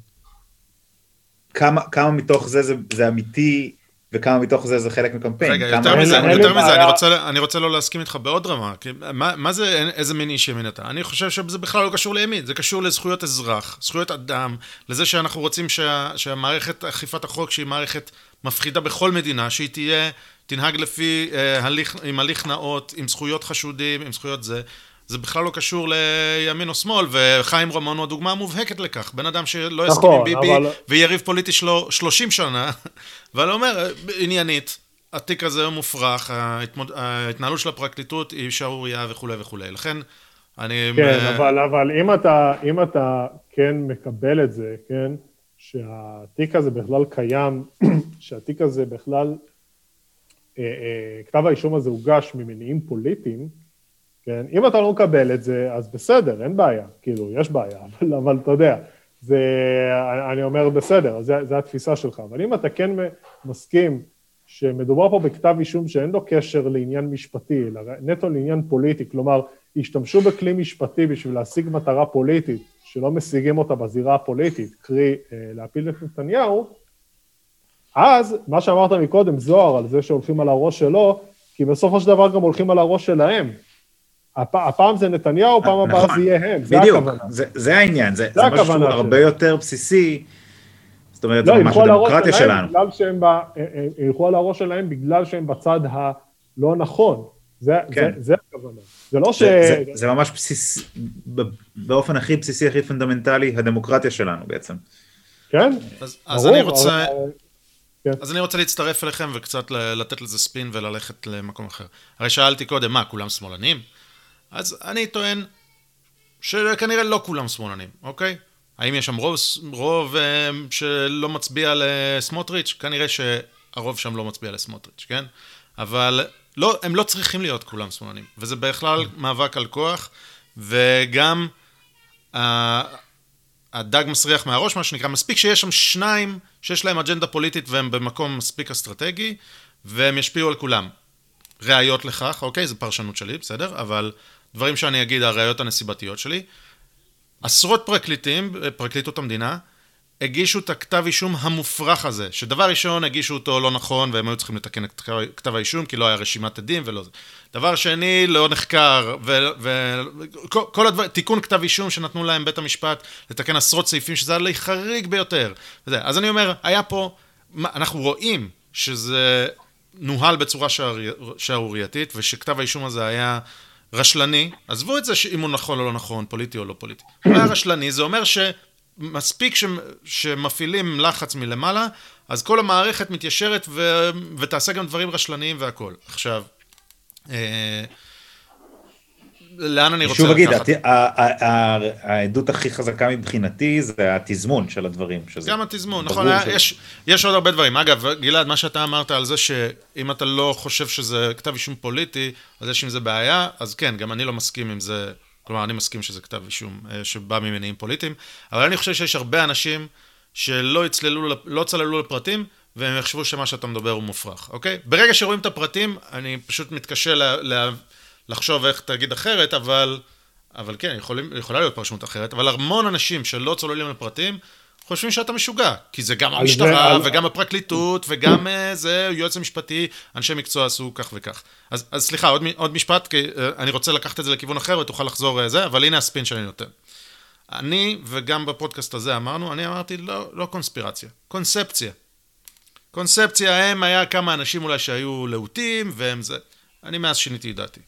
כמה, כמה מתוך זה, זה, זה אמיתי, וכמה מתוך זה זה חלק מקמפיין. רגע, יותר מזה, יותר מזה, אני רוצה, אני רוצה לא להסכים איתך בעוד רמה, כי מה, מה זה, איזה מין איש ימין אתה? אני חושב שזה בכלל לא קשור לימין, זה קשור לזכויות אזרח, זכויות אדם, לזה שאנחנו רוצים שה, שהמערכת אכיפת החוק, שהיא מערכת מפחידה בכל מדינה, שהיא תהיה, תנהג לפי אה, הליך, עם הליך נאות, עם זכויות חשודים, עם זכויות זה, זה בכלל לא קשור לימין או שמאל, וחיים רמון הוא הדוגמה המובהקת לכך, בן אדם שלא יסכים עם ביבי, אבל... ויריב פוליטי שלו שלושים שנה, ואני אומר, עניינית, התיק הזה הוא מופרך, ההתמוד... ההתנהלות של הפרקליטות היא שערוריה וכו' וכו'. לכן, אני... כן, מ... אבל, אבל אם אתה, אם אתה כן מקבל את זה, כן, שהתיק הזה בכלל קיים, שהתיק הזה בכלל, אה, אה, כתב האישום הזה הוגש ממניעים פוליטיים, כן? אם אתה לא מקבל את זה, אז בסדר, אין בעיה, כאילו, יש בעיה, אבל, אבל אתה יודע, זה, אני אומר בסדר, זה, זה התפיסה שלך, אבל אם אתה כן מסכים שמדובר פה בכתב אישום שאין לו קשר לעניין משפטי, אלא נטו לעניין פוליטי, כלומר, השתמשו בכלי משפטי בשביל להשיג מטרה פוליטית, שלא משיגים אותה בזירה הפוליטית, קרי, להפיל את נתניהו, אז, מה שאמרת מקודם, זוהר, על זה שהולכים על הראש שלו, כי בסופו של דבר גם הולכים על הראש שלהם, הפעם זה נתניהו, פעם הבאה זה יהיה הם, זה הכוונה. זה העניין, זה משהו שהוא הרבה יותר בסיסי, זאת אומרת, זה ממש הדמוקרטיה שלנו. ילכו על הראש שלהם בגלל שהם בצד הלא נכון, זה הכוונה. זה לא ש... זה ממש בסיסי, באופן הכי בסיסי, הכי פונדמנטלי, הדמוקרטיה שלנו בעצם. כן? אז אני רוצה... אז אני רוצה להצטרף אליכם וקצת לתת לזה ספין וללכת למקום אחר. הרי שאלתי קודם, מה, כולם שמאלנים? אז אני טוען שכנראה לא כולם שמאלנים, אוקיי? האם יש שם רוב, רוב שלא מצביע לסמוטריץ'? כנראה שהרוב שם לא מצביע לסמוטריץ', כן? אבל לא, הם לא צריכים להיות כולם שמאלנים, וזה בכלל מאבק על כוח, וגם הדג מסריח מהראש, מה שנקרא, מספיק שיש שם שניים שיש להם אג'נדה פוליטית והם במקום מספיק אסטרטגי, והם ישפיעו על כולם. ראיות לכך, אוקיי, זה פרשנות שלי, בסדר? אבל דברים שאני אגיד, הראיות הנסיבתיות שלי, עשרות פרקליטים, פרקליטות המדינה, הגישו את הכתב אישום המופרך הזה, שדבר ראשון הגישו אותו לא נכון, והם היו צריכים לתקן את כתב האישום, כי לא היה רשימת עדים ולא זה. דבר שני, לא נחקר, וכל הדבר, תיקון כתב אישום שנתנו להם בית המשפט, לתקן עשרות סעיפים, שזה היה לי חריג ביותר. וזה. אז אני אומר, היה פה, אנחנו רואים שזה נוהל בצורה שערורייתית, ושכתב האישום הזה היה רשלני, עזבו את זה שאם הוא נכון או לא נכון, פוליטי או לא פוליטי. הוא היה רשלני, זה אומר ש... מספיק ש, שמפעילים לחץ מלמעלה, אז כל המערכת מתיישרת ו, ותעשה גם דברים רשלניים והכל. עכשיו, אה, לאן אני רוצה לקחת? שוב אגיד, העדות הכי חזקה מבחינתי זה התזמון של הדברים. גם התזמון, נכון, יש עוד הרבה דברים. אגב, גלעד, מה שאתה אמרת על זה שאם אתה לא חושב שזה כתב אישום פוליטי, אז יש עם זה בעיה, אז כן, גם אני לא מסכים עם זה, כלומר, אני מסכים שזה כתב אישום שבא ממניעים פוליטיים, אבל אני חושב שיש הרבה אנשים שלא צללו, לא צללו לפרטים, והם יחשבו שמה שאתה מדבר הוא מופרך, אוקיי? ברגע שרואים את הפרטים, אני פשוט מתקשה לה, לה, לחשוב איך תגיד אחרת, אבל, אבל כן, יכולים, יכולה להיות פרשנות אחרת, אבל המון אנשים שלא צוללים לפרטים, חושבים שאתה משוגע, כי זה גם המשטרה, זה, וגם על... הפרקליטות, וגם זה, יועץ המשפטי, אנשי מקצוע עשו כך וכך. אז, אז סליחה, עוד, עוד משפט, כי אני רוצה לקחת את זה לכיוון אחר, ותוכל לחזור זה, אבל הנה הספין שאני נותן. אני, וגם בפודקאסט הזה אמרנו, אני אמרתי, לא, לא קונספירציה, קונספציה. קונספציה, הם היה כמה אנשים אולי שהיו להוטים, והם זה. אני מאז שיניתי דעתי.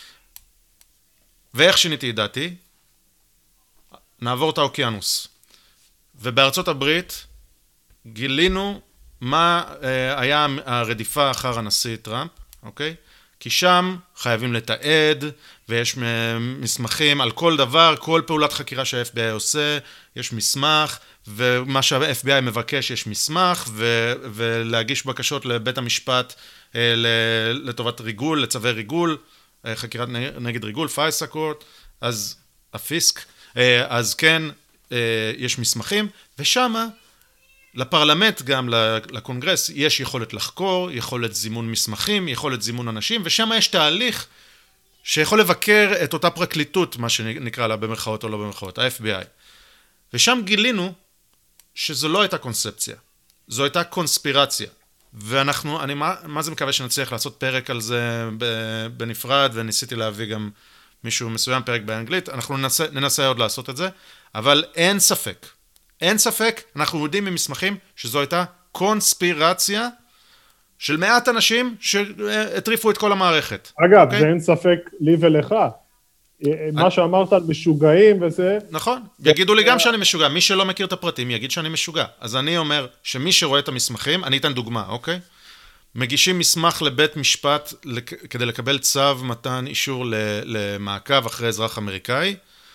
ואיך שיניתי דעתי? נעבור את האוקיינוס. ובארצות הברית גילינו מה אה, היה הרדיפה אחר הנשיא טראמפ, אוקיי? כי שם חייבים לתעד, ויש מסמכים על כל דבר, כל פעולת חקירה שה-אף בי איי עושה, יש מסמך, ומה שה-אף בי איי מבקש יש מסמך, ו- ולהגיש בקשות לבית המשפט אה, לטובת ריגול, לצווי ריגול, אה, חקירת נגד ריגול, פייסה קורט, אז הפיסק, אה, אז כן, אה, יש מסמכים, ושמה, לפרלמנט גם, לקונגרס, יש יכולת לחקור, יכולת זימון מסמכים, יכולת זימון אנשים, ושם יש תהליך שיכול לבקר את אותה פרקליטות, מה שנקרא לה במרכאות או לא במרכאות, ה-אף בי איי. ושם גילינו שזו לא הייתה קונספציה, זו הייתה קונספירציה. ואנחנו, אני מה, מה זה מקווה שנצליח לעשות פרק על זה בנפרד, וניסיתי להביא גם מישהו מסוים, פרק באנגלית, אנחנו ננסה, ננסה עוד לעשות את זה, אבל אין ספק. אין ספק, אנחנו יודעים ממסמכים שזו הייתה קונספירציה של מעט אנשים שהטריפו את כל המערכת. אגב, זה אין ספק לי ולך. מה שאמרת על משוגעים וזה... נכון, יגידו לי גם שאני משוגע. מי שלא מכיר את הפרטים יגיד שאני משוגע. אז אני אומר שמי שרואה את המסמכים, אני אתן דוגמה, אוקיי? מגישים מסמך לבית משפט כדי לקבל צו מתן אישור למעקב אחרי אזרח אמריקאי,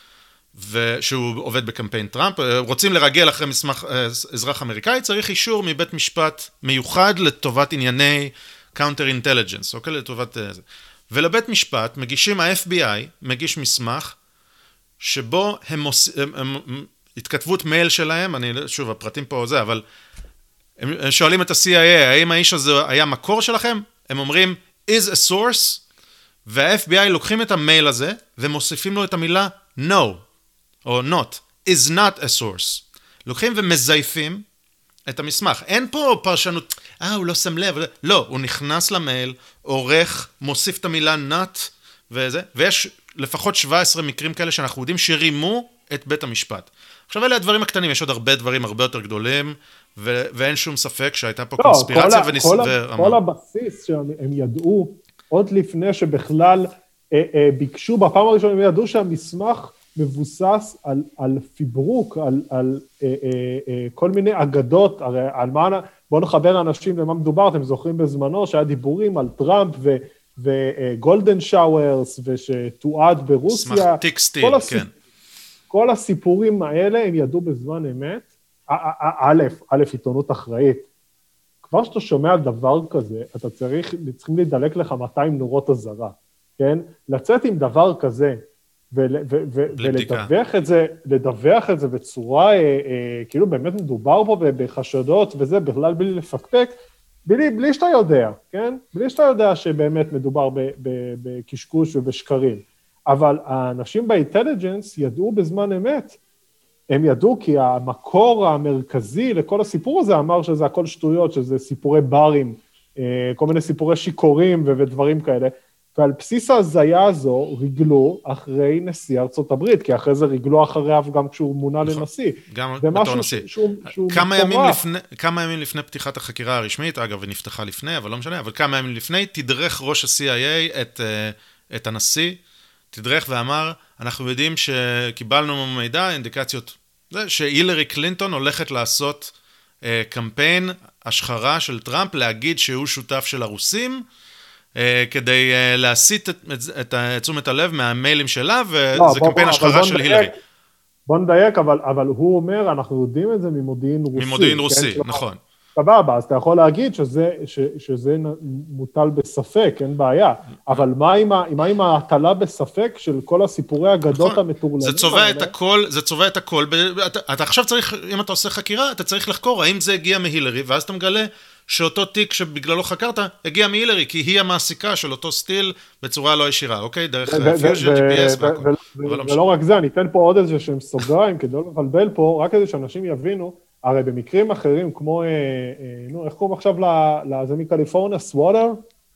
ושהוא עובד בקמפיין טראמפ, רוצים לרגל אחרי מסמך אזרח אמריקאי, צריך אישור מבית משפט מיוחד לטובת ענייני קאונטר אינטליג'נס, אוקיי? לטובת זה. ולבית משפט מגישים, ה-אף בי איי מגיש מסמך, שבו הם, מוס... הם, הם, הם התכתבות מייל שלהם, אני, שוב, הפרטים פה זה, אבל הם שואלים את ה-סי איי איי, האם האיש הזה היה מקור שלכם? הם אומרים, is a source, וה-אף בי איי לוקחים את המייל הזה, ומוסיפים לו את המילה no. או not, is not a source. לוקחים ומזייפים את המסמך. אין פה פרשנות, אה, הוא לא שם לב. לא, הוא נכנס למייל, עורך, מוסיף את המילה not, וזה, ויש לפחות שבעה עשר מקרים כאלה שאנחנו יודעים שרימו את בית המשפט. עכשיו, אלה הדברים הקטנים, יש עוד הרבה דברים הרבה יותר גדולים, ו- ואין שום ספק שהייתה פה לא, קונספירציה כל, וניס... כל, ורמה. כל הבסיס שהם ידעו, עוד לפני שבכלל אה, אה, ביקשו, בפעם הראשונה הם ידעו שהמסמך מבוסס על, על פיברוק, על, על אה, אה, אה, כל מיני אגדות, הרי על מה, בואו נחבר אנשים למה מדובר, אתם זוכרים בזמנו שהיה דיבורים על טראמפ ו, וגולדן שאוורס, ושתועד ברוסיה. סמך טיקסטיל, כל הסיפ... כן. כל הסיפורים האלה הם ידעו בזמן אמת, א', א', עיתונות אחראית. כבר שאתה שומע על דבר כזה, אתה צריך, צריכים להידלק לך מאתיים נורות הזרה, כן? לצאת עם דבר כזה, ולדווח את זה, לדווח את זה בצורה, אה, אה, כאילו באמת מדובר פה בחשדות וזה, בכלל בלי לפקפק, בלי, בלי שאתה יודע, כן? בלי שאתה יודע שבאמת מדובר בקשקוש ובשקרים. אבל האנשים באינטליג'נס ידעו בזמן אמת, הם ידעו כי המקור המרכזי לכל הסיפור הזה אמר שזה הכל שטויות, שזה סיפורי ברים, אה, כל מיני סיפורי שיכורים ודברים כאלה, ועל בסיס ההזיה הזו ריגלו אחרי נשיא ארצות הברית, כי אחרי זה ריגלו אחריו גם כשהוא מונה לנשיא. גם בתור נשיא. כמה ימים לפני, כמה ימים לפני פתיחת החקירה הרשמית, אגב, היא נפתחה לפני, אבל לא משנה, אבל כמה ימים לפני, תדרך ראש ה-סי איי איי את, את הנשיא, תדרך ואמר, אנחנו יודעים שקיבלנו מידע, אינדיקציות זה שהילרי קלינטון הולכת לעשות אה, קמפיין השחרה של טראמפ, להגיד שהוא שותף של הרוסים, אה, כדי אה, להסיט את, את, את תשומת הלב מהמיילים שלה, וזה לא, קמפיין בוא, השחרה של הילרי. בוא נדייק, אבל, אבל הוא אומר, אנחנו יודעים את זה ממודיעין רוסי. ממודיעין רוסי, כן? נכון. סבבה, אז אתה יכול להגיד שזה, ש, שזה מוטל בספק, אין בעיה, אבל מה עם, מה עם ההטלה בספק של כל הסיפורי אגדות נכון. המטורללים? זה צובע את הכל, זה צובע את הכל, אתה, אתה עכשיו צריך, אם אתה עושה חקירה, אתה צריך לחקור, האם זה הגיע מהילרי, ואז אתה מגלה שאותו תיק שבגללו חקרת, הגיע מהילרי, כי היא המעסיקה של אותו סטיל בצורה לא ישירה, אוקיי? דרך פיוז'ן, ג'י פי אס והכל. ולא רק זה, אני אתן פה עוד איזה שהם סוגריים, כדי לא לבלבל פה, רק כדי שאנשים יבינו, הרי במקרים אחרים, כמו, נו, איך קוראים עכשיו לזה מקליפורניה, סוואלר?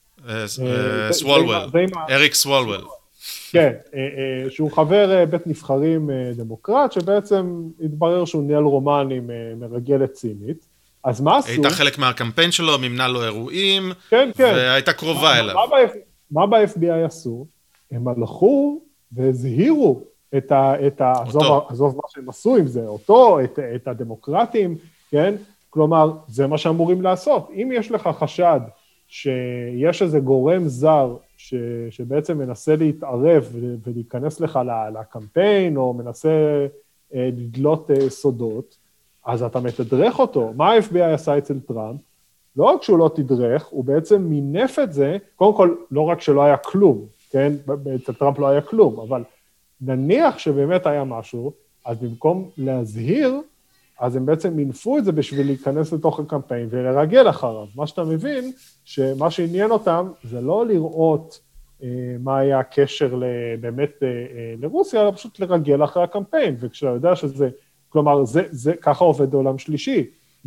סוואלוול, אריק סוואלוול. כן, שהוא חבר בית נבחרים דמוקרט, שבעצם התברר שהוא ניהל רומן עם מרגלת צינית, אז מה עשו? הייתה חלק מהקמפיין שלו, מימנה לו אירועים, כן, כן. והייתה קרובה אליו. מה ב-אף בי איי עשו? הם הלכו והזהירו את ה... את ה... עזוב, עזוב מה שהם עשו עם זה, אותו, את, את הדמוקרטים, כן? כלומר, זה מה שאמורים לעשות. אם יש לך חשד שיש איזה גורם זר ש, שבעצם מנסה להתערב ולהיכנס לך לקמפיין, או מנסה אה, לדלות אה, סודות, אז אתה מתדרך אותו. מה ה-אף בי איי עשה אצל טראמפ? לא רק שהוא לא תדרך, הוא בעצם מינף את זה, קודם כל, לא רק שלא היה כלום, כן? אצל טראמפ לא היה כלום, אבל נניח שבאמת היה משהו, אז במקום להזהיר, אז הם בעצם מינפו את זה בשביל להיכנס לתוך הקמפיין ולרגל אחריו. מה שאתה מבין, שמה שעניין אותם, זה לא לראות אה, מה היה הקשר באמת אה, אה, לרוסיה, אלא פשוט לרגל אחרי הקמפיין, וכשאתה יודע שזה, כלומר, זה, זה, ככה עובד בעולם שלישי.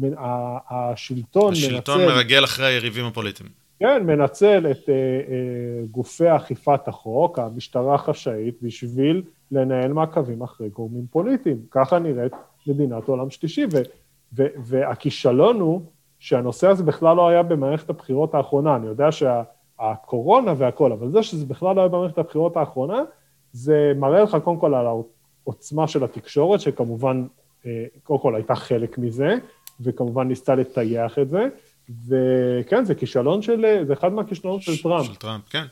השלטון, השלטון מנצל, מרגל אחרי היריבים הפוליטיים. כן, מנצל את אה, אה, גופי אכיפת החוק, המשטרה החשאית, בשביל לנהל מעקבים אחרי גורמים פוליטיים. ככה נראית מדינת עולם שלישי, ו, ו, והכישלון הוא שהנושא הזה בכלל לא היה במערכת הבחירות האחרונה. אני יודע שהקורונה והכל, אבל זה שזה בכלל לא היה במערכת הבחירות האחרונה, זה מראה לך קודם כל על העוצמה של התקשורת, שכמובן, אה, קודם כל הייתה חלק מזה, וכמובן ניסתה לטייח את זה, וכן, זה כישלון של, זה אחד מהכישלונות של טראמפ. של טראמפ, כן.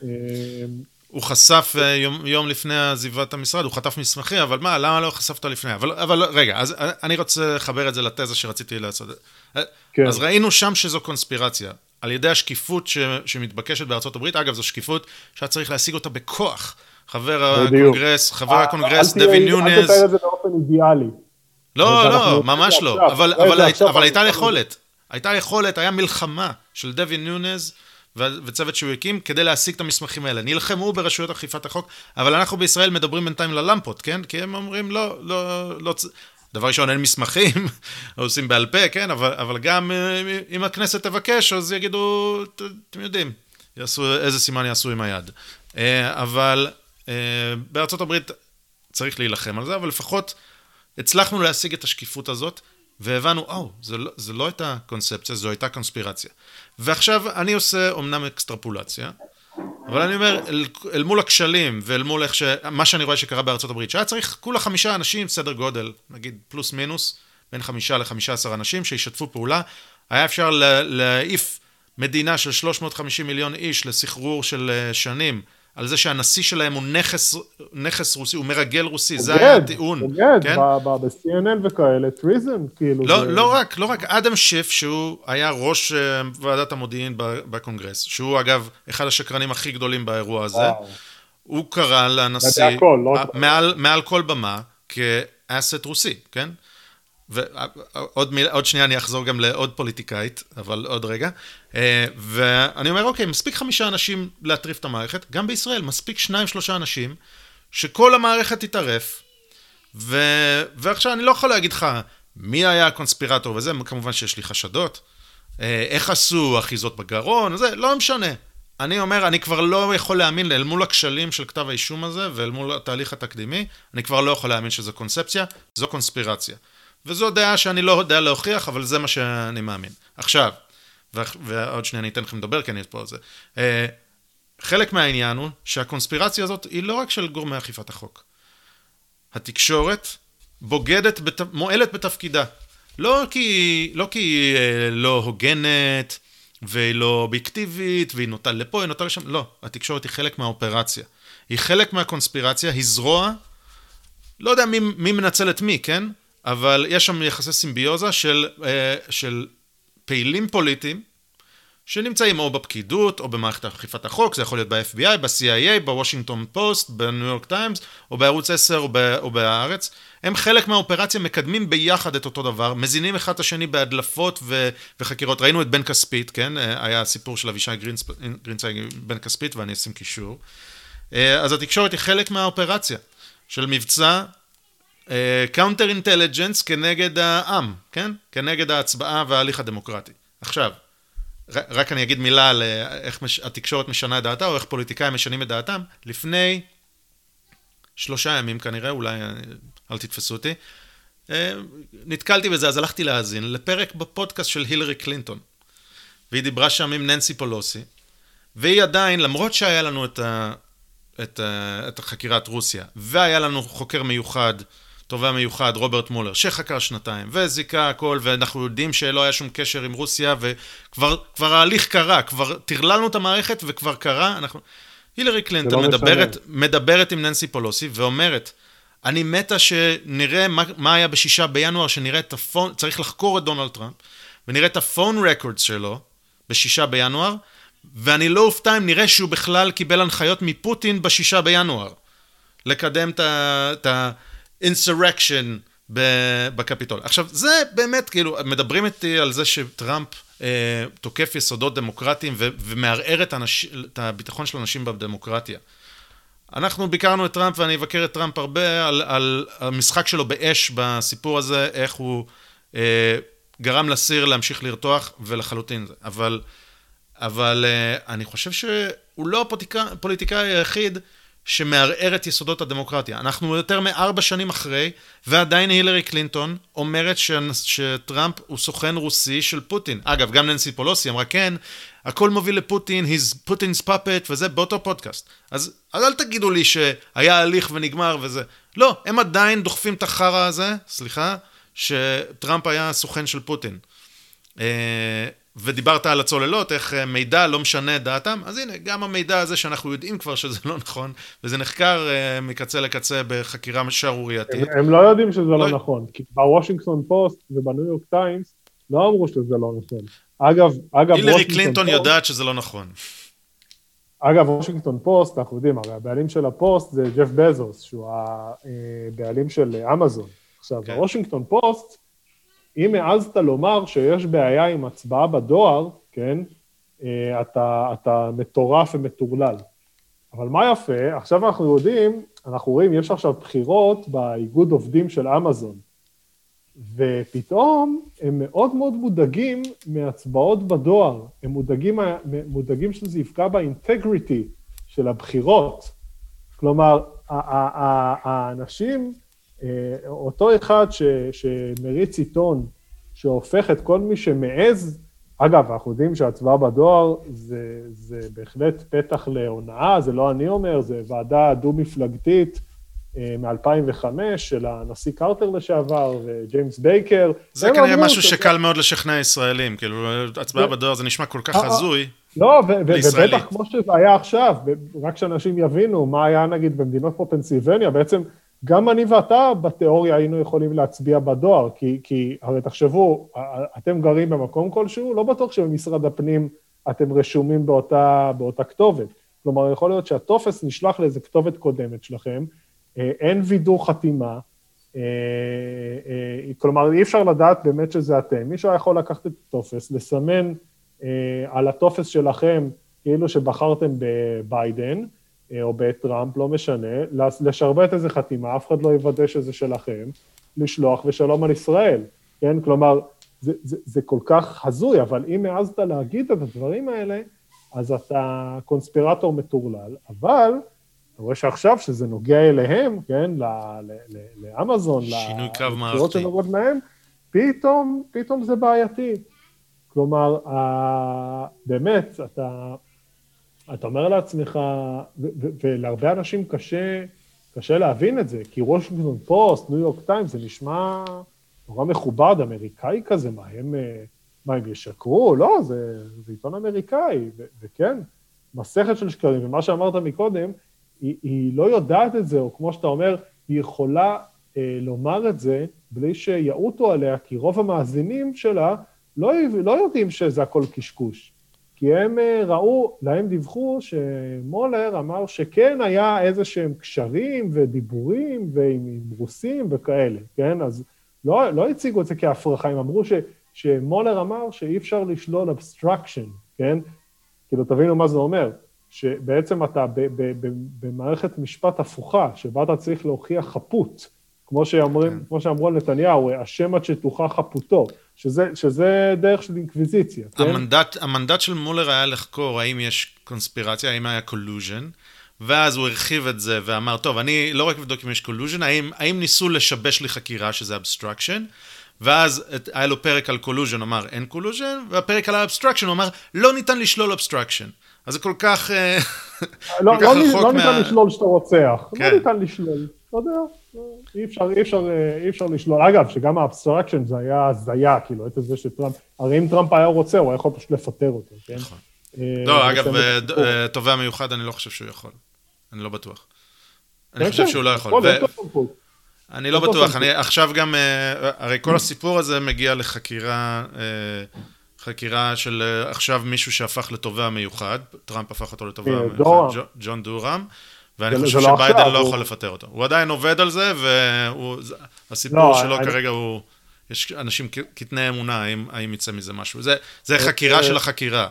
הוא חשף יום, יום לפני עזיבת המשרד, הוא חטף מסמכים, אבל מה, למה לא חשפת לפני? אבל, אבל רגע, אז אני רוצה לחבר את זה לתזה שרציתי לעשות. כן. אז ראינו שם שזו קונספירציה, על ידי השקיפות ש, שמתבקשת בארצות הברית, אגב, זו שקיפות שאת צריך להשיג אותה בכוח. חבר הקונגרס, חבר הקונגרס, דווי ניונז. אל תתאר את זה באופן אידיאלי. לא, לא, ממש לא, אבל, אבל, אבל הייתה יכולת, הייתה יכולת, היה מלחמה של דווי ניונז וצוות שהוא הקים כדי להשיג את המסמכים האלה. נלחמו ברשויות אכיפת החוק, אבל אנחנו בישראל מדברים בינתיים ללמפות, כן? כי הם אומרים, לא, לא, לא, דבר ראשון, אין מסמכים, עושים בעל פה, כן? אבל, אבל גם אם הכנסת תבקש, אז יגידו, אתם יודעים, יעשו, איזה סימן יעשו עם היד. אבל בארצות הברית צריך להילחם על זה, אבל לפחות הצלחנו להשיג את השקיפות הזאת, והבנו, או, זה לא, זה לא הייתה קונספציה, זו הייתה קונספירציה. ועכשיו אני עושה אומנם אקסטרפולציה, אבל אני אומר, אל, אל מול הכשלים, ואל מול איך ש... מה שאני רואה שקרה בארצות הברית, שהיה צריך כולה חמישה אנשים, סדר גודל, נגיד פלוס מינוס, בין חמישה לחמישה עשר אנשים, שישתפו פעולה, היה אפשר להעיף מדינה של שלוש מאות וחמישים מיליון איש לסחרור של שנים, על זה שהנשיא שלהם הוא נכס, נכס רוסי, הוא מרגל רוסי, זה היה הטיעון. בוגד, ב-סי אן אן וכאלה, טריזם, כאילו. לא רק, לא רק, אדם שיף, שהוא היה ראש ועדת המודיעין בקונגרס, שהוא אגב, אחד השקרנים הכי גדולים באירוע הזה, הוא קרא לנשיא, מעל כל במה, כאסט רוסי, כן? ועוד מילה, עוד שנייה אני אחזור גם לעוד פוליטיקאית, אבל עוד רגע. ואני אומר, אוקיי, מספיק חמישה אנשים להטריף את המערכת, גם בישראל, מספיק שניים, שלושה אנשים, שכל המערכת תתערף, ו... ועכשיו אני לא יכול להגיד לך מי היה הקונספירטור וזה, כמובן שיש לי חשדות, איך עשו אחיזות בגרון, זה לא משנה. אני אומר, אני כבר לא יכול להאמין, אל מול הכשלים של כתב האישום הזה, ואל מול התהליך התקדימי, אני כבר לא יכול להאמין שזו קונספציה, זו קונספירציה. וזו דעה שאני לא יודע להוכיח, אבל זה מה שאני מאמין. עכשיו, ועוד שנייה אני אתן לכם לדבר, כי אני אתפה על זה. חלק מהעניין הוא שהקונספירציה הזאת היא לא רק של גורמי אכיפת החוק. התקשורת בוגדת, בת... מועלת בתפקידה. לא כי, לא כי היא לא הוגנת, והיא לא אובייקטיבית, והיא נוטה לפה, היא נוטה לשם, לא. התקשורת היא חלק מהאופרציה. היא חלק מהקונספירציה, היא זרוע, לא יודע מי, מי מנצל את מי, כן? אבל יש שם יחסי סימביוזה של, של פעילים פוליטיים, שנמצאים או בפקידות, או במערכת אכיפת החוק, זה יכול להיות ב-אף בי איי, ב-סי איי איי, בוושינגטון פוסט, בניו יורק טיימס, או בערוץ עשר, או, ב- או בהארץ. הם חלק מהאופרציה, מקדמים ביחד את אותו דבר, מזינים אחד את השני בהדלפות ו- וחקירות. ראינו את בן כספית, כן? היה סיפור של אבישי גרינצייג בן כספית, ואני אשים קישור. אז התקשורת היא חלק מהאופרציה של מבצע קאונטר אינטליג'נס כנגד העם, כן? כנגד ההצבעה וההליך הדמוקרטי. עכשיו, רק אני אגיד מילה על איך התקשורת משנה את דעתה, או איך פוליטיקאים משנים את דעתם. לפני שלושה ימים כנראה, אולי אל תתפסו אותי, נתקלתי בזה, אז הלכתי להאזין לפרק בפודקאסט של הילרי קלינטון, והיא דיברה שם עם ננסי פולוסי, והיא עדיין, למרות שהיה לנו את, ה, את, ה, את החקירת רוסיה, והיה לנו חוקר מיוחד, תובע מיוחד, רוברט מולר, שחקר שנתיים, וזיקה הכל, ואנחנו יודעים שלא היה שום קשר עם רוסיה, וכבר כבר ההליך קרה, כבר תרללנו את המערכת וכבר קרה, אנחנו... הילרי קלינטון לא מדברת, מדברת עם ננסי פולוסי, ואומרת, אני מתה שנראה מה, מה היה בשישה בינואר, שנראה את הפון, צריך לחקור את דונלד טראמפ, ונראה את הפון רקורדס שלו, בשישה בינואר, ואני לא אופתע אם נראה שהוא בכלל קיבל הנחיות מפוטין בשישה בינואר, לקדם את ה... insurrection בקפיטול. עכשיו, זה באמת, כאילו, מדברים איתי על זה שטראמפ אה, תוקף יסודות דמוקרטיים ו- ומערער את, האנש... את הביטחון של אנשים בדמוקרטיה. אנחנו ביקרנו את טראמפ, ואני אבקר את טראמפ הרבה על, על המשחק שלו באש בסיפור הזה, איך הוא אה, גרם לסיר להמשיך לרתוח, ולחלוטין זה. אבל, אבל אה, אני חושב שהוא לא הפוליטיקאי, הפוליטיקאי היחיד, שמערער את יסודות הדמוקרטיה. אנחנו יותר מארבע שנים אחרי, ועדיין הילרי קלינטון אומרת ש... שטראמפ הוא סוכן רוסי של פוטין. אגב, גם ננסי פולוסי אמרה, כן, הכל מוביל לפוטין, he's Putin's puppet, וזה באותו פודקאסט. אז, אז אל תגידו לי שהיה הליך ונגמר וזה. לא, הם עדיין דוחפים את החרא הזה, סליחה, שטראמפ היה סוכן של פוטין. ודיברת על הצוללות, איך מידע לא משנה את דעתם, אז הנה, גם המידע הזה שאנחנו יודעים כבר שזה לא נכון, וזה נחקר מקצה לקצה בחקירה שערורייתית. הם, הם לא יודעים שזה לא, לא נכון, כי בוושינגטון פוסט ובניו יורק טיימס לא אמרו שזה לא נכון. אגב, אגב, הילרי קלינטון פוסט, יודעת שזה לא נכון. אגב, וושינגטון פוסט, אנחנו יודעים, הרי הבעלים של הפוסט זה ג'ף בזוס, שהוא הבעלים של אמזון. עכשיו, כן. בוושינגטון פוסט, אם העזת לומר שיש בעיה עם הצבעה בדואר, כן, אתה, אתה מטורף ומטורלל. אבל מה יפה, עכשיו אנחנו יודעים, אנחנו רואים, יש עכשיו בחירות באיגוד עובדים של אמזון, ופתאום הם מאוד מאוד מודאגים מהצבעות בדואר, הם מודאגים, מודאגים שזה יפגע באינטגריטי של הבחירות. כלומר, האנשים... אותו אחד ש, שמריץ עיתון, שהופך את כל מי שמעז, אגב, אנחנו יודעים שההצבעה בדואר זה, זה בהחלט פתח להונאה, זה לא אני אומר, זה ועדה דו-מפלגתית מ-אלפיים וחמש של הנשיא קרטר לשעבר וג'יימס בייקר. זה כנראה משהו שקל מאוד לשכנע ישראלים, כאילו הצבעה בדואר זה נשמע כל כך הזוי. לא, ובטח כמו שזה היה עכשיו, רק שאנשים יבינו מה היה נגיד במדינות כמו פנסילבניה, בעצם גם אני ואתה בתיאוריה היינו יכולים להצביע בדואר, כי, כי הרי תחשבו, אתם גרים במקום כלשהו, לא בטוח שבמשרד הפנים אתם רשומים באותה, באותה כתובת. כלומר, יכול להיות שהטופס נשלח לאיזה כתובת קודמת שלכם, אין וידוא חתימה, כלומר, אי אפשר לדעת באמת שזה אתם. מישהו יכול לקחת את הטופס, לסמן על הטופס שלכם, כאילו שבחרתם בביידן, או בטראמפ, לא משנה, לשרבט איזה חתימה, אף אחד לא יוודא שזה שלכם, לשלוח ושלום על ישראל, כן? כלומר, זה, זה, זה כל כך הזוי, אבל אם העזת להגיד את הדברים האלה, אז אתה קונספירטור מטורלל, אבל אתה רואה שעכשיו שזה נוגע אליהם, כן? ל, ל, ל, לאמזון, שינוי קרב מערכתי. שנוגעות להם, פתאום, פתאום זה בעייתי. כלומר, באמת, אתה... אתה אומר לעצמך, ולהרבה אנשים קשה קשה להבין את זה, כי וושינגטון פוסט, ניו יורק טיימס, זה נשמע נורא מכובד, אמריקאי כזה, מה הם, מה הם ישקרו? לא, זה, זה עיתון אמריקאי, ו- וכן, מסכת של שקרים, ומה שאמרת מקודם, היא, היא לא יודעת את זה, או כמו שאתה אומר, היא יכולה אה, לומר את זה, בלי שיעוטו עליה, כי רוב המאזינים שלה לא, לא יודעים שזה הכל קשקוש. כי הם ראו, להם דיווחו שמולר אמר שכן היה איזה שהם קשרים ודיבורים ועם עם רוסים וכאלה, כן? אז לא, לא הציגו את זה כהפרחה, הם אמרו ש, שמולר אמר שאי אפשר לשלול obstruction, כן? כאילו תבינו מה זה אומר, שבעצם אתה ב, ב, ב, במערכת משפט הפוכה, שבה אתה צריך להוכיח חפות, כמו שאמרים, כן. כמו שאמרו על נתניהו, השם עד שתוכח חפותו, שזה, שזה דרך של אינקוויזיציה. המנדט, כן? המנדט של מולר היה לחקור האם יש קונספירציה, האם היה collusion, ואז הוא הרחיב את זה ואמר, טוב, אני לא רק אבדוק אם יש collusion, האם, האם ניסו לשבש לי חקירה שזה obstruction, ואז היה לו פרק על collusion, אמר אין collusion, והפרק על obstruction, הוא אמר, לא ניתן לשלול obstruction. אז זה כל כך, לא, כל כך לא, רחוק לא מה... ניתן לשלול שאתה רוצח, כן. לא ניתן לשלול. לא יודע, אי אפשר, אי אפשר, אי אפשר לשלול. אגב, שגם האבסטרקשן זה היה הזיה, כאילו, את זה שטראמפ, הרי אם טראמפ היה רוצה, הוא היה יכול פשוט לפטר אותו, כן? נכון. לא, אגב, תובע מיוחד, אני לא חושב שהוא יכול. אני לא בטוח. אני חושב שהוא לא יכול. אני לא בטוח, אני עכשיו גם, הרי כל הסיפור הזה מגיע לחקירה, חקירה של עכשיו מישהו שהפך לתובע מיוחד, טראמפ הפך אותו לתובע מיוחד, ג'ון דורם, ואני חושב שביידן לא יכול לפטר אותו. הוא עדיין עובד על זה, והסיפור שלו כרגע הוא, יש אנשים קטני אמונה, האם יצא מזה משהו. זה חקירה של החקירה.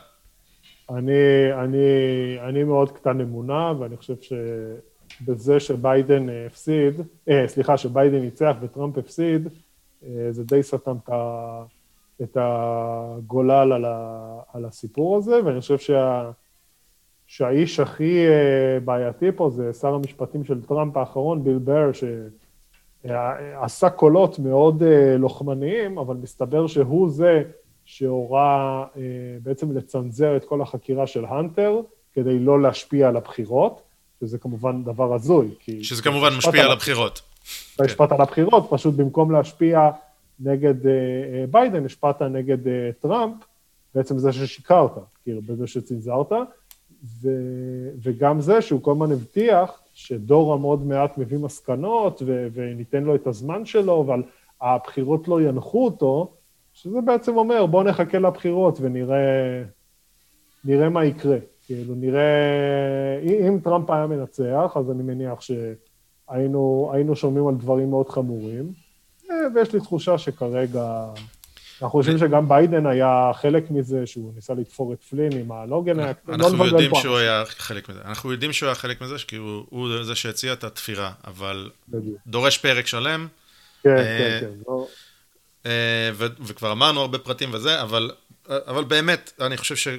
אני מאוד קטן אמונה, ואני חושב שבזה שביידן הפסיד, סליחה, שביידן ניצח וטראמפ הפסיד, זה די סתם את הגולל על הסיפור הזה, ואני חושב שה... שהאיש הכי בעייתי פה זה שר המשפטים של טראמפ האחרון, ביל בר, שעשה קולות מאוד לוחמניים, אבל מסתבר שהוא זה שהורה בעצם לצנזר את כל החקירה של הנטר, כדי לא להשפיע על הבחירות, שזה כמובן דבר הזוי. שזה כמובן משפיע על הבחירות. השפעת על הבחירות, פשוט במקום להשפיע נגד ביידן, השפעת נגד טראמפ, בעצם זה ששיקרת, כאילו, בזה שצנזרת, ו, וגם זה שהוא כל הזמן הבטיח שדורם עוד מעט מביא מסקנות ו, וניתן לו את הזמן שלו, אבל הבחירות לא ינחו אותו, שזה בעצם אומר בוא נחכה לבחירות ונראה נראה מה יקרה. כאילו נראה, אם טראמפ היה מנצח, אז אני מניח שהיינו היינו שומעים על דברים מאוד חמורים, ויש לי תחושה שכרגע... אנחנו חושבים שגם ביידן היה חלק מזה, שהוא ניסה לתפור את פלין עם הלוגן. אנחנו יודעים שהוא היה חלק מזה. אנחנו יודעים שהוא היה חלק מזה, כי הוא זה שהציע את התפירה, אבל דורש פרק שלם. כן, כן, כן. וכבר אמרנו הרבה פרטים וזה, אבל באמת, אני חושב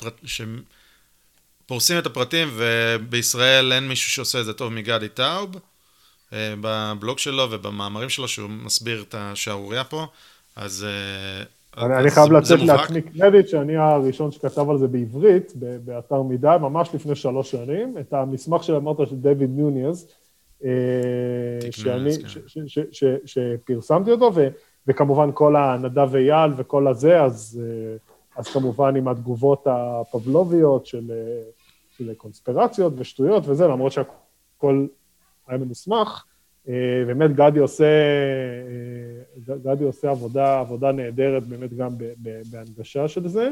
שפורסים את הפרטים, ובישראל אין מישהו שעושה את זה טוב מגדי טאוב, בבלוג שלו ובמאמרים שלו, שהוא מסביר את השערוריה פה. אז אני חייב לתת לעצמי קרדיט שאני הראשון שכתב על זה בעברית, באתר מידע, ממש לפני שלוש שנים, את המסמך שאמרת של דיוויד ניוניאז, שפרסמתי אותו, וכמובן כל הנדב אייל וכל הזה, אז כמובן עם התגובות הפבלוביות של קונספירציות ושטויות וזה, למרות שהכל היה ממוסמך, באמת גדי עושה, גדי עושה עבודה, עבודה נהדרת באמת גם בהנגשה של זה,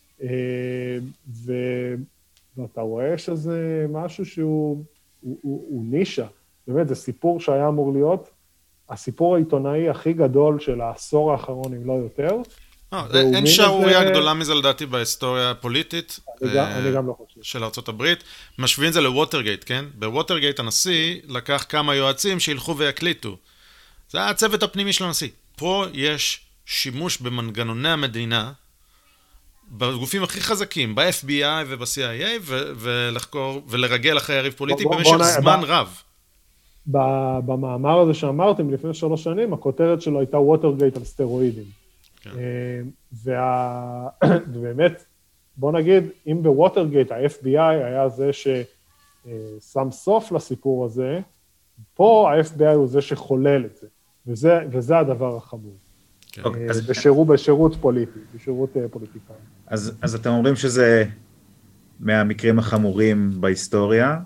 ואתה רואה שזה משהו שהוא הוא, הוא, הוא נישה, באמת זה סיפור שהיה אמור להיות הסיפור העיתונאי הכי גדול של העשור האחרון, אם לא יותר. אין שערוריה גדולה מזה לדעתי בהיסטוריה הפוליטית אני גם לא חושב. של ארצות הברית. משווים זה לווטרגייט, כן? בווטרגייט הנשיא לקח כמה יועצים שילכו ויקליטו. זה היה הצוות הפנימי של הנשיא. פה יש שימוש במנגנוני המדינה, בגופים הכי חזקים, ב-אף בי איי וב-סי איי איי, ולחקור ולרגל אחרי יריב פוליטי במשך זמן רב. במאמר הזה שאמרתם לפני שלוש שנים, הכותרת שלו הייתה ווטרגייט על סטרואידים. ובאמת, בוא נגיד, אם בווטרגייט ה-אף בי איי היה זה ששם סוף לסיפור הזה, פה ה-אף בי איי הוא זה שחולל את זה, וזה, וזה הדבר החמור. אוקיי, אז- בשירות, בשירות פוליטי, בשירות פוליטיקאי. אז, אז אתם אומרים שזה מהמקרים החמורים בהיסטוריה,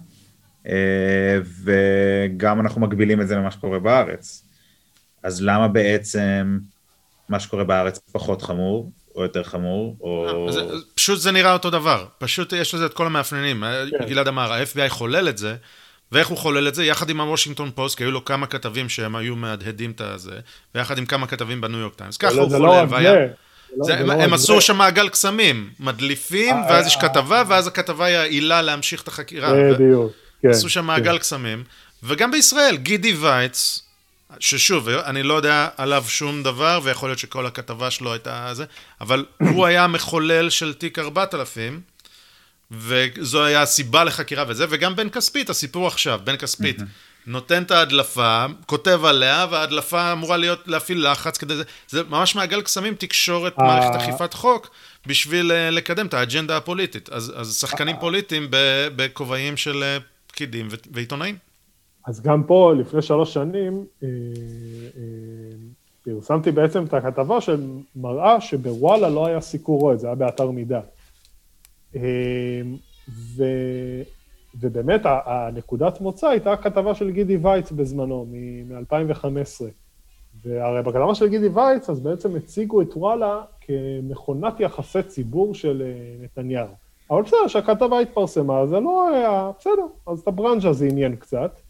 וגם אנחנו מגבילים את זה למה שקורה בארץ. אז למה בעצם מה שקורה בארץ פחות חמור, או יותר חמור, או... זה, פשוט זה נראה אותו דבר, פשוט יש לזה את כל המאפיינים. כן. גלעד אמר, ה-אף בי איי חולל את זה, ואיך הוא חולל את זה? יחד עם הוושינגטון פוסט, כי היו לו כמה כתבים שהם היו מהדהדים את הזה, ויחד עם כמה כתבים בניו יורק טיימס. ככה הוא זה לא חולל, רק והיה... זה. זה זה, לא- הם, זה לא הם רק עשו זה. שם מעגל קסמים, מדליפים, אה, ואז יש אה, כתבה, ואז הכתבה היא העילה להמשיך את החקירה. בדיוק, כן. עשו שם מעגל קסמים, וגם בישראל, גידי וייץ, ששוב, אני לא יודע עליו שום דבר, ויכול להיות שכל הכתבה שלו הייתה זה, אבל הוא היה מחולל של תיק ארבעת אלפים, וזו היה הסיבה לחקירה וזה, וגם בן כספית, הסיפור עכשיו, בן כספית נותן את ההדלפה, כותב עליה, וההדלפה אמורה להיות להפעיל לחץ כדי זה, זה ממש מעגל קסמים, תקשורת מערכת אכיפת חוק, בשביל אה, לקדם את האג'נדה הפוליטית. אז, אז שחקנים פוליטיים ב- בכובעים של אה, פקידים ו- ועיתונאים. אז גם פה, לפני שלוש שנים, אה, אה, פרסמתי בעצם את הכתבה שמראה שבוואלה לא היה סיקור רועד, זה היה באתר מידע. אה, ו, ובאמת, ה- הנקודת מוצא הייתה הכתבה של גידי וייץ בזמנו, מ-אלפיים וחמש עשרה. והרי בכתבה של גידי וייץ, אז בעצם הציגו את וואלה כמכונת יחסי ציבור של אה, נתניהו. אבל בסדר, שהכתבה התפרסמה, זה לא היה, בסדר, אז את הברנז'ה זה עניין קצת.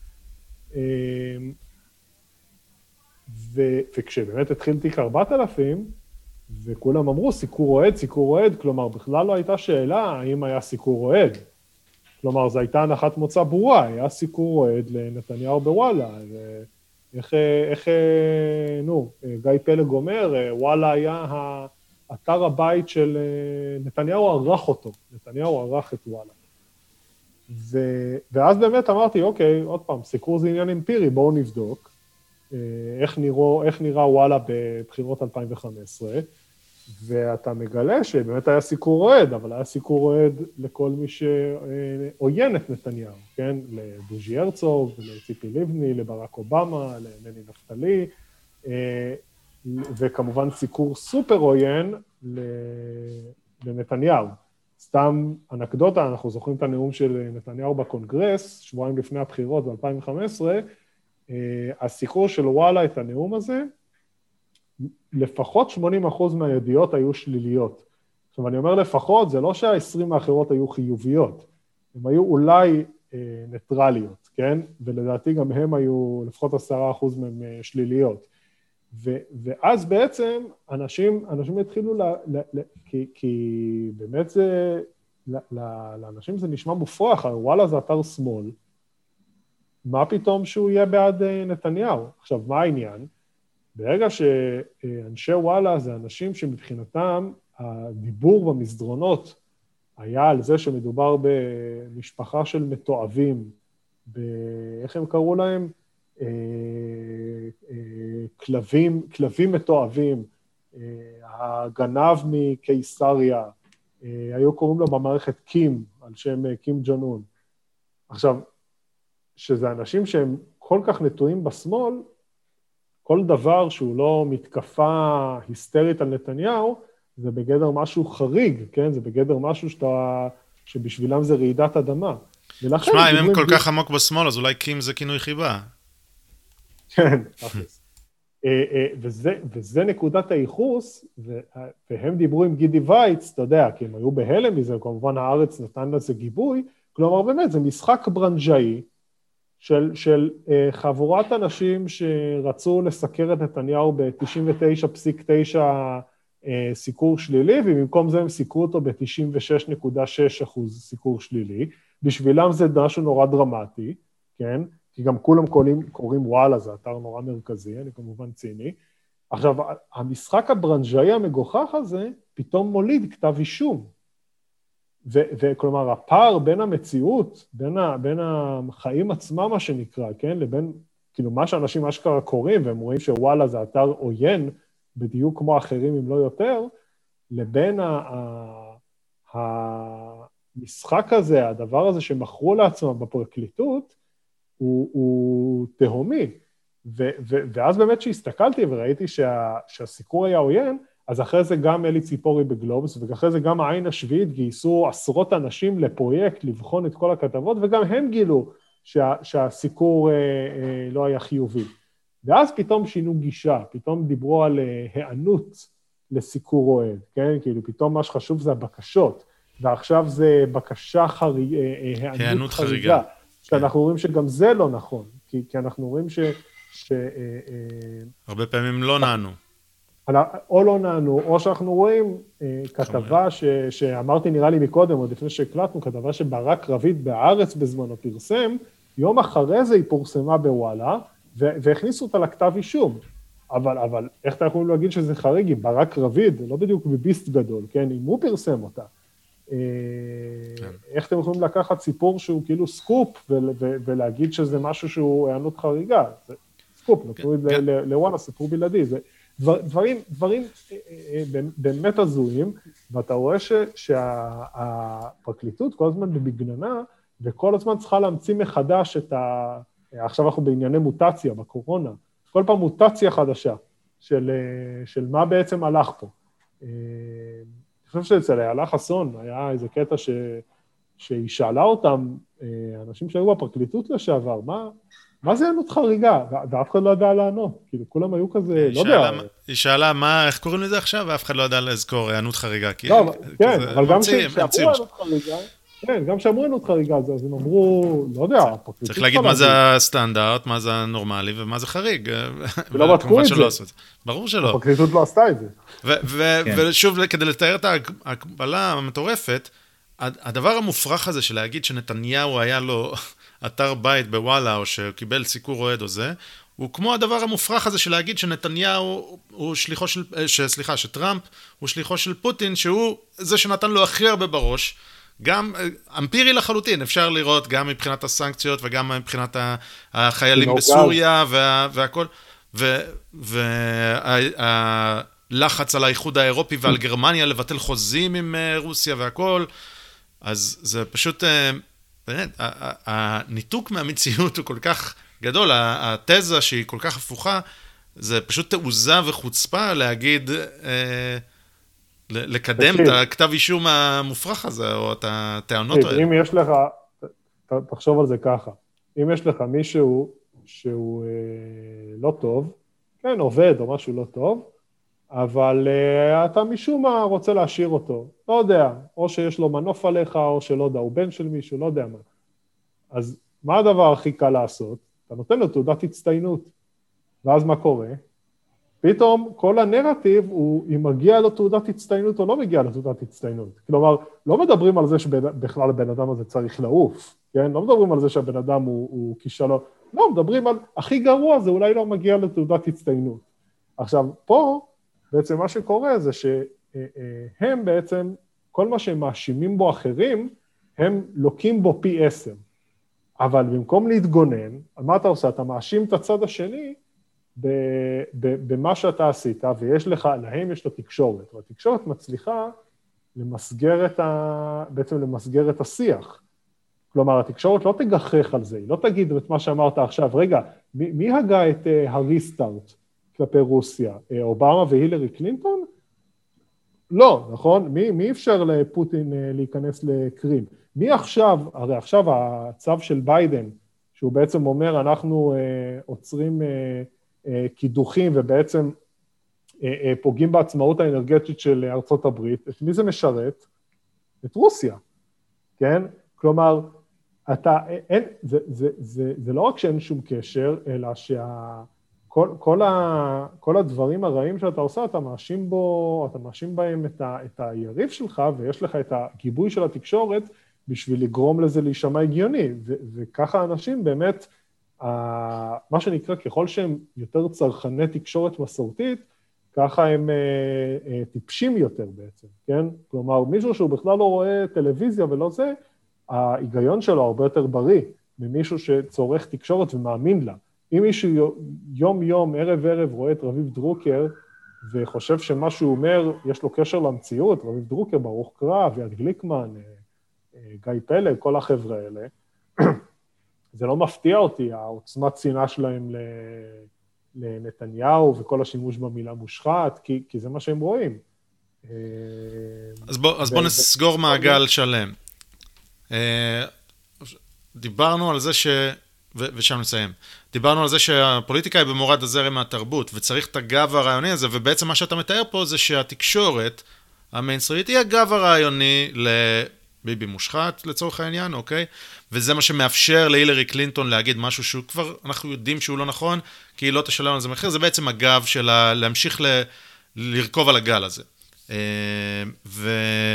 ו- וכשבאמת התחיל תיק ארבעת אלפים, וכולם אמרו סיקור רועד, סיקור רועד, כלומר, בכלל לא הייתה שאלה האם היה סיקור רועד. כלומר, זו הייתה הנחת מוצא ברורה, היה סיקור רועד לנתניהו בוואלה. איך, איך, נו, גיא פלג אומר, וואלה היה האתר הבית של נתניהו, ערך אותו, נתניהו ערך את וואלה. ו... ואז באמת אמרתי, אוקיי, עוד פעם, סיקור זה עניין אמפירי, בואו נבדוק איך, נראו, איך נראה וואלה בבחירות אלפיים וחמש עשרה, ואתה מגלה שבאמת היה סיקור רועד, אבל היה סיקור רועד לכל מי שעוין את נתניהו, כן? לבוז'י הרצוג, לציפי לבני, לברק אובמה, למני נפתלי, וכמובן סיקור סופר עוין לנתניהו. סתם אנקדוטה, אנחנו זוכרים את הנאום של נתניהו בקונגרס, שבועיים לפני הבחירות ב-אלפיים וחמש עשרה, הסיקור של וואלה את הנאום הזה, לפחות שמונים אחוז מהידיעות היו שליליות. עכשיו, אני אומר לפחות, זה לא שה-עשרים האחרות היו חיוביות, הן היו אולי אה, ניטרליות, כן? ולדעתי גם הם היו לפחות עשרה אחוז מהם אה, שליליות. ו, ואז בעצם אנשים, אנשים התחילו, ל, ל, ל, כי, כי באמת זה, ל, ל, לאנשים זה נשמע מופרך, וואלה זה אתר שמאל, מה פתאום שהוא יהיה בעד אה, נתניהו? עכשיו, מה העניין? ברגע שאנשי וואלה זה אנשים שמבחינתם הדיבור במסדרונות היה על זה שמדובר במשפחה של מתועבים, איך הם קראו להם? כלבים, כלבים מתועבים, הגנב מקיסריה, היו קוראים לו במערכת קים, על שם קים ג'ון און. עכשיו, שזה אנשים שהם כל כך נטועים בשמאל, כל דבר שהוא לא מתקפה היסטרית על נתניהו, זה בגדר משהו חריג, כן? זה בגדר משהו שאתה, שבשבילם זה רעידת אדמה. שמע, אם הם כל כך עמוק בשמאל, אז אולי קים זה כינוי חיבה. כן, אפס. וזה, וזה נקודת הייחוס, והם דיברו עם גידי וייץ, אתה יודע, כי הם היו בהלם מזה, כמובן הארץ נתן לזה גיבוי, כלומר באמת, זה משחק ברנג'אי, של, של uh, חבורת אנשים שרצו לסקר את נתניהו ב-תשעים ותשע נקודה תשע uh, סיקור שלילי, ובמקום זה הם סיקרו אותו ב-תשעים ושש נקודה שש אחוז סיקור שלילי. בשבילם זה משהו נורא דרמטי, כן? כי גם כולם קוראים, קוראים וואלה, זה אתר נורא מרכזי, אני כמובן ציני. עכשיו, המשחק הברנג'אי המגוחך הזה פתאום מוליד כתב אישום. וכלומר, הפער בין המציאות, בין, ה, בין החיים עצמם, מה שנקרא, כן, לבין, כאילו, מה שאנשים אשכרה קוראים, והם רואים שוואלה זה אתר עוין, בדיוק כמו אחרים, אם לא יותר, לבין ה, ה, המשחק הזה, הדבר הזה שמכרו לעצמם בפרקליטות, הוא, הוא תהומי. ו, ו, ואז באמת שהסתכלתי וראיתי שה, שהסיקור היה עוין, אז אחרי זה גם אלי ציפורי בגלובס, ואחרי זה גם העין השביעית גייסו עשרות אנשים לפרויקט, לבחון את כל הכתבות, וגם הם גילו שה, שהסיקור אה, אה, לא היה חיובי. ואז פתאום שינו גישה, פתאום דיברו על אה, הענות לסיקור אוהד, כן? כאילו פתאום מה שחשוב זה הבקשות, ועכשיו זה בקשה חריג, אה, אה, הענות חריגה, חריגה. שאנחנו רואים שגם זה לא נכון, כי, כי אנחנו רואים ש... ש אה, אה, הרבה פעמים לא נענו. או לא נענו, או שאנחנו רואים אה, כתבה ש, שאמרתי נראה לי מקודם, עוד לפני שהקלטנו, כתבה שברק רביד בארץ בזמנו פרסם, יום אחרי זה היא פורסמה בוואלה, ו- והכניסו אותה לכתב אישום. אבל, אבל איך אתה יכולים להגיד שזה חריג? אם ברק רביד, לא בדיוק בביסט גדול, כן? אם הוא פרסם אותה. אה, כן. איך אתם יכולים לקחת סיפור שהוא כאילו סקופ, ו- ו- ולהגיד שזה משהו שהוא הענות חריגה? זה סקופ, נתנו את זה לוואלה, סיפור בלעדי, זה... דברים, דברים באמת הזויים, ואתה רואה ש, שהפרקליטות כל הזמן בבגננה, וכל הזמן צריכה להמציא מחדש את ה... עכשיו אנחנו בענייני מוטציה, בקורונה, כל פעם מוטציה חדשה, של, של מה בעצם הלך פה. אני חושב שאצל איילה חסון, היה איזה קטע ש, שהיא שאלה אותם, אנשים שהיו בפרקליטות לשעבר, מה... מה זה הענות חריגה? ואף אחד לא ידע לענות. כאילו, כולם היו כזה, לא יודע. היא שאלה, מה, איך קוראים לזה עכשיו? ואף אחד לא ידע לזכור הענות חריגה. לא, כן, אבל גם שאמרו הענות חריגה, כן, גם שאמרו הענות חריגה, אז הם אמרו, לא יודע, צריך להגיד מה זה הסטנדרט, מה זה הנורמלי, ומה זה חריג. ולא בדקו את זה. ברור שלא. הפרקליטות לא עשתה את זה. ושוב, כדי לתאר את ההקבלה המטורפת, הדבר המופרך הזה של להגיד שנתניהו היה לו אתר בית בוואלה, או שקיבל סיקור אוהד או זה, הוא כמו הדבר המופרך הזה של להגיד שנתניהו הוא שליחו של, סליחה, שטראמפ הוא שליחו של פוטין, שהוא זה שנתן לו הכי הרבה בראש, גם אמפירי לחלוטין, אפשר לראות גם מבחינת הסנקציות וגם מבחינת החיילים בסוריה וה, והכל, והלחץ על האיחוד האירופי ועל גרמניה לבטל חוזים עם רוסיה והכל, אז זה פשוט, באמת, הניתוק מהמציאות הוא כל כך גדול, התזה שהיא כל כך הפוכה, זה פשוט תעוזה וחוצפה להגיד, לקדם את הכתב אישום המופרך הזה, או את הטענות האלה. אם יש לך, תחשוב על זה ככה, אם יש לך מישהו שהוא לא טוב, כן, עובד או משהו לא טוב, אבל uh, אתה משום מה רוצה להשאיר אותו, לא יודע, או שיש לו מנוף עליך, או שלא יודע, הוא בן של מישהו, לא יודע מה. אז מה הדבר הכי קל לעשות? אתה נותן לו תעודת הצטיינות, ואז מה קורה? פתאום כל הנרטיב הוא אם מגיע לו תעודת הצטיינות או לא מגיע לו תעודת הצטיינות. כלומר, לא מדברים על זה שבכלל הבן אדם הזה צריך לעוף, כן? לא מדברים על זה שהבן אדם הוא, הוא כישלון, לא, מדברים על הכי גרוע, זה אולי לא מגיע לתעודת הצטיינות. עכשיו, פה, בעצם מה שקורה זה שהם בעצם, כל מה שהם מאשימים בו אחרים, הם לוקים בו פי עשר. אבל במקום להתגונן, על מה אתה עושה? אתה מאשים את הצד השני במה שאתה עשית, ויש לך, להם יש לו תקשורת, והתקשורת מצליחה למסגר את ה, בעצם למסגר את השיח. כלומר, התקשורת לא תגחך על זה, היא לא תגיד את מה שאמרת עכשיו, רגע, מי, מי הגה את uh, הריסטארט כלפי רוסיה? אובמה והילרי קלינטון? לא, נכון? מי, מי אפשר לפוטין uh, להיכנס לקרים? מי עכשיו, הרי עכשיו הצו של ביידן, שהוא בעצם אומר, אנחנו uh, עוצרים uh, uh, קידוחים ובעצם uh, uh, פוגעים בעצמאות האנרגטית של ארצות הברית, את מי זה משרת? את רוסיה, כן? כלומר, אתה, אין, זה, זה, זה, זה לא רק שאין שום קשר, אלא שכל, כל ה, כל הדברים הרעים שאתה עושה, אתה מאשים בו, אתה מאשים בהם את, ה, את היריב שלך, ויש לך את הגיבוי של התקשורת, בשביל לגרום לזה להישמע הגיוני, ו, וככה אנשים באמת, ה, מה שנקרא, ככל שהם יותר צרכני תקשורת מסורתית, ככה הם אה, אה, טיפשים יותר בעצם, כן? כלומר, מישהו שהוא בכלל לא רואה טלוויזיה ולא זה, ההיגיון שלו הרבה יותר בריא, ממישהו שצורך תקשורת ומאמין לה. אם מישהו יום יום, ערב ערב, רואה את רביב דרוקר, וחושב שמה שהוא אומר, יש לו קשר למציאות, רביב דרוקר, ברוך קרא, אביעד גליקמן, גיא פלג, כל החבר'ה האלה, זה לא מפתיע אותי, העוצמת שנאה שלהם לנתניהו וכל השימוש במילה מושחת, כי, כי זה מה שהם רואים. אז בוא, אז בוא נסגור מעגל שלם. דיברנו על זה ש... ו- ושם נסיים. דיברנו על זה שהפוליטיקה היא במורד הזרם מהתרבות, וצריך את הגב הרעיוני הזה, ובעצם מה שאתה מתאר פה זה שהתקשורת המיינסטרימית היא הגב הרעיוני לביבי מושחת, לצורך העניין, אוקיי? וזה מה שמאפשר להילרי קלינטון להגיד משהו שהוא כבר, אנחנו יודעים שהוא לא נכון, כי היא לא תשלם על זה מחיר, זה בעצם הגב שלה להמשיך ל- לרכוב על הגל הזה. ו...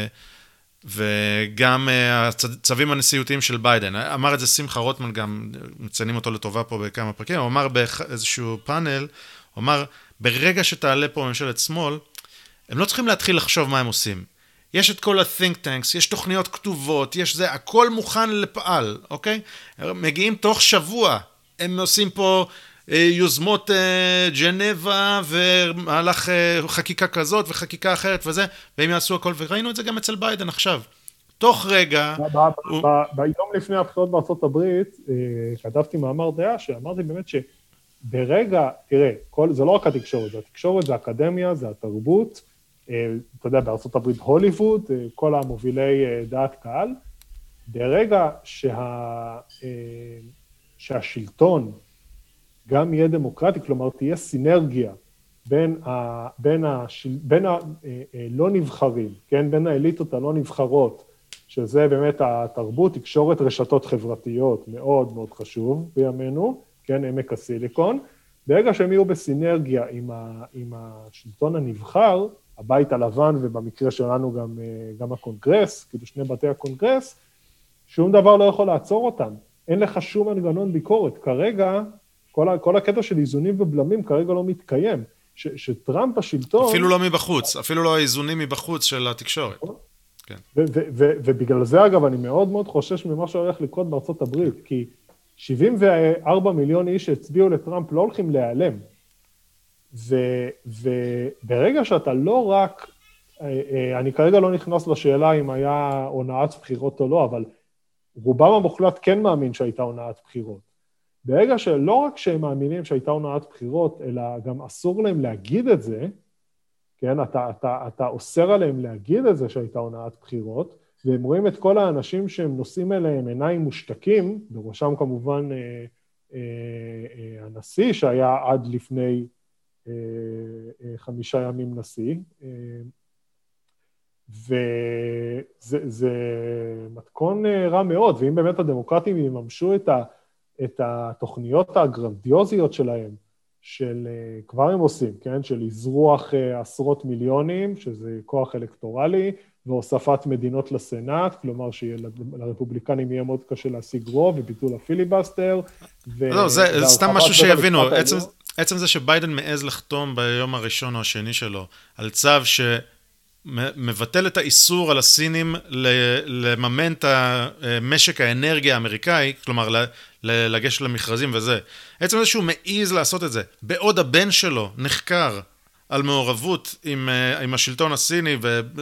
וגם הצווים הנשיאותיים של ביידן. אמר את זה שמחה רוטמן, גם מציינים אותו לטובה פה בכמה פרקים, הוא אמר באיזשהו פאנל, הוא אמר, ברגע שתעלה פה ממשלת שמאל, הם לא צריכים להתחיל לחשוב מה הם עושים. יש את כל ה-think tanks, יש תוכניות כתובות, יש זה, הכל מוכן לפעל, אוקיי? מגיעים תוך שבוע, הם עושים פה יוזמות ג'נבה ומהלך חקיקה כזאת וחקיקה אחרת וזה, והם יעשו הכל, וראינו את זה גם אצל ביידן עכשיו. תוך רגע... ביום לפני הבחירות בארצות הברית, כתבתי מאמר דעה, שאמרתי באמת שברגע, תראה, זה לא רק התקשורת, זה התקשורת, זה האקדמיה, זה התרבות, אתה יודע, בארצות הברית הוליווד, כל המובילי דעת קהל, ברגע שהשלטון גם יהיה דמוקרטי, כלומר תהיה סינרגיה בין ה, בין ה, בין הלא נבחרים, כן, בין האליטות הלא נבחרות, שזה באמת התרבות, תקשורת רשתות חברתיות, מאוד מאוד חשוב בימינו, כן, עמק הסיליקון, ברגע שהם יהיו בסינרגיה עם, ה, עם השלטון הנבחר, הבית הלבן ובמקרה שלנו גם, גם הקונגרס, כאילו שני בתי הקונגרס, שום דבר לא יכול לעצור אותם, אין לך שום מנגנון ביקורת, כרגע, כל, כל הקטע של איזונים ובלמים כרגע לא מתקיים, ש, שטראמפ השלטון... אפילו לא מבחוץ, אפילו לא האיזונים מבחוץ של התקשורת. כן. ו- ו- ו- ובגלל זה אגב אני מאוד מאוד חושש ממה שהולך לקרות בארצות הברית, כי שבעים וארבעה מיליון איש שהצביעו לטראמפ לא הולכים להיעלם, ו- וברגע שאתה לא רק, אני כרגע לא נכנס לשאלה אם היה הונאת בחירות או לא, אבל רובם המוחלט כן מאמין שהייתה הונאת בחירות. ברגע שלא רק שהם מאמינים שהייתה הונאת בחירות, אלא גם אסור להם להגיד את זה, כן, אתה, אתה, אתה אוסר עליהם להגיד את זה שהייתה הונאת בחירות, והם רואים את כל האנשים שהם נושאים אליהם עיניים מושתקים, בראשם כמובן אה, אה, אה, הנשיא, שהיה עד לפני אה, אה, חמישה ימים נשיא, אה, וזה זה מתכון רע מאוד, ואם באמת הדמוקרטים יממשו את ה... את התוכניות הגרנדיוזיות שלהם, של כבר הם עושים, כן? של אזרוח עשרות מיליונים, שזה כוח אלקטורלי, והוספת מדינות לסנאט, כלומר שלרפובליקנים יהיה מאוד קשה להשיג רוב, וביטול הפיליבסטר. לא, זה סתם משהו שיבינו. עצם, עצם זה שביידן מעז לחתום ביום הראשון או השני שלו, על צו ש... מבטל את האיסור על הסינים לממן את משק האנרגיה האמריקאי, כלומר לגשת למכרזים וזה. עצם זה שהוא מעיז לעשות את זה, בעוד הבן שלו נחקר על מעורבות עם, עם השלטון הסיני,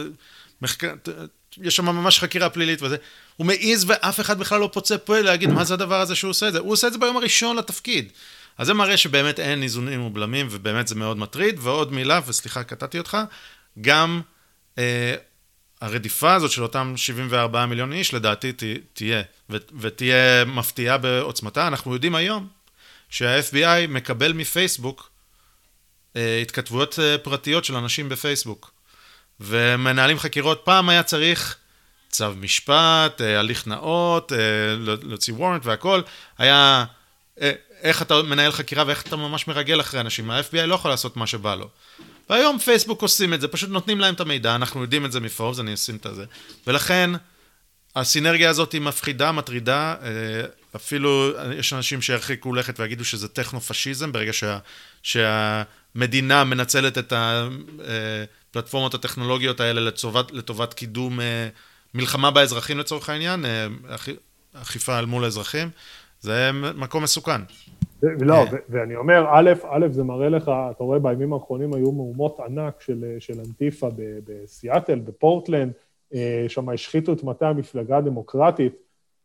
ויש שם ממש חקירה פלילית וזה, הוא מעיז ואף אחד בכלל לא פוצה פה להגיד מה זה הדבר הזה שהוא עושה את זה. הוא עושה את זה ביום הראשון לתפקיד. אז זה מראה שבאמת אין איזונים ובלמים, ובאמת זה מאוד מטריד. ועוד מילה, וסליחה, קטעתי אותך, גם Uh, הרדיפה הזאת של אותם שבעים וארבעה מיליון איש, לדעתי תהיה, ו- ותהיה מפתיעה בעוצמתה. אנחנו יודעים היום שה-אף בי איי מקבל מפייסבוק uh, התכתבויות uh, פרטיות של אנשים בפייסבוק, ומנהלים חקירות. פעם היה צריך צו משפט, uh, הליך נאות, uh, להוציא וורנט והכל. היה uh, איך אתה מנהל חקירה ואיך אתה ממש מרגל אחרי אנשים. ה-אף בי איי לא יכול לעשות מה שבא לו. והיום פייסבוק עושים את זה, פשוט נותנים להם את המידע, אנחנו יודעים את זה מפורס, אני אשים את זה. ולכן, הסינרגיה הזאת היא מפחידה, מטרידה, אפילו יש אנשים שירחיקו לכת ויגידו שזה טכנו-פשיזם, ברגע שה, שהמדינה מנצלת את הפלטפורמות הטכנולוגיות האלה לטובת, לטובת קידום מלחמה באזרחים לצורך העניין, אכיפה על מול האזרחים, זה מקום מסוכן. לא, ואני אומר, א', א', זה מראה לך, אתה רואה, בימים האחרונים היו מהומות ענק של אנטיפה בסיאטל, בפורטלנד, שם השחיתו את מטה המפלגה הדמוקרטית.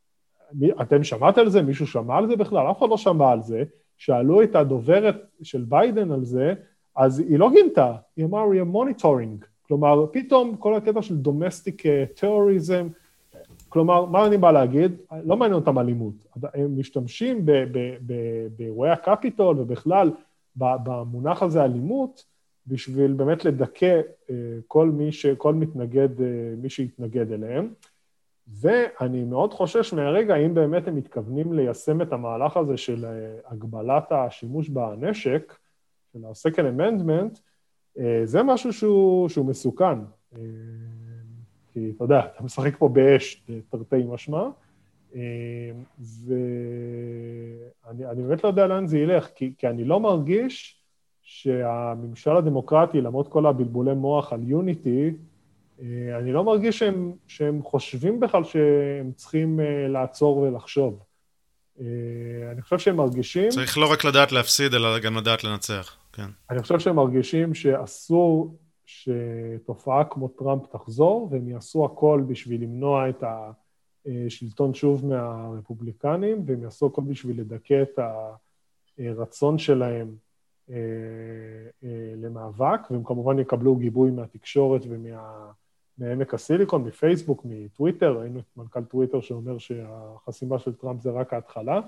אתם שמעתם על זה? מישהו שמע על זה בכלל? אף אחד לא שמע על זה. שאלו את הדוברת של ביידן על זה, אז היא לא גינתה, היא אמרה, we are monitoring. כלומר, פתאום כל הקטע של domestic terrorism, כלומר, מה אני בא להגיד? לא מעניין אותם אלימות. הם משתמשים באירועי הקפיטול ובכלל במונח הזה אלימות, בשביל באמת לדכא כל מי ש, כל מתנגד, מי שיתנגד אליהם. ואני מאוד חושש מהרגע, אם באמת הם מתכוונים ליישם את המהלך הזה של הגבלת השימוש בנשק, של ה-Second Amendment, זה משהו שהוא, שהוא מסוכן. כי אתה יודע, אתה משחק פה באש, תרתי משמע, ואני אני באמת לא יודע לאן זה ילך, כי, כי אני לא מרגיש שהממשל הדמוקרטי, למרות כל הבלבולי מוח על יוניטי, אני לא מרגיש שהם, שהם חושבים בכלל שהם צריכים לעצור ולחשוב. אני חושב שהם מרגישים... צריך לא רק לדעת להפסיד, אלא גם לדעת לנצח, כן. אני חושב שהם מרגישים שאסור שתופעה כמו טראמפ תחזור, והם יעשו הכל בשביל למנוע את השלטון שוב מהרפובליקנים, והם יעשו הכל בשביל לדכא את הרצון שלהם למאבק, והם כמובן יקבלו גיבוי מהתקשורת ומעמק הסיליקון, מפייסבוק, מטוויטר, ראינו את מנכ"ל טוויטר שאומר שהחסימה של טראמפ זה רק ההתחלה,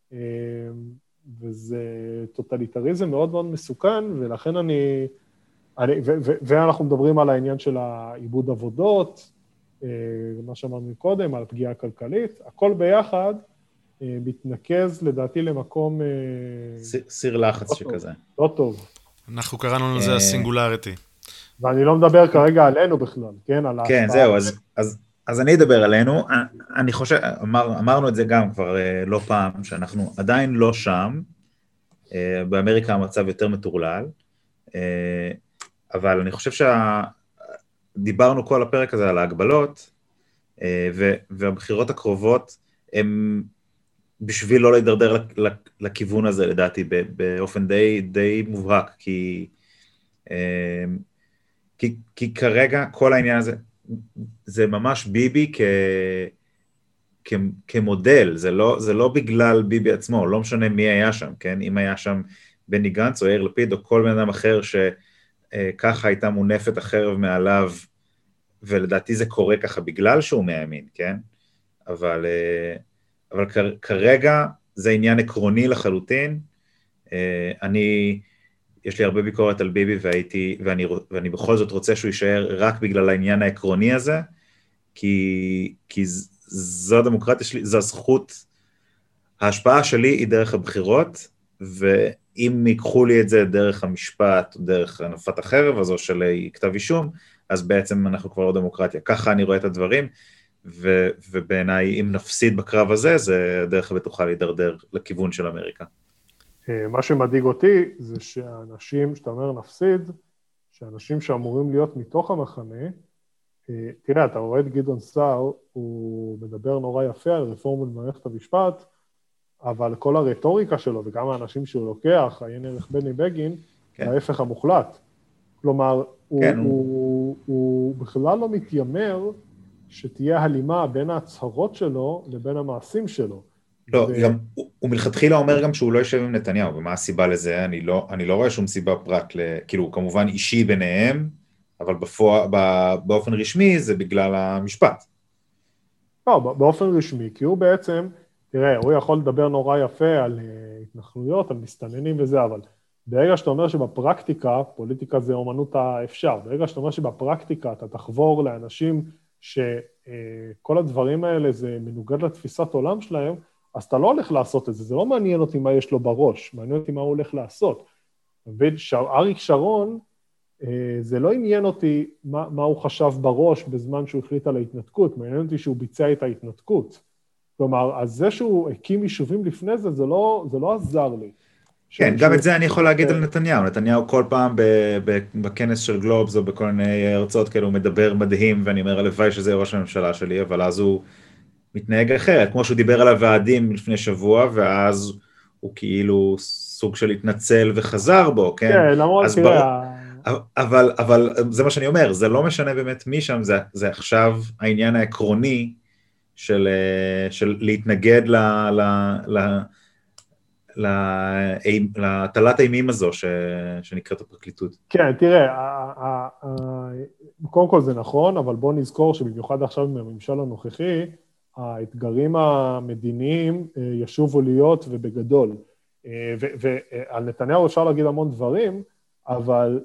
וזה טוטליטריזם מאוד מאוד מסוכן, ולכן אני, אני ו- ו- ואנחנו מדברים על העניין של העיבוד עבודות, מה שאמרנו קודם, על הפגיעה הכלכלית, הכל ביחד, מתנקז לדעתי למקום... סיר לחץ שכזה. לא טוב. אנחנו קראנו לזה הסינגולריטי. ואני לא מדבר כרגע עלינו בכלל, כן? כן, זהו, אז, אז, אז אני אדבר עלינו. אני חושב, אמר, אמרנו את זה גם כבר לא פעם, שאנחנו עדיין לא שם. באמריקה המצב יותר מטורלל. אבל אני חושב שדיברנו כל הפרק הזה על ההגבלות, והבחירות הקרובות הם... בשביל לא להידרדר לכיוון הזה, לדעתי, באופן די, די מובהק, כי, כי, כי כרגע כל העניין הזה, זה ממש ביבי כ, כ, כמודל, זה לא, זה לא בגלל ביבי עצמו, לא משנה מי היה שם, כן? אם היה שם בני גנץ או יאיר לפיד, או כל בן אדם אחר שככה הייתה מונפת החרב מעליו, ולדעתי זה קורה ככה בגלל שהוא מהימין, כן? אבל... אבל כרגע זה עניין עקרוני לחלוטין. אני, יש לי הרבה ביקורת על ביבי, והייתי, ואני, ואני בכל זאת רוצה שהוא יישאר רק בגלל העניין העקרוני הזה, כי, כי זו הדמוקרטיה שלי, זו הזכות, ההשפעה שלי היא דרך הבחירות, ואם ייקחו לי את זה דרך המשפט, או דרך הנפת החרב, הזו של כתב אישום, אז בעצם אנחנו כבר לא דמוקרטיה. ככה אני רואה את הדברים, ו- ובעיניי, אם נפסיד בקרב הזה, זה דרך הבטוחה להידרדר לכיוון של אמריקה. מה שמדאיג אותי, זה שהאנשים, שאתה אומר נפסיד, שאנשים שאמורים להיות מתוך המחנה, תראה, אתה רואה את גדעון סער, הוא מדבר נורא יפה על רפורמה במערכת המשפט, אבל כל הרטוריקה שלו, וגם האנשים שהוא לוקח, עיין ערך בני בגין, כן. זה ההפך המוחלט. כלומר, כן, הוא, הוא... הוא, הוא בכלל לא מתיימר, שתהיה הלימה בין ההצהרות שלו לבין המעשים שלו. לא, ו... גם, הוא, הוא מלכתחילה אומר גם שהוא לא יושב עם נתניהו, ומה הסיבה לזה? אני לא, אני לא רואה שום סיבה פרט, ל, כאילו, כמובן אישי ביניהם, אבל בפוע, באופן רשמי זה בגלל המשפט. לא, באופן רשמי, כי הוא בעצם, תראה, הוא יכול לדבר נורא יפה על התנחלויות, על מסתננים וזה, אבל ברגע שאתה אומר שבפרקטיקה, פוליטיקה זה אומנות האפשר, ברגע שאתה אומר שבפרקטיקה אתה תחבור לאנשים שכל הדברים האלה זה מנוגד לתפיסת עולם שלהם, אז אתה לא הולך לעשות את זה, זה לא מעניין אותי מה יש לו בראש, מעניין אותי מה הוא הולך לעשות. אריק שרון, זה לא עניין אותי מה, מה הוא חשב בראש בזמן שהוא החליט על ההתנתקות, מעניין אותי שהוא ביצע את ההתנתקות. כלומר, אז זה שהוא הקים יישובים לפני זה, זה לא, זה לא עזר לי. כן, גם את זה אני יכול להגיד על נתניהו. נתניהו כל פעם בכנס של גלובס או בכל מיני הרצאות כאלה הוא מדבר מדהים, ואני אומר, הלוואי שזה ראש הממשלה שלי, אבל אז הוא מתנהג אחרת, כמו שהוא דיבר על הוועדים לפני שבוע, ואז הוא כאילו סוג של התנצל וחזר בו, כן? כן, למרות תראה... אבל, אבל זה מה שאני אומר, זה לא משנה באמת מי שם, זה, זה עכשיו העניין העקרוני של, של להתנגד ל, ל, ל, להטלת האימים הזו ש, שנקראת הפרקליטות. כן, תראה, קודם כל זה נכון, אבל בוא נזכור שבמיוחד עכשיו מהממשל הנוכחי, האתגרים המדיניים ישובו להיות ובגדול. ועל נתניהו אפשר להגיד המון דברים, אבל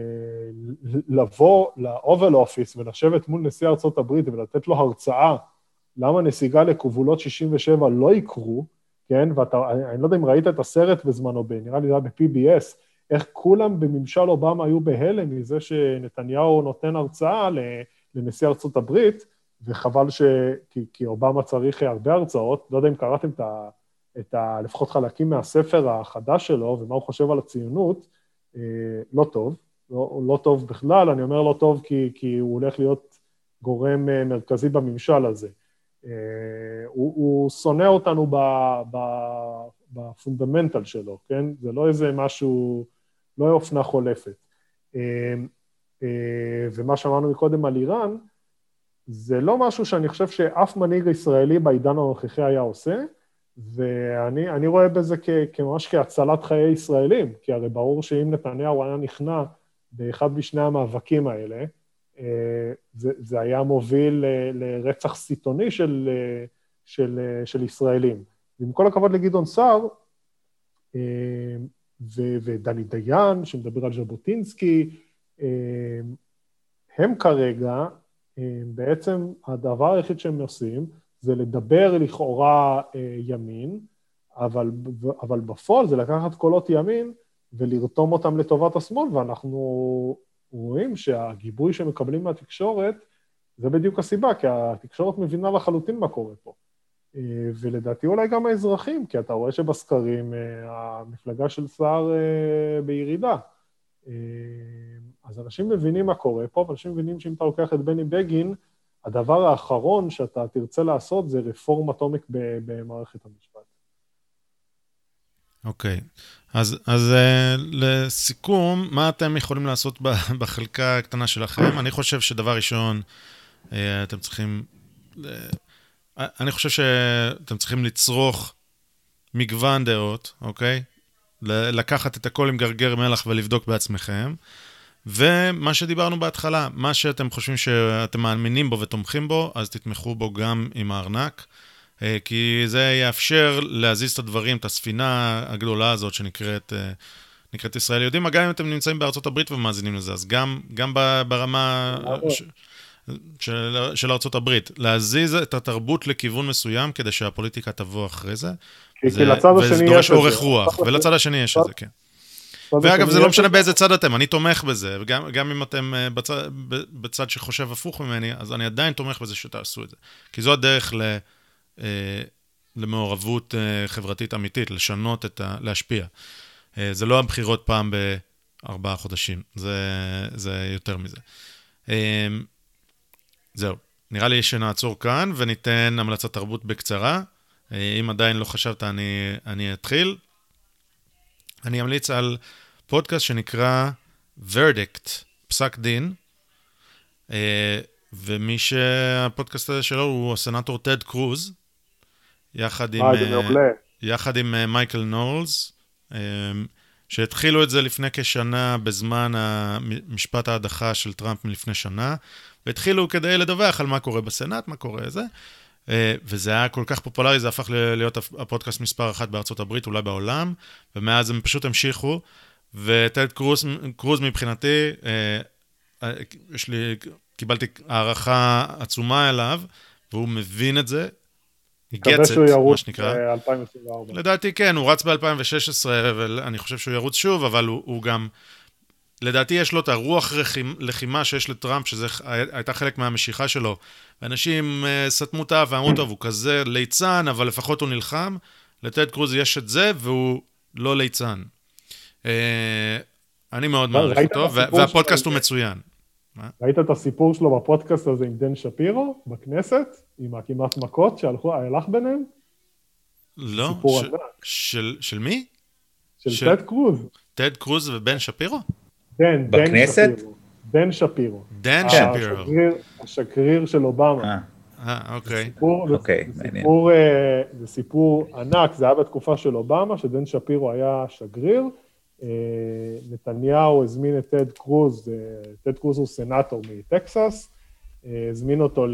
לבוא לאובל אופיס ולשבת מול נשיא ארצות הברית ולתת לו הרצאה למה נסיגה לגבולות שישים ושבע לא יקרו, כן? ואתה, אני לא יודע אם ראית את הסרט בזמנו, נראה לי זה היה ב-פי בי אס, איך כולם בממשל אובמה היו בהלם מזה שנתניהו נותן הרצאה לנשיא ארצות הברית, וחבל ש... כי, כי אובמה צריך הרבה הרצאות, לא יודע אם קראתם את ה... את ה... לפחות חלקים מהספר החדש שלו, ומה הוא חושב על הציונות, אה, לא טוב, לא, לא טוב בכלל, אני אומר לא טוב כי, כי הוא הולך להיות גורם מרכזי בממשל הזה. אה, הוא, הוא שונא אותנו ב, ב, בפונדמנטל שלו, כן? זה לא איזה משהו, לא אופנה חולפת. אה, אה, ומה שאמרנו מקודם על איראן, זה לא משהו שאני חושב שאף מנהיג ישראלי בעידן הנוכחי היה עושה, ואני אני רואה בזה כ, כממש כהצלת חיי ישראלים, כי הרי ברור שאם נתניהו היה נכנע באחד משני המאבקים האלה, זה, זה היה מוביל ל, לרצח סיטוני של, של, של ישראלים. ועם כל הכבוד לגדעון סער, ו, ודני דיין, שמדבר על ז'בוטינסקי, הם כרגע, בעצם הדבר היחיד שהם עושים, זה לדבר לכאורה ימין, אבל, אבל בפועל זה לקחת קולות ימין, ולרתום אותם לטובת השמאל, ואנחנו רואים שהגיבוי שמקבלים מהתקשורת, זה בדיוק הסיבה, כי התקשורת מבינה לחלוטין מה קורה פה. ולדעתי אולי גם האזרחים, כי אתה רואה שבסקרים המפלגה של סער בירידה. אז אנשים מבינים מה קורה פה, ואנשים מבינים שאם אתה לוקח את בני בגין, הדבר האחרון שאתה תרצה לעשות זה רפורמת עומק במערכת המשפט. אוקיי, אז, אז uh, לסיכום, מה אתם יכולים לעשות בחלקה הקטנה שלכם? אני חושב שדבר ראשון, uh, אתם צריכים, uh, אני חושב שאתם צריכים לצרוך מגוון דעות, אוקיי? לקחת את הכל עם גרגר מלח ולבדוק בעצמכם, ומה שדיברנו בהתחלה, מה שאתם חושבים שאתם מאמינים בו ותומכים בו, אז תתמכו בו גם עם הארנק, כי זה יאפשר להזיז את הדברים, את הספינה הגדולה הזאת שנקראת נקראת ישראל. יודעים, גם אם אתם נמצאים בארצות הברית ומאזינים לזה, אז גם, גם ברמה ש, של, של ארצות הברית, להזיז את התרבות לכיוון מסוים, כדי שהפוליטיקה תבוא אחרי זה, זה וזה דורש אורך רוח, ולצד השני יש את זה, כן. ואגב, זה לא משנה באיזה צד אתם, אני תומך בזה, וגם גם אם אתם בצד, בצד שחושב הפוך ממני, אז אני עדיין תומך בזה שתעשו את זה. כי זו הדרך ל, למעורבות חברתית אמיתית, לשנות את ה... להשפיע. זה לא הבחירות פעם בארבעה חודשים, זה, זה יותר מזה. זהו, נראה לי שנעצור כאן, וניתן המלצת תרבות בקצרה. אם עדיין לא חשבת, אני, אני אתחיל. אני אמליץ על פודקאסט שנקרא Verdict, פסק דין, ומי שהפודקאסט הזה שלו הוא הסנאטור טד קרוז, יחד עם, יחד עם מייקל נולס, שהתחילו את זה לפני כשנה בזמן המשפט ההדחה של טראמפ מלפני שנה, והתחילו כדי לדווח על מה קורה בסנאט, מה קורה זה, וזה היה כל כך פופולרי, זה הפך להיות הפודקאסט מספר אחת בארצות הברית, אולי בעולם, ומאז הם פשוט המשיכו, וטד קרוז, קרוז מבחינתי, יש לי, קיבלתי הערכה עצומה אליו, והוא מבין את זה, מקווה שהוא ירוץ ב-אלפיים עשרים וארבע. לדעתי כן, הוא רץ ב-אלפיים ושש עשרה, ואני חושב שהוא ירוץ שוב, אבל הוא, הוא גם, לדעתי יש לו את הרוח לחימה שיש לטראמפ, שזה הייתה חלק מהמשיכה שלו, ואנשים סתמו תא ואמרו טוב, הוא כזה ליצן, אבל לפחות הוא נלחם, לטד קרוז יש את זה, והוא לא ליצן. אני מאוד מעריך אותו, והפודקאסט הוא מצוין. ראית את הסיפור שלו בפודקאסט הזה עם דן שפירו, בכנסת, עם הכמעט מכות שהלכו, הלך ביניהם? לא, של מי? של טד קרוז. טד קרוז ובן שפירו? דן, דן שפירו. דן שפירו. דן שפירו. השגריר של אובמה. אה, אוקיי. אוקיי, מעניין. זה סיפור ענק, זה היה בתקופה של אובמה, שדן שפירו היה שגריר, נתניהו הזמין את טד קרוז, טד קרוז הוא סנאטור מטקסס, הזמין אותו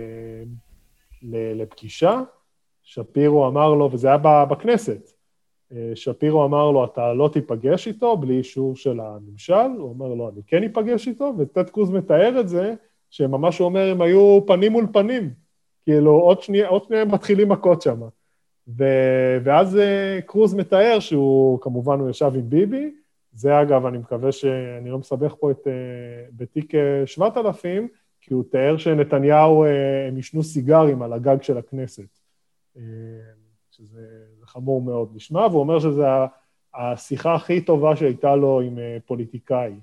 לפגישה, שפירו אמר לו, וזה היה בכנסת, שפירו אמר לו, אתה לא תיפגש איתו בלי אישור של הממשל, הוא אומר לו, אני כן איפגש איתו, וטד קרוז מתאר את זה, שממש הוא אומר, הם היו פנים מול פנים, כאילו עוד שנייה, עוד שנייה הם מתחילים מכות שם. ואז קרוז מתאר שהוא, כמובן הוא ישב עם ביבי, זה אגב, אני מקווה שאני לא מסבך פה את בתיק שבעת אלפים, כי הוא תיאר שנתניהו, הם ישנו סיגרים על הגג של הכנסת, שזה חמור מאוד לשמע, והוא אומר שזה השיחה הכי טובה שהייתה לו עם פוליטיקאי,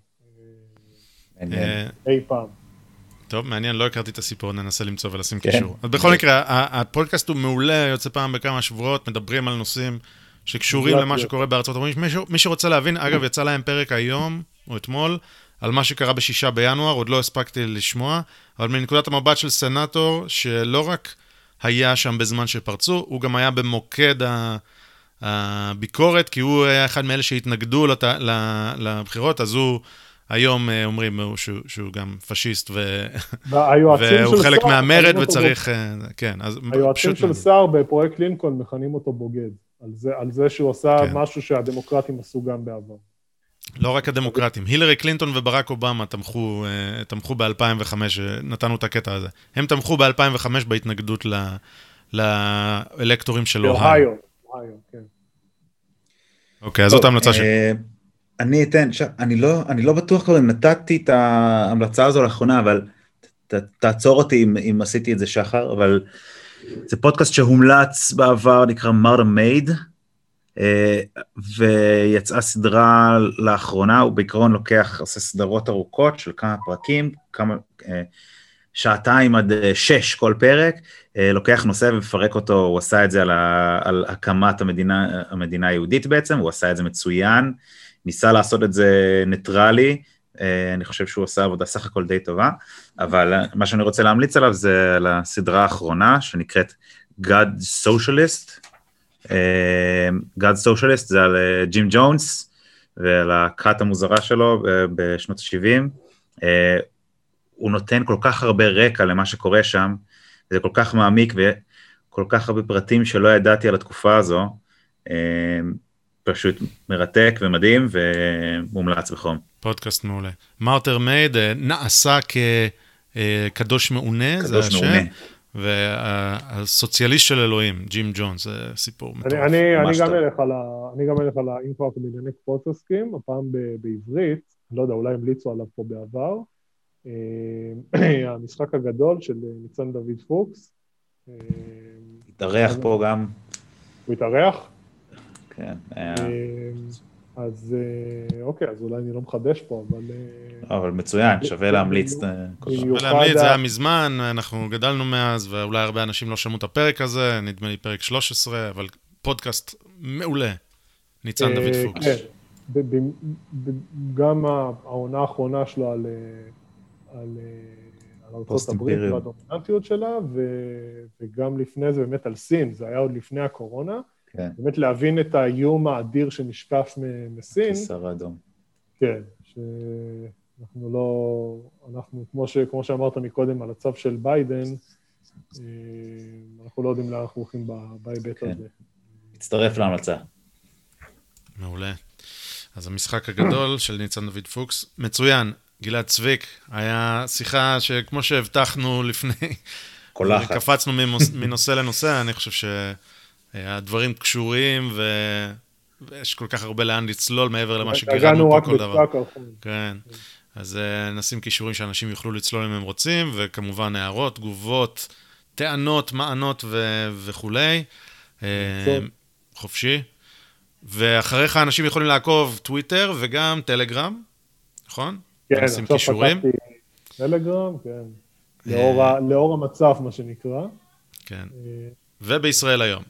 אי פעם. טוב, מעניין, לא הכרתי את הסיפור, ננסה למצוא ולשים קישור. אז בכל מקרה, הפודקאסט הוא מעולה, יוצא פעם בכמה שבועות, מדברים על נושאים שקשורים למה שקורה בארצות הברית. מי שרוצה להבין, אגב, יצא להם פרק היום, או אתמול, על מה שקרה בשישה בינואר, עוד לא הספקתי לשמוע, אבל מנקודת המבט של סנאטור, שלא רק היה שם בזמן שפרצו, הוא גם היה במוקד הביקורת, כי הוא היה אחד מאלה שהתנגדו לבחירות, אז הוא היום אומרים שהוא גם פשיסט, והוא חלק מהמרד וצריך, כן, אז היועצים של שר בפרויקט לינקולן מכנים אותו בוגד, על זה שהוא עושה משהו שהדמוקרטים עשו גם בעבר. לא רק הדמוקרטים, הילרי קלינטון וברק אובמה תמכו, תמכו ב-אלפיים וחמש, נתנו את הקטע הזה. הם תמכו ב-אלפיים וחמש בהתנגדות לאלקטורים של אוהיו. כן. אוקיי, אז זאת ההמלצה שלי. אני אתן, אני לא, אני לא בטוח כבר אם נתתי את ההמלצה הזו לאחרונה, אבל תעצור אותי אם, אם עשיתי את זה שחר, אבל זה פודקאסט שהומלץ בעבר, נקרא Murder Made, ויצאה סדרה לאחרונה, הוא בעיקרון לוקח, עושה סדרות ארוכות של כמה פרקים, כמה, שעתיים עד שש כל פרק, לוקח נושא ומפרק אותו, הוא עשה את זה על, ה, על הקמת המדינה, המדינה היהודית בעצם, הוא עשה את זה מצוין, ניסה לעשות את זה ניטרלי, אני חושב שהוא עושה עבודה סך הכל די טובה, אבל מה שאני רוצה להמליץ עליו זה על הסדרה האחרונה, שנקראת God Socialist, God Socialist זה על ג'ים ג'ונס, ועל הכת המוזרה שלו בשנות ה-שבעים, הוא נותן כל כך הרבה רקע למה שקורה שם, זה כל כך מעמיק וכל כך הרבה פרטים שלא ידעתי על התקופה הזו, פשוט מרתק ומדהים ומומלץ בחום. פודקאסט מעולה. מרטר מייד נעשה כקדוש מעונה, זה השם, והסוציאליסט של אלוהים, ג'ים ג'ונס, זה סיפור מטורף. אני גם אלך על האינפורט בענייני פודקאסטים, הפעם בעברית, לא יודע, אולי המליצו עליו פה בעבר, המשחק הגדול של ניצן דוד פוקס. התארח פה גם. הוא התארח? כן. אז אוקיי, אז אולי אני לא מחדש פה, אבל... אבל מצוין, שווה להמליץ. שווה להמליץ, זה היה מזמן, אנחנו גדלנו מאז, ואולי הרבה אנשים לא שמעו את הפרק הזה, נדמה לי פרק שלוש עשרה, אבל פודקאסט מעולה, ניצן דוד פוקס. כן, גם העונה האחרונה שלו על ארצות הברית והדומיננטיות שלה, וגם לפני זה באמת על סין, זה היה עוד לפני הקורונה, באמת להבין את האיום האדיר שנשקף מסין. חיסר אדום. כן, שאנחנו לא, אנחנו, כמו, ש, כמו שאמרת מקודם על הצו של ביידן, אנחנו לא יודעים לאן אנחנו הולכים בהיבט הזה. מצטרף להמלצה. מעולה. אז המשחק הגדול של ניצן דוד פוקס, מצוין. גלעד צביק, היה שיחה שכמו שהבטחנו לפני, קפצנו מנושא לנושא, אני חושב ש... הדברים קשורים, ויש כל כך הרבה לאן לצלול מעבר למה שגירדנו פה כל דבר. כן, אז נשים קישורים שאנשים יוכלו לצלול אם הם רוצים, וכמובן הערות, תגובות, טענות, מענות וכולי. חופשי. ואחריך אנשים יכולים לעקוב טוויטר וגם טלגרם, נכון? כן, עכשיו פתחתי טלגרם, כן. לאור המצב, מה שנקרא. כן. ובישראל היום.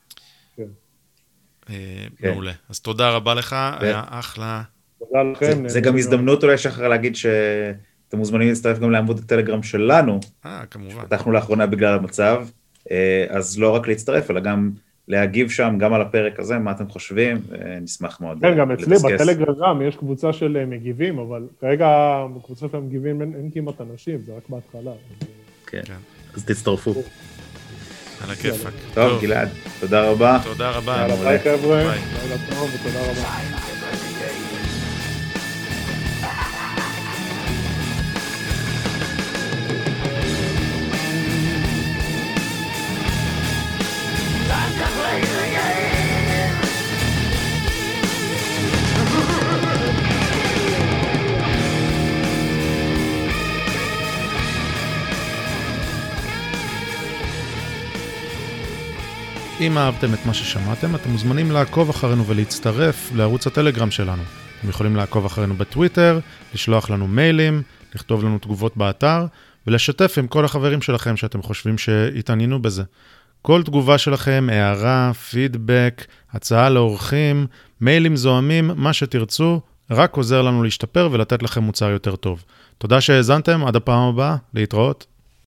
מעולה. אז תודה רבה לך, היה אחלה. תודה לכם. זה גם הזדמנות אולי שחר להגיד אתם מוזמנים להצטרף גם לעמוד הטלגרם שלנו. אה, כמובן. פתחנו לאחרונה בגלל המצב, אז לא רק להצטרף, אלא גם להגיב שם, גם על הפרק הזה, מה אתם חושבים, נשמח מאוד. כן, גם אצלי בטלגרם יש קבוצה של מגיבים, אבל כרגע בקבוצה של המגיבים אין כמעט אנשים, זה רק בהתחלה. כן, אז תצטרפו. על הכיפק. טוב, גלעד, תודה רבה. תודה רבה. יאללה, ביי חבר'ה. לילה טוב ותודה רבה. אם אהבתם את מה ששמעתם, אתם מוזמנים לעקוב אחרינו ולהצטרף לערוץ הטלגרם שלנו. אתם יכולים לעקוב אחרינו בטוויטר, לשלוח לנו מיילים, לכתוב לנו תגובות באתר, ולשתף עם כל החברים שלכם שאתם חושבים שהתעניינו בזה. כל תגובה שלכם, הערה, פידבק, הצעה לאורחים, מיילים זוהמים, מה שתרצו, רק עוזר לנו להשתפר ולתת לכם מוצר יותר טוב. תודה שהאזנתם, עד הפעם הבאה, להתראות.